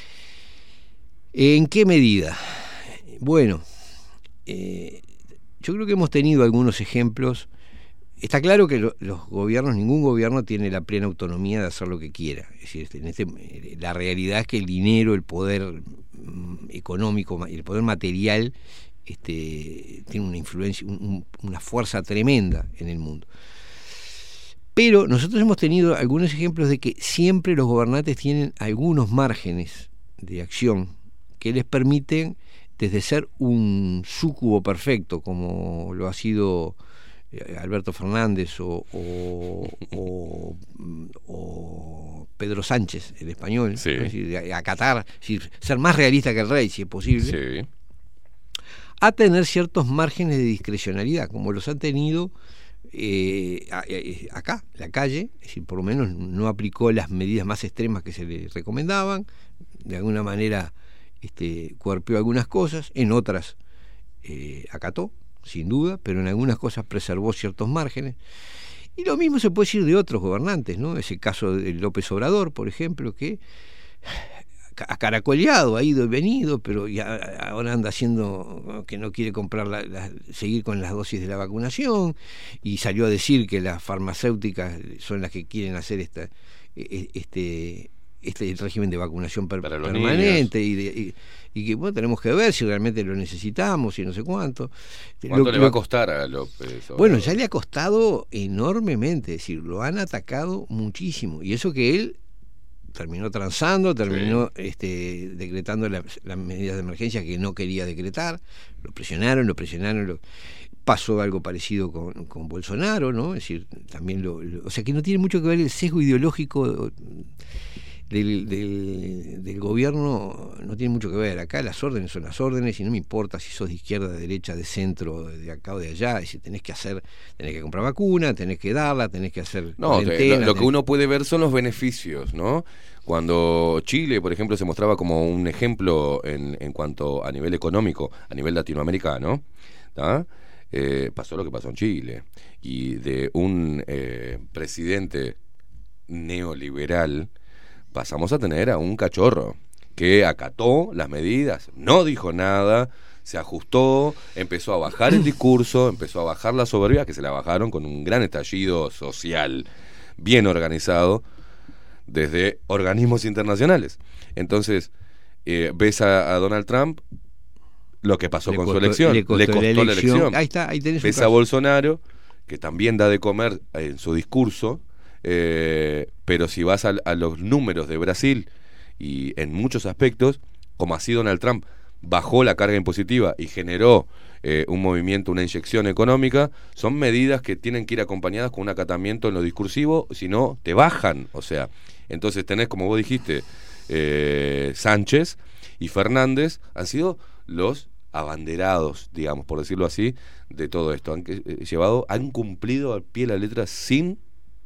¿En qué medida? Bueno, eh, yo creo que hemos tenido algunos ejemplos. Está claro que lo, los gobiernos, ningún gobierno tiene la plena autonomía de hacer lo que quiera. Es decir, en este, la realidad es que el dinero, el poder económico, el poder material, este, tiene una influencia, un, una fuerza tremenda en el mundo. Pero nosotros hemos tenido algunos ejemplos de que siempre los gobernantes tienen algunos márgenes de acción que les permiten, desde ser un súcubo perfecto, como lo ha sido Alberto Fernández o, o, o, o Pedro Sánchez, el español, sí. Es decir, acatar, es decir, ser más realista que el rey, si es posible, sí. a tener ciertos márgenes de discrecionalidad, como los han tenido eh, acá, la calle, es decir, por lo menos no aplicó las medidas más extremas que se le recomendaban, de alguna manera este, cuerpeó algunas cosas, en otras eh, acató, sin duda, pero en algunas cosas preservó ciertos márgenes. Y lo mismo se puede decir de otros gobernantes, ¿no? Ese caso de López Obrador, por ejemplo, que ha caracoleado, ha ido y venido, pero ya ahora anda haciendo que no quiere comprar la, la, seguir con las dosis de la vacunación, y salió a decir que las farmacéuticas son las que quieren hacer esta, este, este régimen de vacunación per, permanente y, de, y, y que bueno, tenemos que ver si realmente lo necesitamos y no sé cuánto. ¿Cuánto lo, le va a costar a López Obrador? Bueno, ya le ha costado enormemente, es decir, lo han atacado muchísimo, y eso que él terminó transando, terminó sí. este, decretando las la medidas de emergencia que no quería decretar, lo presionaron, lo presionaron, lo... pasó algo parecido con, con Bolsonaro, ¿no? Es decir, también lo, lo... O sea, que no tiene mucho que ver el sesgo ideológico del, del, del gobierno, no tiene mucho que ver. Acá las órdenes son las órdenes y no me importa si sos de izquierda, de derecha, de centro, de acá o de allá. Es decir, tenés que hacer, tenés que comprar vacuna, tenés que darla, tenés que hacer no, te, lo, lo que uno puede ver son los beneficios, ¿no? Cuando Chile, por ejemplo, se mostraba como un ejemplo en, en cuanto a nivel económico, a nivel latinoamericano, ¿tá? Eh, pasó lo que pasó en Chile. Y de un eh, presidente neoliberal pasamos a tener a un cachorro que acató las medidas, no dijo nada, se ajustó, empezó a bajar el discurso, empezó a bajar la soberbia, que se la bajaron con un gran estallido social bien organizado desde organismos internacionales. Entonces, eh, ves a, a Donald Trump, lo que pasó le con costó, su elección, le costó, le costó la, elección. la elección. Ahí está, ahí tenés ves a Bolsonaro, que también da de comer en su discurso, eh, pero si vas a, a los números de Brasil, y en muchos aspectos, como así Donald Trump bajó la carga impositiva y generó eh, un movimiento, una inyección económica, son medidas que tienen que ir acompañadas con un acatamiento en lo discursivo, si no te bajan. O sea, entonces tenés, como vos dijiste, eh, Sánchez y Fernández han sido los abanderados, digamos, por decirlo así, de todo esto. Han eh, llevado, han cumplido al pie de la letra sin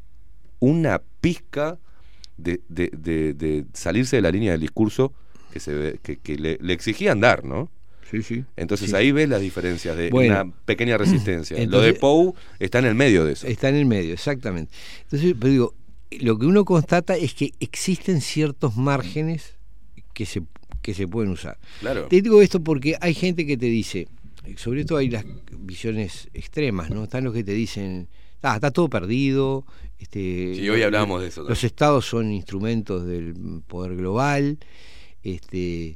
una pizca de, de, de, de salirse de la línea del discurso que se que, que le, le exigían dar, ¿no? Sí, sí. Entonces sí. ahí ves las diferencias de bueno, una pequeña resistencia. Entonces, lo de Pou está en el medio de eso. Está en el medio, exactamente. Entonces, pero digo, lo que uno constata es que existen ciertos márgenes que se que se pueden usar. Claro. Te digo esto porque hay gente que te dice, sobre todo hay las visiones extremas, ¿no? Están los que te dicen, ah, está todo perdido. Este, sí, hoy hablamos de eso también. Los estados son instrumentos del poder global, este,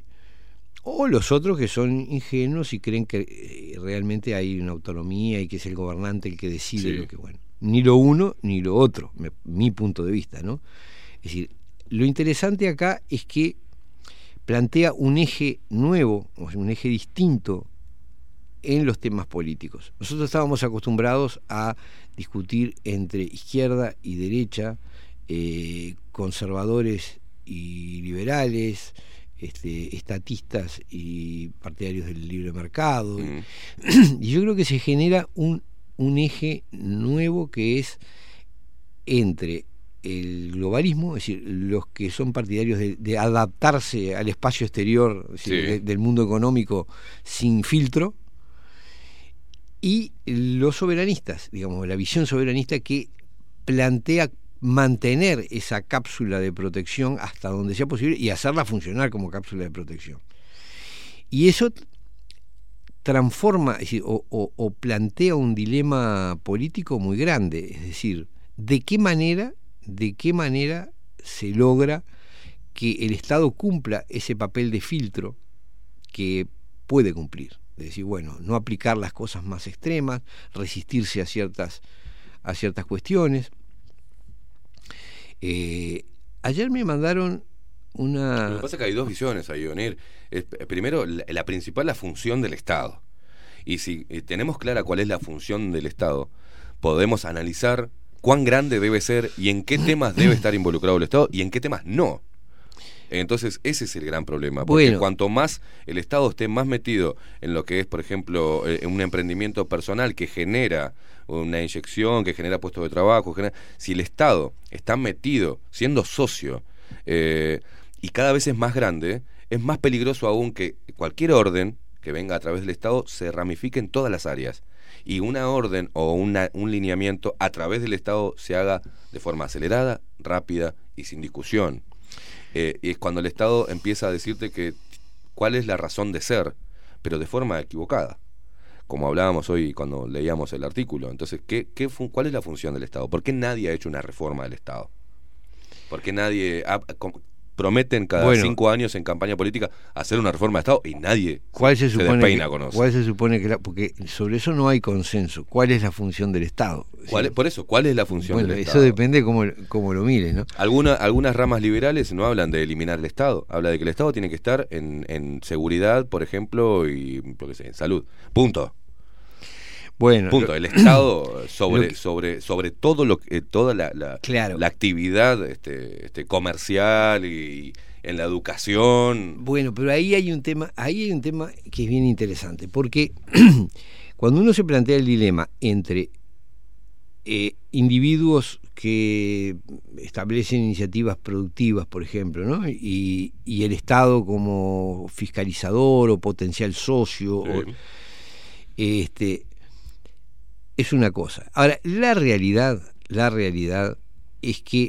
o los otros que son ingenuos y creen que eh, realmente hay una autonomía y que es el gobernante el que decide sí. lo que, bueno, ni lo uno ni lo otro, me, mi punto de vista, ¿no? Es decir, lo interesante acá es que plantea un eje nuevo, o sea, un eje distinto en los temas políticos. Nosotros estábamos acostumbrados a discutir entre izquierda y derecha, eh, conservadores y liberales, este, estatistas y partidarios del libre mercado. Mm. Y yo creo que se genera un, un eje nuevo que es entre el globalismo, es decir, los que son partidarios de, de adaptarse al espacio exterior, es decir, Sí. de, del mundo económico sin filtro, y los soberanistas, digamos, la visión soberanista que plantea mantener esa cápsula de protección hasta donde sea posible y hacerla funcionar como cápsula de protección. Y eso transforma, es decir, o, o, o plantea un dilema político muy grande, es decir, ¿de qué manera, de qué manera se logra que el Estado cumpla ese papel de filtro que puede cumplir? Es decir, bueno, no aplicar las cosas más extremas, resistirse a ciertas, a ciertas cuestiones. Eh, ayer me mandaron una... Lo que pasa es que hay dos visiones ahí, Onir. Es, primero, la, la principal, la función del Estado. Y si eh, tenemos clara cuál es la función del Estado, podemos analizar cuán grande debe ser y en qué temas debe estar involucrado el Estado y en qué temas no. Entonces ese es el gran problema, porque bueno. cuanto más el Estado esté más metido en lo que es, por ejemplo, eh, un emprendimiento personal que genera una inyección, que genera puestos de trabajo, genera... si el Estado está metido siendo socio eh, y cada vez es más grande, es más peligroso aún que cualquier orden que venga a través del Estado se ramifique en todas las áreas y una orden o una, un lineamiento a través del Estado se haga de forma acelerada, rápida y sin discusión. Eh, y es cuando el Estado empieza a decirte que cuál es la razón de ser, pero de forma equivocada, como hablábamos hoy cuando leíamos el artículo. Entonces, ¿qué, qué fun- ¿cuál es la función del Estado? ¿Por qué nadie ha hecho una reforma del Estado? ¿Por qué nadie ha, com- prometen cada Bueno. cinco años en campaña política hacer una reforma de Estado y nadie ¿Cuál se, se supone despeina que, con eso? ¿Cuál se supone que la, porque sobre eso no hay consenso? ¿Cuál es la función del Estado? ¿Cuál es- por eso, ¿cuál es la función Bueno, del eso Estado? depende cómo, cómo lo mires, ¿no? Alguna, algunas ramas liberales no hablan de eliminar el Estado, habla de que el Estado tiene que estar en, en seguridad, por ejemplo, y yo qué sé, en salud. Punto. Bueno, Punto. lo- El Estado sobre lo que- sobre sobre todo lo que toda la, la, Claro. la actividad este, este comercial y en la educación. Bueno, pero ahí hay un tema, ahí hay un tema que es bien interesante, porque cuando uno se plantea el dilema entre eh, individuos que establecen iniciativas productivas, por ejemplo, ¿no? y, y el Estado como fiscalizador o potencial socio, Sí. o, este, es una cosa. Ahora, la realidad, la realidad es que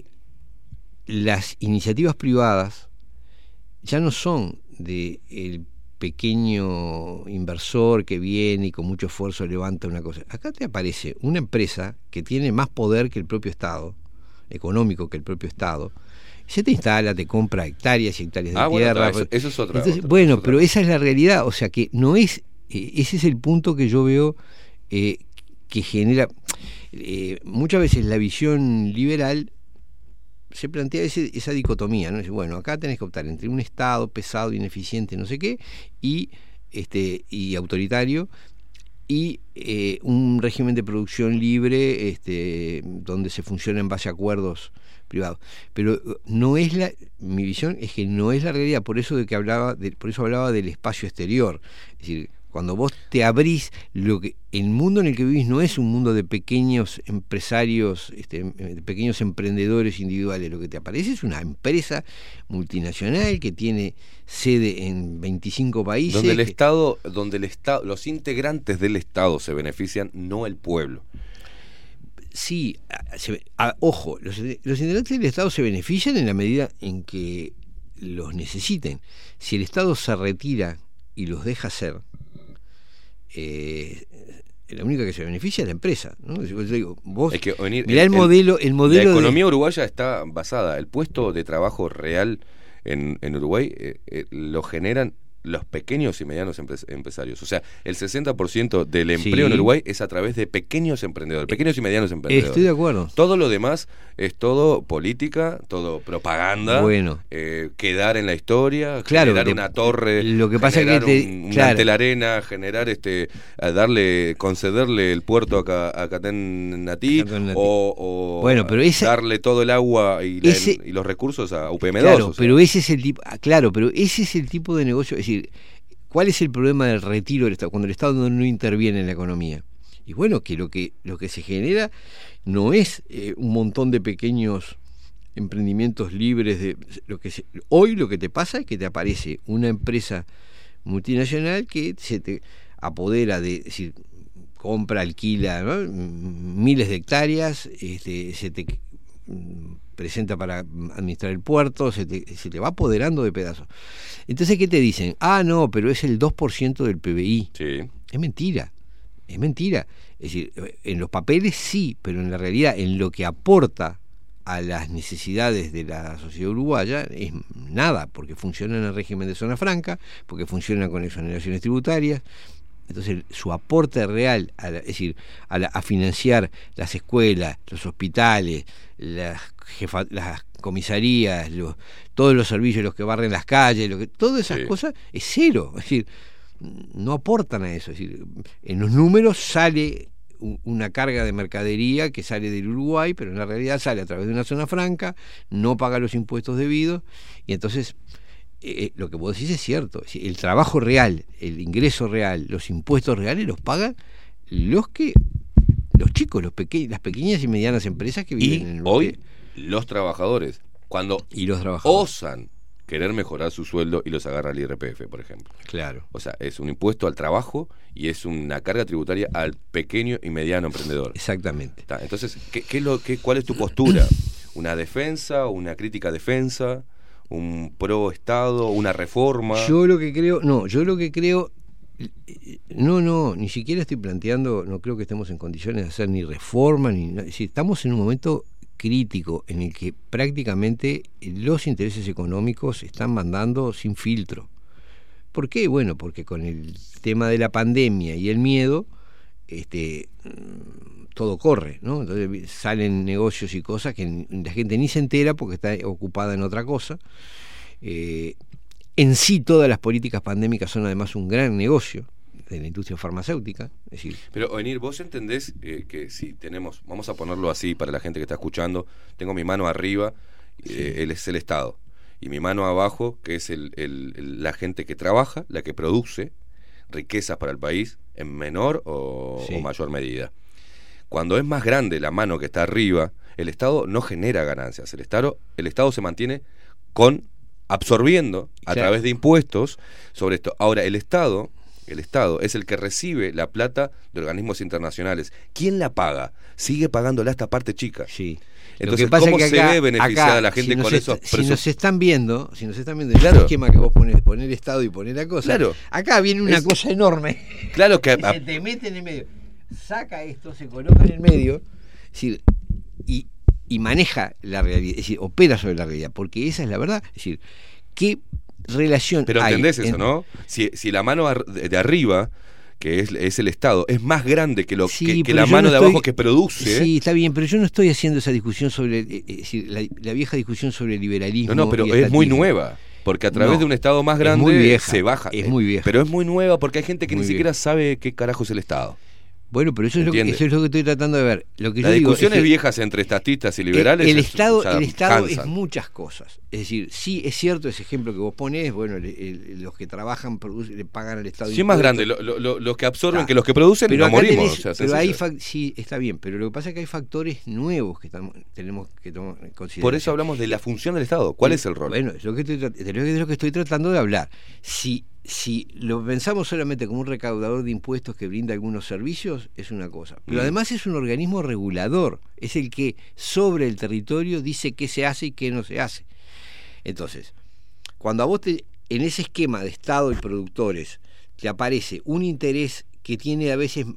las iniciativas privadas ya no son de el pequeño inversor que viene y con mucho esfuerzo levanta una cosa. Acá te aparece una empresa que tiene más poder que el propio Estado, económico que el propio Estado, se te instala, te compra hectáreas y hectáreas de Ah, bueno, tierra. eso- eso es otra- Entonces, otra- bueno, es otra. pero esa es la realidad, o sea que no es, eh, ese es el punto que yo veo eh, que genera, eh, muchas veces la visión liberal se plantea ese, esa dicotomía, ¿no? Dice, bueno, acá tenés que optar entre un Estado pesado, ineficiente, no sé qué, y este y autoritario, y eh, un régimen de producción libre, este, donde se funciona en base a acuerdos privados. Pero no es la, mi visión es que no es la realidad, por eso de que hablaba, de, por eso hablaba del espacio exterior. Es decir, cuando vos te abrís, lo que el mundo en el que vivís no es un mundo de pequeños empresarios, este, de pequeños emprendedores individuales. Lo que te aparece es una empresa multinacional que tiene sede en veinticinco países. Donde el que- Estado, donde el Estado, los integrantes del Estado se benefician, no el pueblo. Sí, a- se- a- ojo, los, los integrantes del Estado se benefician en la medida en que los necesiten. Si el Estado se retira y los deja hacer, eh, la única que se beneficia es la empresa, ¿no? Yo digo, vos Es que, venir- mirá el, modelo, el modelo la de- economía uruguaya está basada, el puesto de trabajo real en, en Uruguay eh, eh, lo generan los pequeños y medianos empres- empresarios. O sea, el sesenta por ciento del empleo Sí. en Uruguay es a través de pequeños emprendedores, pequeños y medianos emprendedores. Estoy de acuerdo. Todo lo demás es todo política, todo propaganda, Bueno. eh, quedar en la historia, Claro, generar de- una torre, lo que pasa es que generar te- un, un claro. antelarena, generar este, a darle, concederle el puerto a, Ca- a Catén Natí, Catén Natí. o, o Bueno, pero esa- darle todo el agua y, la- ese- y los recursos a U P M dos. Claro, o sea. pero ese es el tipo, ah, claro, pero ese es el tipo de negocio, es decir, ¿cuál es el problema del retiro del Estado? Cuando el Estado no, no interviene en la economía. Y bueno, que lo que lo que se genera no es eh, un montón de pequeños emprendimientos libres de lo que se, hoy lo que te pasa es que te aparece una empresa multinacional que se te apodera de, es decir, compra, alquila, ¿no? miles de hectáreas, este, se te presenta para administrar el puerto, se te, se te va apoderando de pedazos. Entonces, ¿qué te dicen? Ah, no, pero es el dos por ciento del P B I. Sí. Es mentira, es mentira. Es decir, en los papeles sí, pero en la realidad, en lo que aporta a las necesidades de la sociedad uruguaya es nada, porque funciona en el régimen de zona franca, porque funciona con exoneraciones tributarias. Entonces su aporte real, a la, es decir, a, la, a financiar las escuelas, los hospitales, las, jefa, las comisarías, los, todos los servicios, los que barren las calles, lo que, todas esas sí. cosas es cero. Es decir, no aportan a eso. Es decir, en los números sale una carga de mercadería que sale del Uruguay, pero en la realidad sale a través de una zona franca, no paga los impuestos debidos, y entonces eh, lo que vos decís es cierto. Es decir, el trabajo real, el ingreso real, los impuestos reales los pagan los que los chicos, los peque las pequeñas y medianas empresas que viven y en el hoy los trabajadores, cuando y los trabajadores. osan querer mejorar su sueldo y los agarra el I R P F, por ejemplo. Claro. O sea, es un impuesto al trabajo y es una carga tributaria al pequeño y mediano emprendedor. Exactamente. ¿Tá? Entonces, ¿qué, qué es lo, qué, ¿cuál es tu postura? ¿Una defensa, una crítica defensa, un pro Estado, una reforma? Yo lo que creo, no, yo lo que creo, no, no, ni siquiera estoy planteando, no creo que estemos en condiciones de hacer ni reforma, ni nada. Si estamos en un momento crítico en el que prácticamente los intereses económicos están mandando sin filtro. ¿Por qué? Bueno, porque con el tema de la pandemia y el miedo, este, todo corre, ¿no? Entonces salen negocios y cosas que la gente ni se entera porque está ocupada en otra cosa. Eh, en sí todas las políticas pandémicas son además un gran negocio de la industria farmacéutica. Es decir, pero Oenir, vos entendés eh, que si tenemos, vamos a ponerlo así para la gente que está escuchando, tengo mi mano arriba, eh, sí. él es el Estado, y mi mano abajo, que es el, el, el, la gente que trabaja, la que produce riquezas para el país en menor o, sí. o mayor medida. Cuando es más grande la mano que está arriba, el Estado no genera ganancias, el Estado, el Estado se mantiene con absorbiendo a claro. través de impuestos sobre esto. Ahora, el Estado El Estado es el que recibe la plata de organismos internacionales. ¿Quién la paga? Sigue pagándola esta parte chica. Sí. Entonces, ¿cómo se ve beneficiada la gente si con esos Si nos están viendo, si nos están viendo el claro. esquema que vos pones, poner Estado y poner la cosa, claro. acá viene una es, cosa enorme. Claro que y se te mete en el medio. Saca esto, se coloca en el medio, es decir, y, y maneja la realidad, es decir, opera sobre la realidad, porque esa es la verdad. Es decir, ¿qué relación Pero hay entendés eso, en... ¿no? Si, si la mano de arriba, que es, es el Estado, es más grande que, lo, sí, que, que la mano no de estoy... abajo que produce. Sí, está bien, pero yo no estoy haciendo esa discusión sobre, eh, es decir, la, la vieja discusión sobre el liberalismo. No, no, pero es muy nueva. Porque a través no, de un Estado más grande muy vieja, se baja. Es muy vieja. Pero es muy nueva porque hay gente que muy ni siquiera vieja. sabe qué carajo es el Estado. Bueno, pero eso es, lo que, eso es lo que estoy tratando de ver. Lo que Las yo discusiones digo es que viejas entre estatistas y liberales. El, el es, Estado, o sea, el Estado cansan. es muchas cosas. Es decir, sí es cierto ese ejemplo que vos ponés. Bueno, el, el, los que trabajan producen, le pagan al Estado. Sí, es más grande. Lo, lo, los que absorben ah, que los que producen, pero no morimos. Tenés, o sea, pero ahí sí está bien. Pero lo que pasa es que hay factores nuevos que estamos, tenemos que tomar en consideración. Por eso hablamos de la función del Estado. ¿Cuál sí, es el rol? Bueno, es lo que estoy, es lo que estoy tratando de hablar. Si Si lo pensamos solamente como un recaudador de impuestos que brinda algunos servicios, es una cosa. Pero mm. además es un organismo regulador. Es el que sobre el territorio dice qué se hace y qué no se hace. Entonces, cuando a vos te, en ese esquema de Estado y productores te aparece un interés que tiene a veces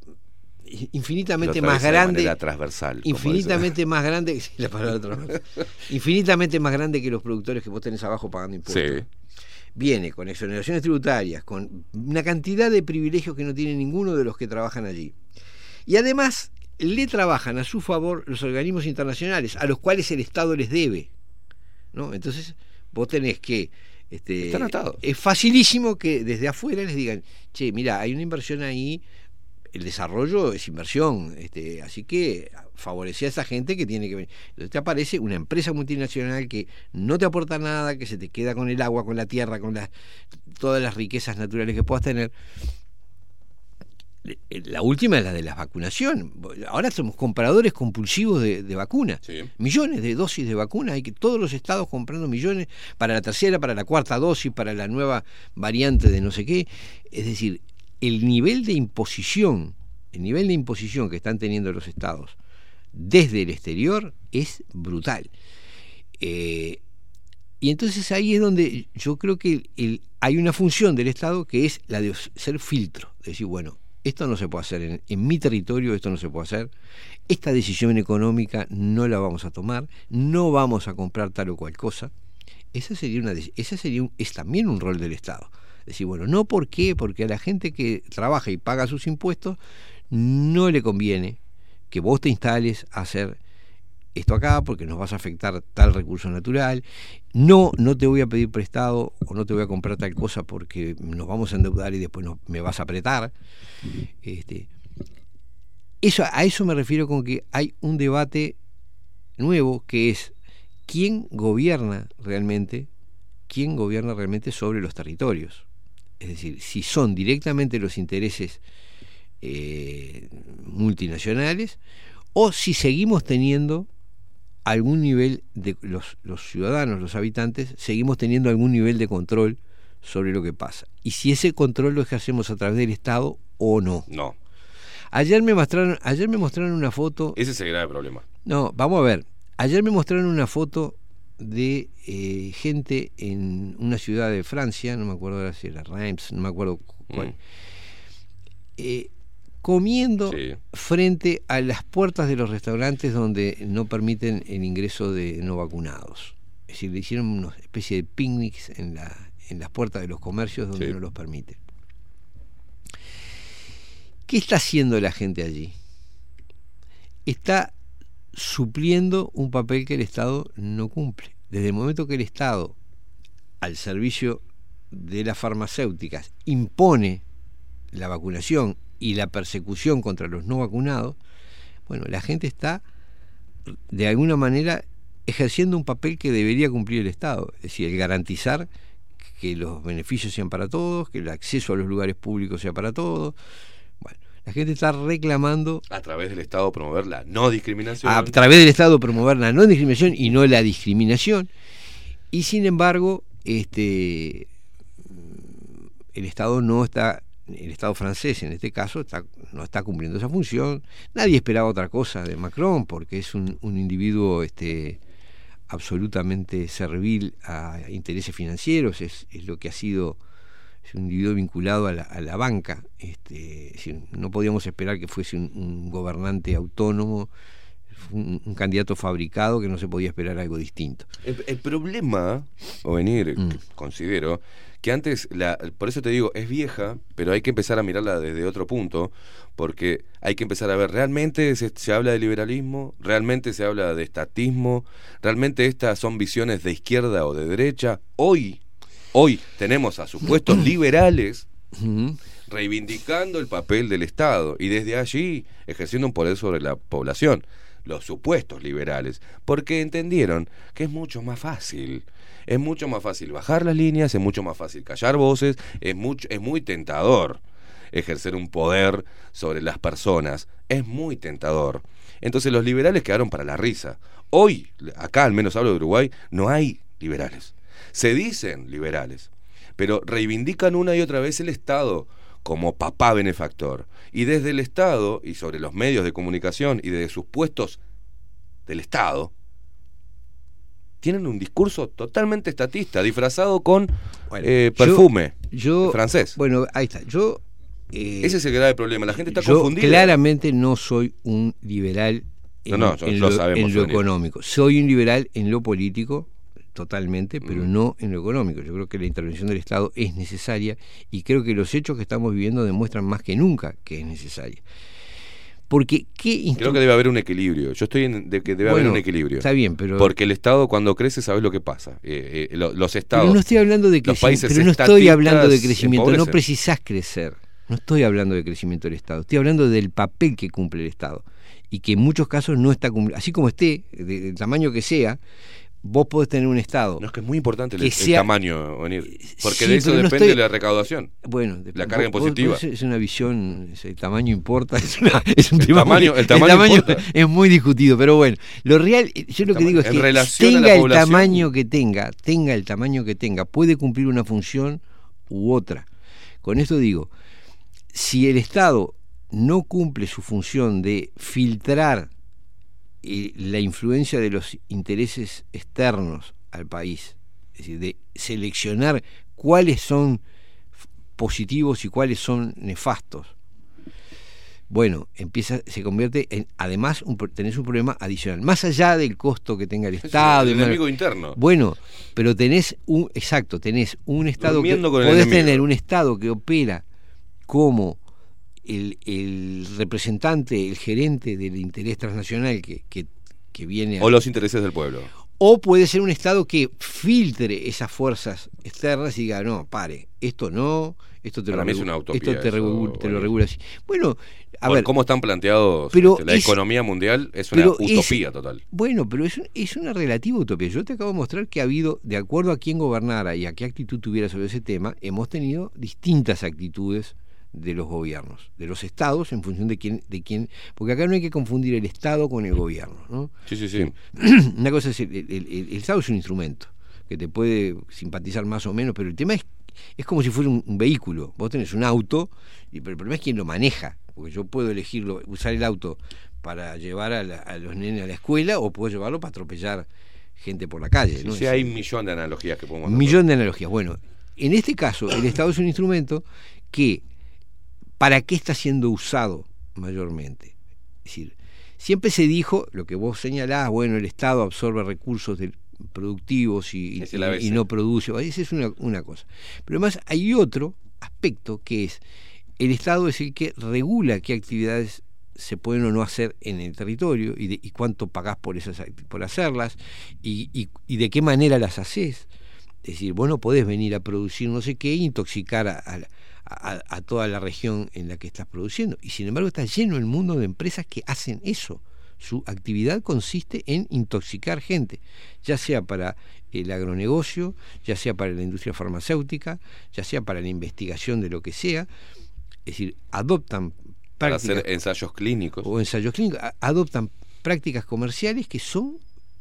infinitamente más grande, de transversal, infinitamente más grande, la palabra transversal, infinitamente más grande que los productores que vos tenés abajo pagando impuestos. Sí. viene con exoneraciones tributarias, con una cantidad de privilegios que no tiene ninguno de los que trabajan allí. Y además le trabajan a su favor los organismos internacionales, a los cuales el Estado les debe, ¿no? Entonces vos tenés que... Este, Están atados. Es facilísimo que desde afuera les digan, che, mira, hay una inversión ahí, el desarrollo es inversión, este, así que favorecé a esa gente que tiene que venir. Entonces te aparece una empresa multinacional que no te aporta nada, que se te queda con el agua, con la tierra, con las, todas las riquezas naturales que puedas tener. La última es la de la vacunación. Ahora somos compradores compulsivos de, de vacunas. Sí. Millones de dosis de vacunas. Hay que todos los estados comprando millones para la tercera, para la cuarta dosis, para la nueva variante de no sé qué. Es decir, el nivel de imposición, el nivel de imposición que están teniendo los estados desde el exterior es brutal. Eh, y entonces ahí es donde yo creo que el, el, hay una función del Estado que es la de ser filtro. De decir, bueno, esto no se puede hacer en, en mi territorio, esto no se puede hacer, esta decisión económica no la vamos a tomar, no vamos a comprar tal o cual cosa. Esa sería una, esa sería un, es también un rol del Estado. Decir, bueno, no, ¿por qué? Porque a la gente que trabaja y paga sus impuestos no le conviene que vos te instales a hacer esto acá porque nos vas a afectar tal recurso natural. No, no te voy a pedir prestado o no te voy a comprar tal cosa porque nos vamos a endeudar y después nos, me vas a apretar. Este, eso, a eso me refiero con que hay un debate nuevo que es quién gobierna realmente, quién gobierna realmente sobre los territorios. Es decir, si son directamente los intereses eh, multinacionales o si seguimos teniendo algún nivel de los, los ciudadanos, los habitantes, seguimos teniendo algún nivel de control sobre lo que pasa. Y si ese control lo ejercemos a través del Estado o no. No. Ayer me mostraron, ayer me mostraron una foto. Ese es el grave problema. No, vamos a ver. Ayer me mostraron una foto de eh, gente en una ciudad de Francia, no me acuerdo ahora si era Reims, no me acuerdo cuál. Mm. Eh, comiendo sí. frente a las puertas de los restaurantes donde no permiten el ingreso de no vacunados. Es decir, le hicieron una especie de picnics en, la, en las puertas de los comercios donde sí. no los permiten. ¿Qué está haciendo la gente allí? Está supliendo un papel que el Estado no cumple. Desde el momento que el Estado, al servicio de las farmacéuticas, impone la vacunación y la persecución contra los no vacunados, bueno, la gente está de alguna manera ejerciendo un papel que debería cumplir el Estado, es decir, el garantizar que los beneficios sean para todos, que el acceso a los lugares públicos sea para todos. Bueno, la gente está reclamando a través del Estado promover la no discriminación. A través del Estado promover la no discriminación y no la discriminación. Y sin embargo, este el Estado no está el Estado francés en este caso está, no está cumpliendo esa función. Nadie esperaba otra cosa de Macron porque es un, un individuo este, absolutamente servil a intereses financieros, es, es lo que ha sido, es un individuo vinculado a la, a la banca. Este, no podíamos esperar que fuese un, un gobernante autónomo, un, un candidato fabricado, que no se podía esperar algo distinto. El, el problema, o venir, mm. considero, que antes, la, por eso te digo, es vieja, pero hay que empezar a mirarla desde otro punto, porque hay que empezar a ver, ¿realmente se, se habla de liberalismo? ¿Realmente se habla de estatismo? ¿Realmente estas son visiones de izquierda o de derecha? Hoy, hoy tenemos a supuestos liberales reivindicando el papel del Estado y desde allí ejerciendo un poder sobre la población, los supuestos liberales, porque entendieron que es mucho más fácil. Es mucho más fácil bajar las líneas, es mucho más fácil callar voces, es, mucho, es muy tentador ejercer un poder sobre las personas, es muy tentador. Entonces los liberales quedaron para la risa. Hoy, acá al menos hablo de Uruguay, no hay liberales. Se dicen liberales, pero reivindican una y otra vez el Estado como papá benefactor. Y desde el Estado, y sobre los medios de comunicación y desde sus puestos del Estado, tienen un discurso totalmente estatista, disfrazado con bueno, eh, perfume yo, yo, francés. Bueno, ahí está. Yo eh, Ese es el grave problema. La gente está yo confundida. Claramente no soy un liberal en, no, no, en, lo, lo, sabemos, en lo económico. Soy un liberal en lo político. totalmente, pero no en lo económico. Yo creo que la intervención del Estado es necesaria y creo que los hechos que estamos viviendo demuestran más que nunca que es necesaria. Porque ¿qué instru- Creo que debe haber un equilibrio. Yo estoy en de que debe bueno, haber un equilibrio. Está bien, pero porque el Estado cuando crece sabes lo que pasa. Eh, eh, lo, los estados. Pero no estoy hablando de crecimiento. Pero no estoy hablando de crecimiento. No precisás crecer. No estoy hablando de crecimiento del Estado. Estoy hablando del papel que cumple el Estado y que en muchos casos no está cumpliendo. Así como esté, del tamaño que sea, vos podés tener un Estado. No, es que es muy importante el, sea, el tamaño, Onir, porque sí, de eso no depende estoy, la recaudación. Bueno, la carga vos, impositiva. Vos, es una visión, el tamaño importa, es, una, es un el tema tamaño, muy, el tamaño, el tamaño importa. Es muy discutido, pero bueno, lo real, yo lo que digo es que tenga el tamaño que tenga, tenga el tamaño que tenga, puede cumplir una función u otra. Con esto digo, si el Estado no cumple su función de filtrar eh, la influencia de los intereses externos al país, es decir, de seleccionar cuáles son positivos y cuáles son nefastos, bueno, empieza, se convierte en, además, un, tenés un problema adicional, más allá del costo que tenga el Estado. Es el enemigo interno. Bueno, pero tenés un, exacto, tenés un Estado Durmiendo que, con el podés enemigo. tener un Estado que opera como el, el representante, el gerente del interés transnacional que, que, que viene a, o los intereses del pueblo. O puede ser un Estado que filtre esas fuerzas externas y diga, no, pare, esto no, esto te, Para lo, mí es una utopía esto te, eso, regula, te lo bueno. regula así. Bueno, a Por ver, cómo están planteados pero este, la es, economía mundial es una utopía es, total. Bueno, pero es, es una relativa utopía. Yo te acabo de mostrar que ha habido, de acuerdo a quién gobernara y a qué actitud tuviera sobre ese tema, hemos tenido distintas actitudes de los gobiernos, de los estados en función de quién, de quién, porque acá no hay que confundir el Estado con el gobierno, ¿no? Sí, sí, sí. Una cosa es el, el, el, el Estado es un instrumento que te puede simpatizar más o menos, pero el tema es es como si fuera un, un vehículo. Vos tenés un auto, y, pero el problema es quién lo maneja, porque yo puedo elegirlo, usar el auto para llevar a, la, a los nenes a la escuela o puedo llevarlo para atropellar gente por la calle, Sí, ¿no? sí, Es, hay un millón de analogías que podemos un hacer. millón de analogías. Bueno, en este caso, el Estado es un instrumento que, ¿para qué está siendo usado mayormente? Es decir, siempre se dijo, lo que vos señalás, bueno, el Estado absorbe recursos del, productivos y, y, y no produce, esa es una, una cosa. Pero además hay otro aspecto que es, el Estado es el que regula qué actividades se pueden o no hacer en el territorio y, de, y cuánto pagás por, esas, por hacerlas y, y, y de qué manera las haces. Es decir, vos no podés venir a producir no sé qué e intoxicar a, a, a, a toda la región en la que estás produciendo. Y sin embargo está lleno el mundo de empresas que hacen eso. Su actividad consiste en intoxicar gente, ya sea para el agronegocio, ya sea para la industria farmacéutica, ya sea para la investigación de lo que sea. Es decir, adoptan para prácticas, hacer ensayos clínicos. O ensayos clínicos, adoptan prácticas comerciales que son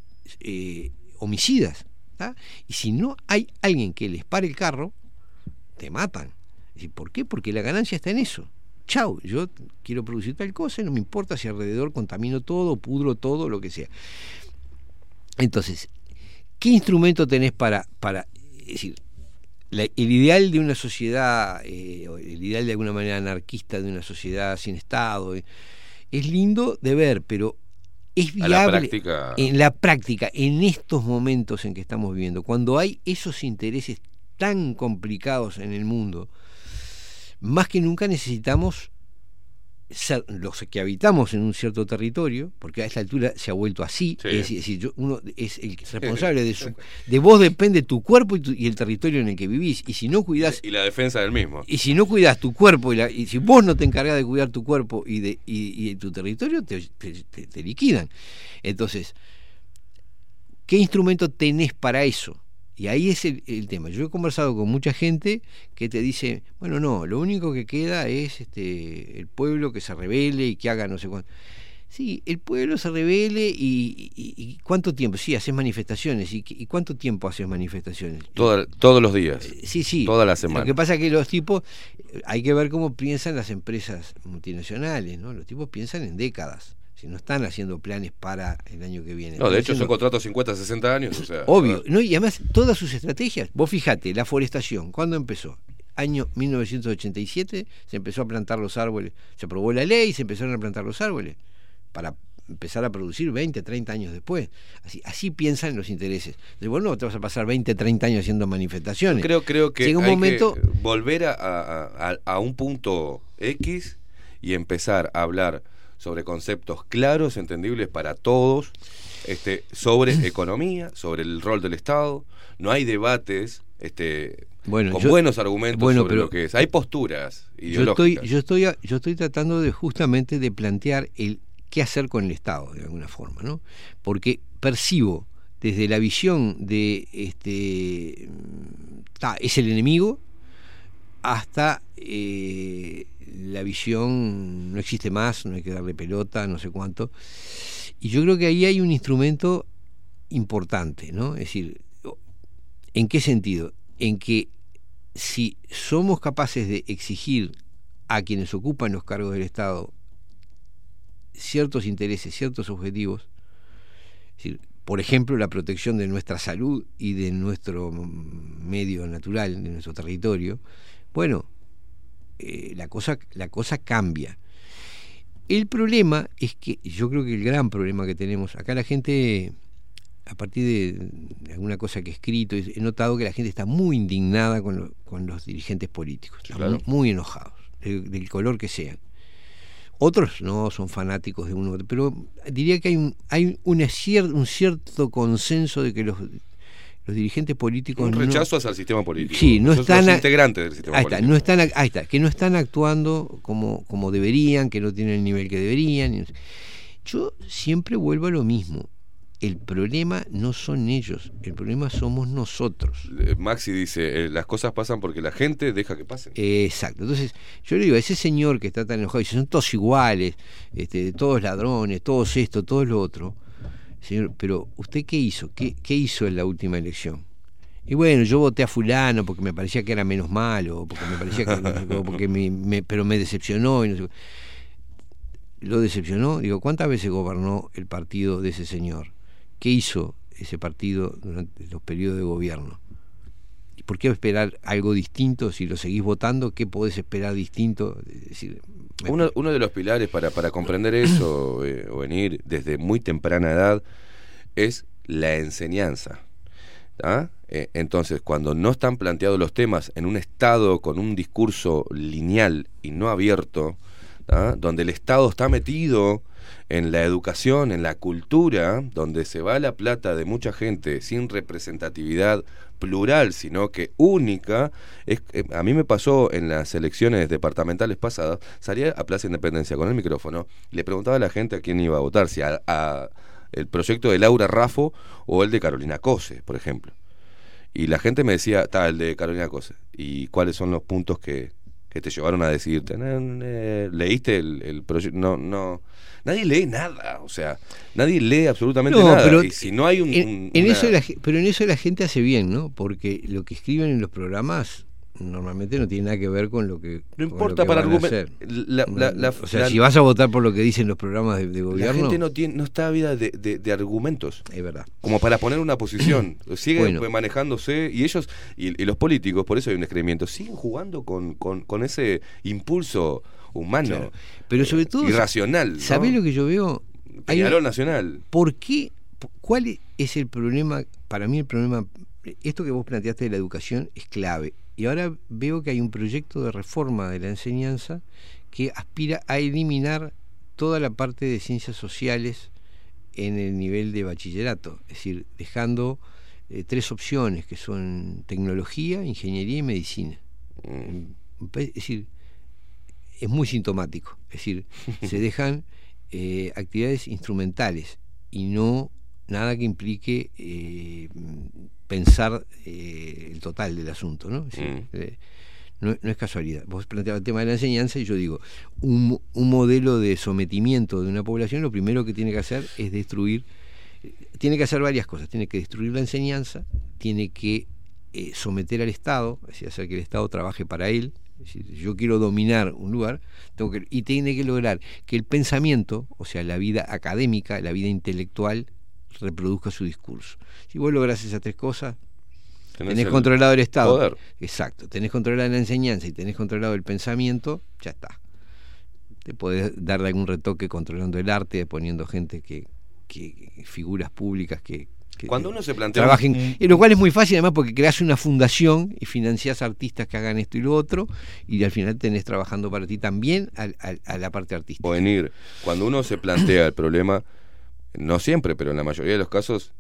eh, homicidas. ¿tá? Y si no hay alguien que les pare el carro, te matan. Es decir, ¿por qué? Porque la ganancia está en eso. Chau, yo quiero producir tal cosa y no me importa si alrededor contamino todo, pudro todo, lo que sea. Entonces, ¿qué instrumento tenés para, para es decir, la, el ideal de una sociedad, eh, el ideal de alguna manera anarquista de una sociedad sin Estado, eh, es lindo de ver, pero es viable la práctica... en la práctica, en estos momentos en que estamos viviendo, cuando hay esos intereses tan complicados en el mundo. Más que nunca necesitamos ser los que habitamos en un cierto territorio, porque a esta altura se ha vuelto así, sí. es decir, yo, uno es el responsable de su, de vos depende tu cuerpo y, tu, y el territorio en el que vivís, y si no cuidás y la defensa del mismo, y si no cuidás tu cuerpo y, la, y si vos no te encargás de cuidar tu cuerpo y de y, y tu territorio, te, te, te, te liquidan. Entonces, ¿qué instrumento tenés para eso? Y ahí es el, el tema. Yo he conversado con mucha gente que te dice, bueno, no, lo único que queda es este el pueblo que se rebele y que haga no sé cuánto. Sí, el pueblo se rebele y, y, y ¿cuánto tiempo? Sí, haces manifestaciones. ¿Y, y cuánto tiempo haces manifestaciones? Todo, todos los días. Sí, sí. Toda la semana. Lo que pasa es que los tipos, hay que ver cómo piensan las empresas multinacionales, ¿no? Los tipos piensan en décadas. Si no están haciendo planes para el año que viene. No, de hecho haciendo... son contratos cincuenta, sesenta años. O sea, obvio, ¿no? Y además todas sus estrategias. Vos fijate, la forestación, ¿cuándo empezó? Año mil novecientos ochenta y siete se empezó a plantar los árboles, se aprobó la ley y se empezaron a plantar los árboles para empezar a producir veinte, treinta años después. Así, así piensan los intereses. Entonces, bueno, no te vas a pasar veinte, treinta años haciendo manifestaciones. Creo, creo que Llega un hay momento... que volver a, a, a, a un punto X y empezar a hablar sobre conceptos claros, entendibles para todos, este, sobre economía, sobre el rol del Estado. No hay debates este, bueno, con yo, buenos argumentos bueno, sobre pero lo que es. Hay posturas yo ideológicas. estoy, yo estoy, yo estoy tratando de justamente de plantear el qué hacer con el Estado, de alguna forma, ¿no? Porque percibo desde la visión de este ta, es el enemigo hasta eh, la visión no existe más, no hay que darle pelota, no sé cuánto. Y yo creo que ahí hay un instrumento importante, ¿no? Es decir, ¿en qué sentido? En que si somos capaces de exigir a quienes ocupan los cargos del Estado ciertos intereses, ciertos objetivos, es decir, por ejemplo, la protección de nuestra salud y de nuestro medio natural, de nuestro territorio, bueno, eh, la cosa, la cosa cambia. El problema es que, yo creo que el gran problema que tenemos, acá la gente, a partir de, de alguna cosa que he escrito, he notado que la gente está muy indignada con, lo, con los dirigentes políticos, Sí, están claro. muy, muy enojados, del, del color que sean. Otros no son fanáticos de uno, pero diría que hay un, hay una cier, un cierto consenso de que los, los dirigentes políticos Un rechazo no, hacia el sistema político. sí, no Nosotros están los a, integrantes del sistema ahí político. está, no están, ahí está, que no están actuando como, como deberían, que no tienen el nivel que deberían. Yo siempre vuelvo a lo mismo. El problema no son ellos, el problema somos nosotros. Maxi dice, eh, las cosas pasan porque la gente deja que pasen. Exacto. Entonces, yo le digo a ese señor que está tan enojado, dice, son todos iguales, este, todos ladrones, todos esto, todos lo otro. Señor, pero ¿usted qué hizo? ¿Qué, qué hizo en la última elección? Y bueno, yo voté a fulano porque me parecía que era menos malo, porque me parecía que porque me, me, pero me decepcionó y no sé. Lo decepcionó, digo, ¿cuántas veces gobernó el partido de ese señor? ¿Qué hizo ese partido durante los periodos de gobierno? ¿Y por qué esperar algo distinto? Si lo seguís votando, ¿qué podés esperar distinto? Es decir, uno, uno de los pilares para, para comprender eso, eh, o venir desde muy temprana edad, es la enseñanza. ¿Ah? Eh, entonces, cuando no están planteados los temas en un estado con un discurso lineal y no abierto, ¿ah? Donde el Estado está metido en la educación, en la cultura, donde se va la plata de mucha gente sin representatividad plural, sino que única. Es, eh, a mí me pasó en las elecciones departamentales pasadas, salía a Plaza Independencia con el micrófono y le preguntaba a la gente a quién iba a votar, si a, a el proyecto de Laura Raffo o el de Carolina Cose, por ejemplo. Y la gente me decía, está, el de Carolina Cose. ¿Y cuáles son los puntos que, que te llevaron a decidirte? ¿Leíste el, el proyecto? No, no. Nadie lee nada, o sea, nadie lee absolutamente no, nada. Pero y si no hay un, en, un, en una... eso la, pero en eso la gente hace bien, ¿no? Porque lo que escriben en los programas normalmente no tiene nada que ver con lo que no importa para argumentar. La, la, la, o sea, la, si vas a votar por lo que dicen los programas de, de gobierno, la gente no tiene, no está ávida de, de, de argumentos. Es verdad. Como para poner una posición. Siguen bueno. manejándose y ellos y, y los políticos, por eso hay un descreimiento, siguen jugando con, con, con ese impulso humano, claro. Pero sobre todo irracional. ¿Sabés ¿no? lo que yo veo? Peñarol Nacional. ¿Por qué? ¿Cuál es el problema? Para mí el problema, esto que vos planteaste de la educación es clave. Y ahora veo que hay un proyecto de reforma de la enseñanza que aspira a eliminar toda la parte de ciencias sociales en el nivel de bachillerato, es decir, dejando eh, tres opciones que son tecnología, ingeniería y medicina. Mm. Es decir, es muy sintomático, es decir, se dejan eh, actividades instrumentales y no nada que implique eh, pensar eh, el total del asunto, ¿no? Es decir, mm. eh, no, no es casualidad. Vos planteabas el tema de la enseñanza y yo digo, un, un modelo de sometimiento de una población, lo primero que tiene que hacer es destruir, tiene que hacer varias cosas, tiene que destruir la enseñanza, tiene que eh, someter al Estado, es decir, hacer que el Estado trabaje para él. Es decir, yo quiero dominar un lugar, tengo que, y tiene que lograr que el pensamiento, o sea, la vida académica, la vida intelectual, reproduzca su discurso. Si vos lográs esas tres cosas, tenés, tenés controlado el Estado. Poder. Exacto, tenés controlada la enseñanza y tenés controlado el pensamiento, ya está. te podés darle algún retoque controlando el arte, poniendo gente que, que figuras públicas que, que Cuando uno se plantea trabajen, un... y lo cual es muy fácil además porque creas una fundación y financiás artistas que hagan esto y lo otro, y al final tenés trabajando para ti también a, a, a la parte artística. O venir, cuando uno se plantea el problema, no siempre, pero en la mayoría de los casos,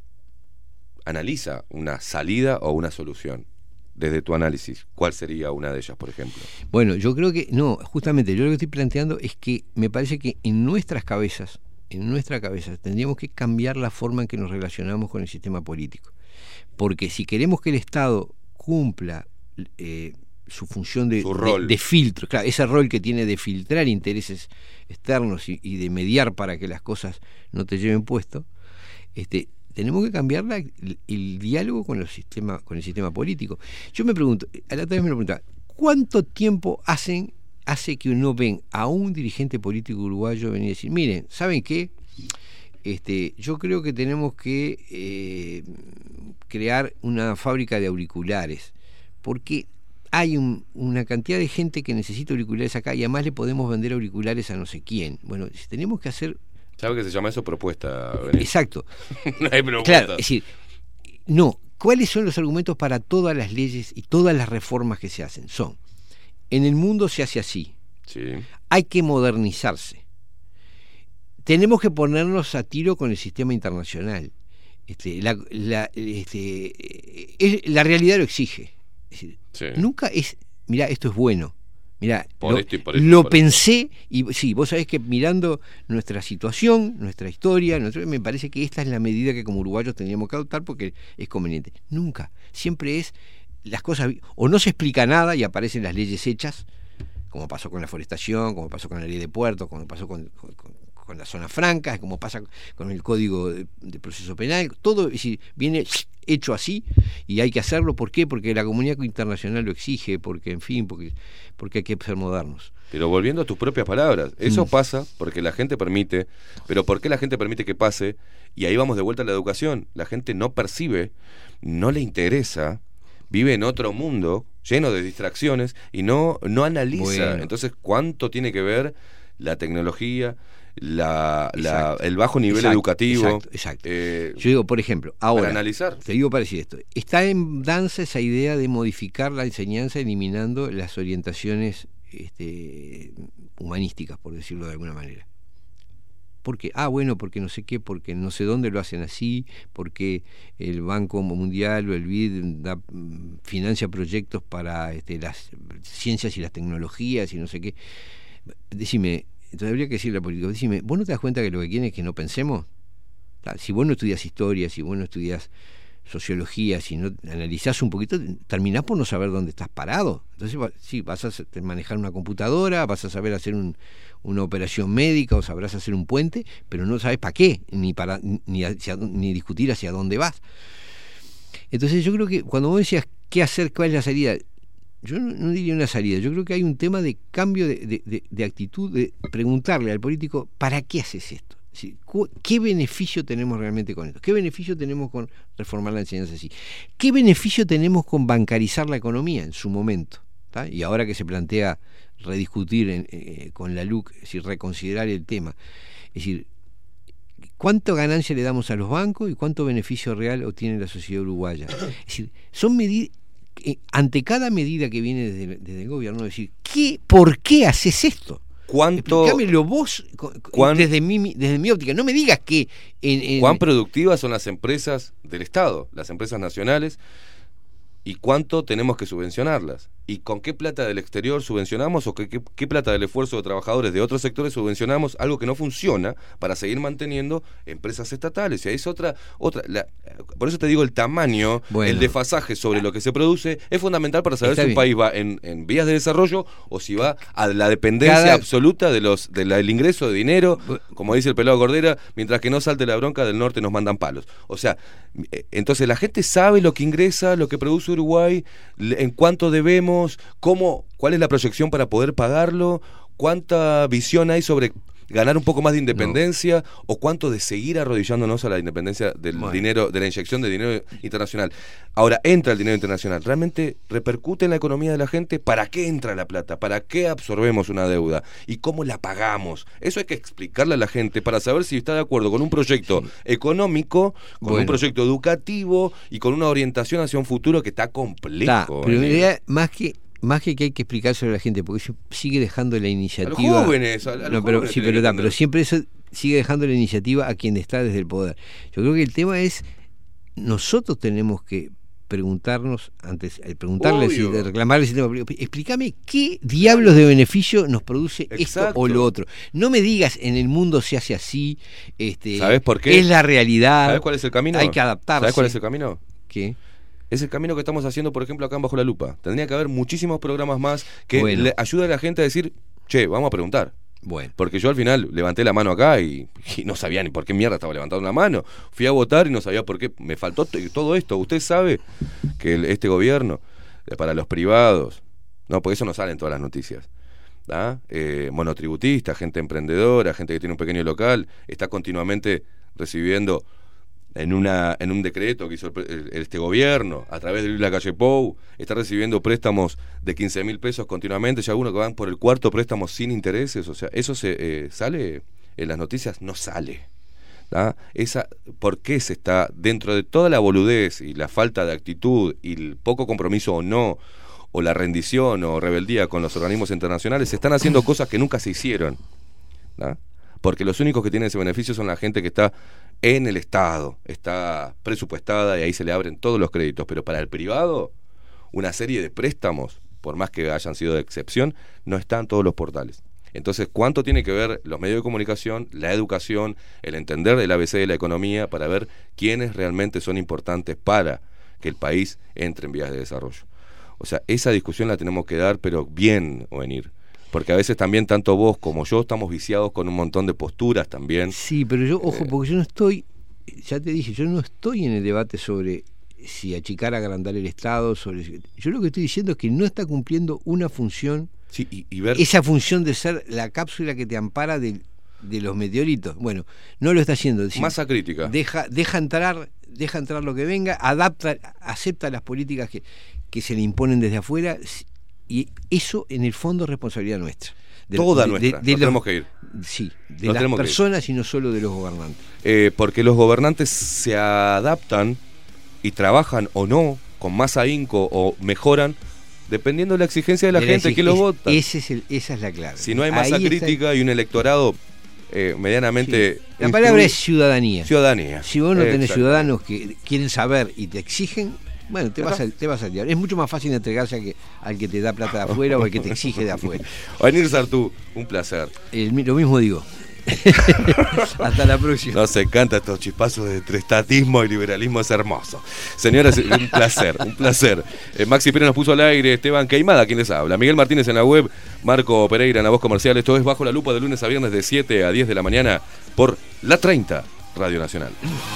analiza una salida o una solución. Desde tu análisis, ¿cuál sería una de ellas, por ejemplo? Bueno, yo creo que, no, justamente yo lo que estoy planteando es que me parece que en nuestras cabezas, en nuestra cabeza, tendríamos que cambiar la forma en que nos relacionamos con el sistema político. Porque si queremos que el Estado cumpla eh, su función de, su rol. de, de filtro, claro, ese rol que tiene de filtrar intereses externos y, y de mediar para que las cosas no te lleven puesto, este tenemos que cambiar la, el, el diálogo con el sistema con el sistema político. Yo me pregunto, a la otra vez me lo preguntaba, ¿cuánto tiempo hacen hace que uno ven a un dirigente político uruguayo venir y decir, miren, ¿saben qué? Este, yo creo que tenemos que eh, crear una fábrica de auriculares, porque hay un, una cantidad de gente que necesita auriculares acá y además le podemos vender auriculares a no sé quién. Bueno, si tenemos que hacer... ¿Sabe que se llama eso? Propuesta. Benín. Exacto. No hay propuesta. Claro, es decir, no, ¿cuáles son los argumentos para todas las leyes y todas las reformas que se hacen? Son, en el mundo se hace así, sí. Hay que modernizarse, tenemos que ponernos a tiro con el sistema internacional, este, la, la, este, es, la realidad lo exige, es decir, sí. Nunca es, mira, esto es bueno. Mirá, por lo, esto y por esto, lo por pensé esto. Y sí, vos sabés que mirando nuestra situación, nuestra historia, nuestro, me parece que esta es la medida que como uruguayos tendríamos que adoptar porque es conveniente. Nunca, siempre es las cosas, o no se explica nada y aparecen las leyes hechas, como pasó con la forestación, como pasó con la ley de puertos, como pasó con, con, con las zonas francas, como pasa con el código de, de proceso penal, todo es decir, viene hecho así y hay que hacerlo. ¿Por qué? Porque la comunidad internacional lo exige, porque en fin, porque, porque hay que ser modernos. Pero volviendo a tus propias palabras, eso mm. pasa porque la gente permite, pero ¿por qué la gente permite que pase? Y ahí vamos de vuelta a la educación. La gente no percibe, no le interesa, vive en otro mundo lleno de distracciones y no, no analiza. Bueno. Entonces, ¿cuánto tiene que ver la tecnología, la, la, el bajo nivel exacto, educativo? Exacto, exacto. Eh, Yo digo, por ejemplo, ahora, para analizar. Te digo para decir esto, está en danza esa idea de modificar la enseñanza eliminando las orientaciones este, humanísticas, por decirlo de alguna manera. ¿Por qué? Ah, bueno, porque no sé qué, porque no sé dónde lo hacen así, porque el Banco Mundial o el B I D da, financia proyectos para este, las ciencias y las tecnologías y no sé qué. Decime, entonces habría que decirle a la política, decime, ¿vos no te das cuenta que lo que quieren es que no pensemos? Si vos no estudias historia, si vos no estudias sociología, si no analizás un poquito, terminás por no saber dónde estás parado. Entonces, sí, vas a manejar una computadora, vas a saber hacer un, una operación médica o sabrás hacer un puente, pero no sabes para qué, ni para ni, hacia, ni discutir hacia dónde vas. Entonces yo creo que cuando vos decías qué hacer, cuál es la salida, yo no, no diría una salida, yo creo que hay un tema de cambio de, de, de, de actitud, de preguntarle al político, ¿para qué haces esto? ¿Qué beneficio tenemos realmente con esto? ¿Qué beneficio tenemos con reformar la enseñanza así? ¿Qué beneficio tenemos con bancarizar la economía en su momento? ¿Tá? Y ahora que se plantea rediscutir en, eh, con la L U C, es decir, reconsiderar el tema, es decir, ¿cuánto ganancia le damos a los bancos y cuánto beneficio real obtiene la sociedad uruguaya? Es decir, son medidas, eh, ante cada medida que viene desde, desde el gobierno, decir, ¿qué, ¿por qué haces esto? ¿Cuánto, Explícamelo vos cuán, desde, mi, desde mi óptica. No me digas que... En, en, ¿Cuán productivas son las empresas del Estado, las empresas nacionales? ¿Y cuánto tenemos que subvencionarlas? ¿Y con qué plata del exterior subvencionamos o qué, qué, qué plata del esfuerzo de trabajadores de otros sectores subvencionamos algo que no funciona para seguir manteniendo empresas estatales? Y ahí es otra... otra la, por eso te digo, el tamaño, bueno, el desfasaje sobre lo que se produce es fundamental para saber si un bien. país va en, en vías de desarrollo o si va a la dependencia Cada... absoluta de los del de ingreso de dinero, como dice el pelado Cordera, mientras que no salte la bronca del norte nos mandan palos. O sea, entonces la gente sabe lo que ingresa, lo que produce Uruguay, en cuánto debemos, cómo, cuál es la proyección para poder pagarlo, cuánta visión hay sobre ganar un poco más de independencia no. o cuánto de seguir arrodillándonos a la independencia del bueno. dinero, de la inyección de dinero internacional. Ahora, entra el dinero internacional, ¿realmente repercute en la economía de la gente? ¿Para qué entra la plata? ¿Para qué absorbemos una deuda? ¿Y cómo la pagamos? Eso hay que explicarle a la gente para saber si está de acuerdo con un proyecto sí. económico, con bueno. un proyecto educativo y con una orientación hacia un futuro que está complejo. Ta, pero en realidad, más que Más que que hay que explicárselo a la gente, porque eso sigue dejando la iniciativa. A los jóvenes, a, a los no, pero, jóvenes sí, pero, da, pero siempre eso sigue dejando la iniciativa a quien está desde el poder. Yo creo que el tema es, nosotros tenemos que preguntarnos, antes, preguntarles y reclamarles el tema, explícame qué diablos de beneficio nos produce Exacto. esto o lo otro. No me digas en el mundo se hace así, este, ¿sabes por qué? Es la realidad. ¿Sabes cuál es el camino? Hay que adaptarse. ¿Sabes cuál es el camino? ¿Qué? Es el camino que estamos haciendo, por ejemplo, acá en Bajo la Lupa. Tendría que haber muchísimos programas más que bueno. le ayuden a la gente a decir, che, vamos a preguntar. Bueno. Porque yo al final levanté la mano acá y, y no sabía ni por qué mierda estaba levantando la mano. Fui a votar y no sabía por qué. Me faltó t- todo esto. Usted sabe que el, este gobierno, para los privados, no, porque eso no sale en todas las noticias, ¿ah? eh, monotributista, gente emprendedora, gente que tiene un pequeño local, está continuamente recibiendo... En, una, en un decreto que hizo el, el, este gobierno, a través de la calle Pou, está recibiendo préstamos de quince mil pesos continuamente, ya algunos que van por el cuarto préstamo sin intereses, o sea, eso se eh, sale en las noticias, no sale. ¿tá? Esa, ¿Por qué se está, dentro de toda la boludez y la falta de actitud y el poco compromiso o no, o la rendición o rebeldía con los organismos internacionales, se están haciendo cosas que nunca se hicieron? ¿tá? Porque los únicos que tienen ese beneficio son la gente que está en el Estado, está presupuestada y ahí se le abren todos los créditos, pero para el privado, una serie de préstamos, por más que hayan sido de excepción, no están todos los portales. Entonces, ¿cuánto tiene que ver los medios de comunicación, la educación, el entender el A B C de la economía para ver quiénes realmente son importantes para que el país entre en vías de desarrollo? O sea, esa discusión la tenemos que dar, pero bien, Ovenir. Porque a veces también tanto vos como yo estamos viciados con un montón de posturas también. Sí, pero yo, ojo, porque yo no estoy, ya te dije, yo no estoy en el debate sobre si achicar, agrandar el Estado, sobre yo lo que estoy diciendo es que no está cumpliendo una función, sí, y, y ver... esa función de ser la cápsula que te ampara de, de los meteoritos. Bueno, no lo está haciendo. Es decir, masa crítica. Deja, deja entrar, deja entrar lo que venga, adapta, acepta las políticas que, que se le imponen desde afuera. Y eso, en el fondo, es responsabilidad nuestra. De, Toda de, nuestra. De, de Nos los, tenemos que ir. Sí, de Nos las personas y no solo de los gobernantes. Eh, porque los gobernantes se adaptan y trabajan o no, con más ahínco o mejoran, dependiendo de la exigencia de la de gente la exig- que los vota. Ese es el, esa es la clave. Si no hay masa Ahí crítica y un electorado eh, medianamente... Sí. La palabra es ciudadanía. Ciudadanía. Si vos no tenés Exacto. ciudadanos que quieren saber y te exigen... Bueno, te vas, a, te vas a liar. Es mucho más fácil entregarse a que, al que te da plata de afuera o al que te exige de afuera. Ovenir Sartú, un placer. El, lo mismo digo. Hasta la próxima. Nos encanta estos chispazos de trestatismo y liberalismo, es hermoso. Señoras, un placer, un placer. Eh, Maxi Pérez nos puso al aire, Esteban Queimada, quien les habla. Miguel Martínez en la web, Marco Pereira en la voz comercial. Esto es Bajo la Lupa de lunes a viernes de siete a diez de la mañana por La treinta, Radio Nacional.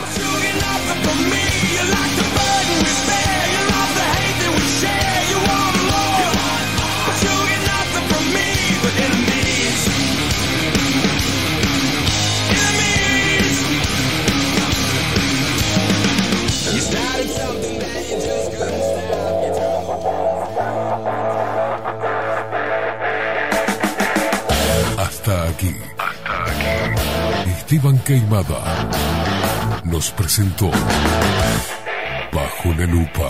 Hasta aquí. Hasta aquí. Esteban Queimada nos presentó Bajo la Lupa.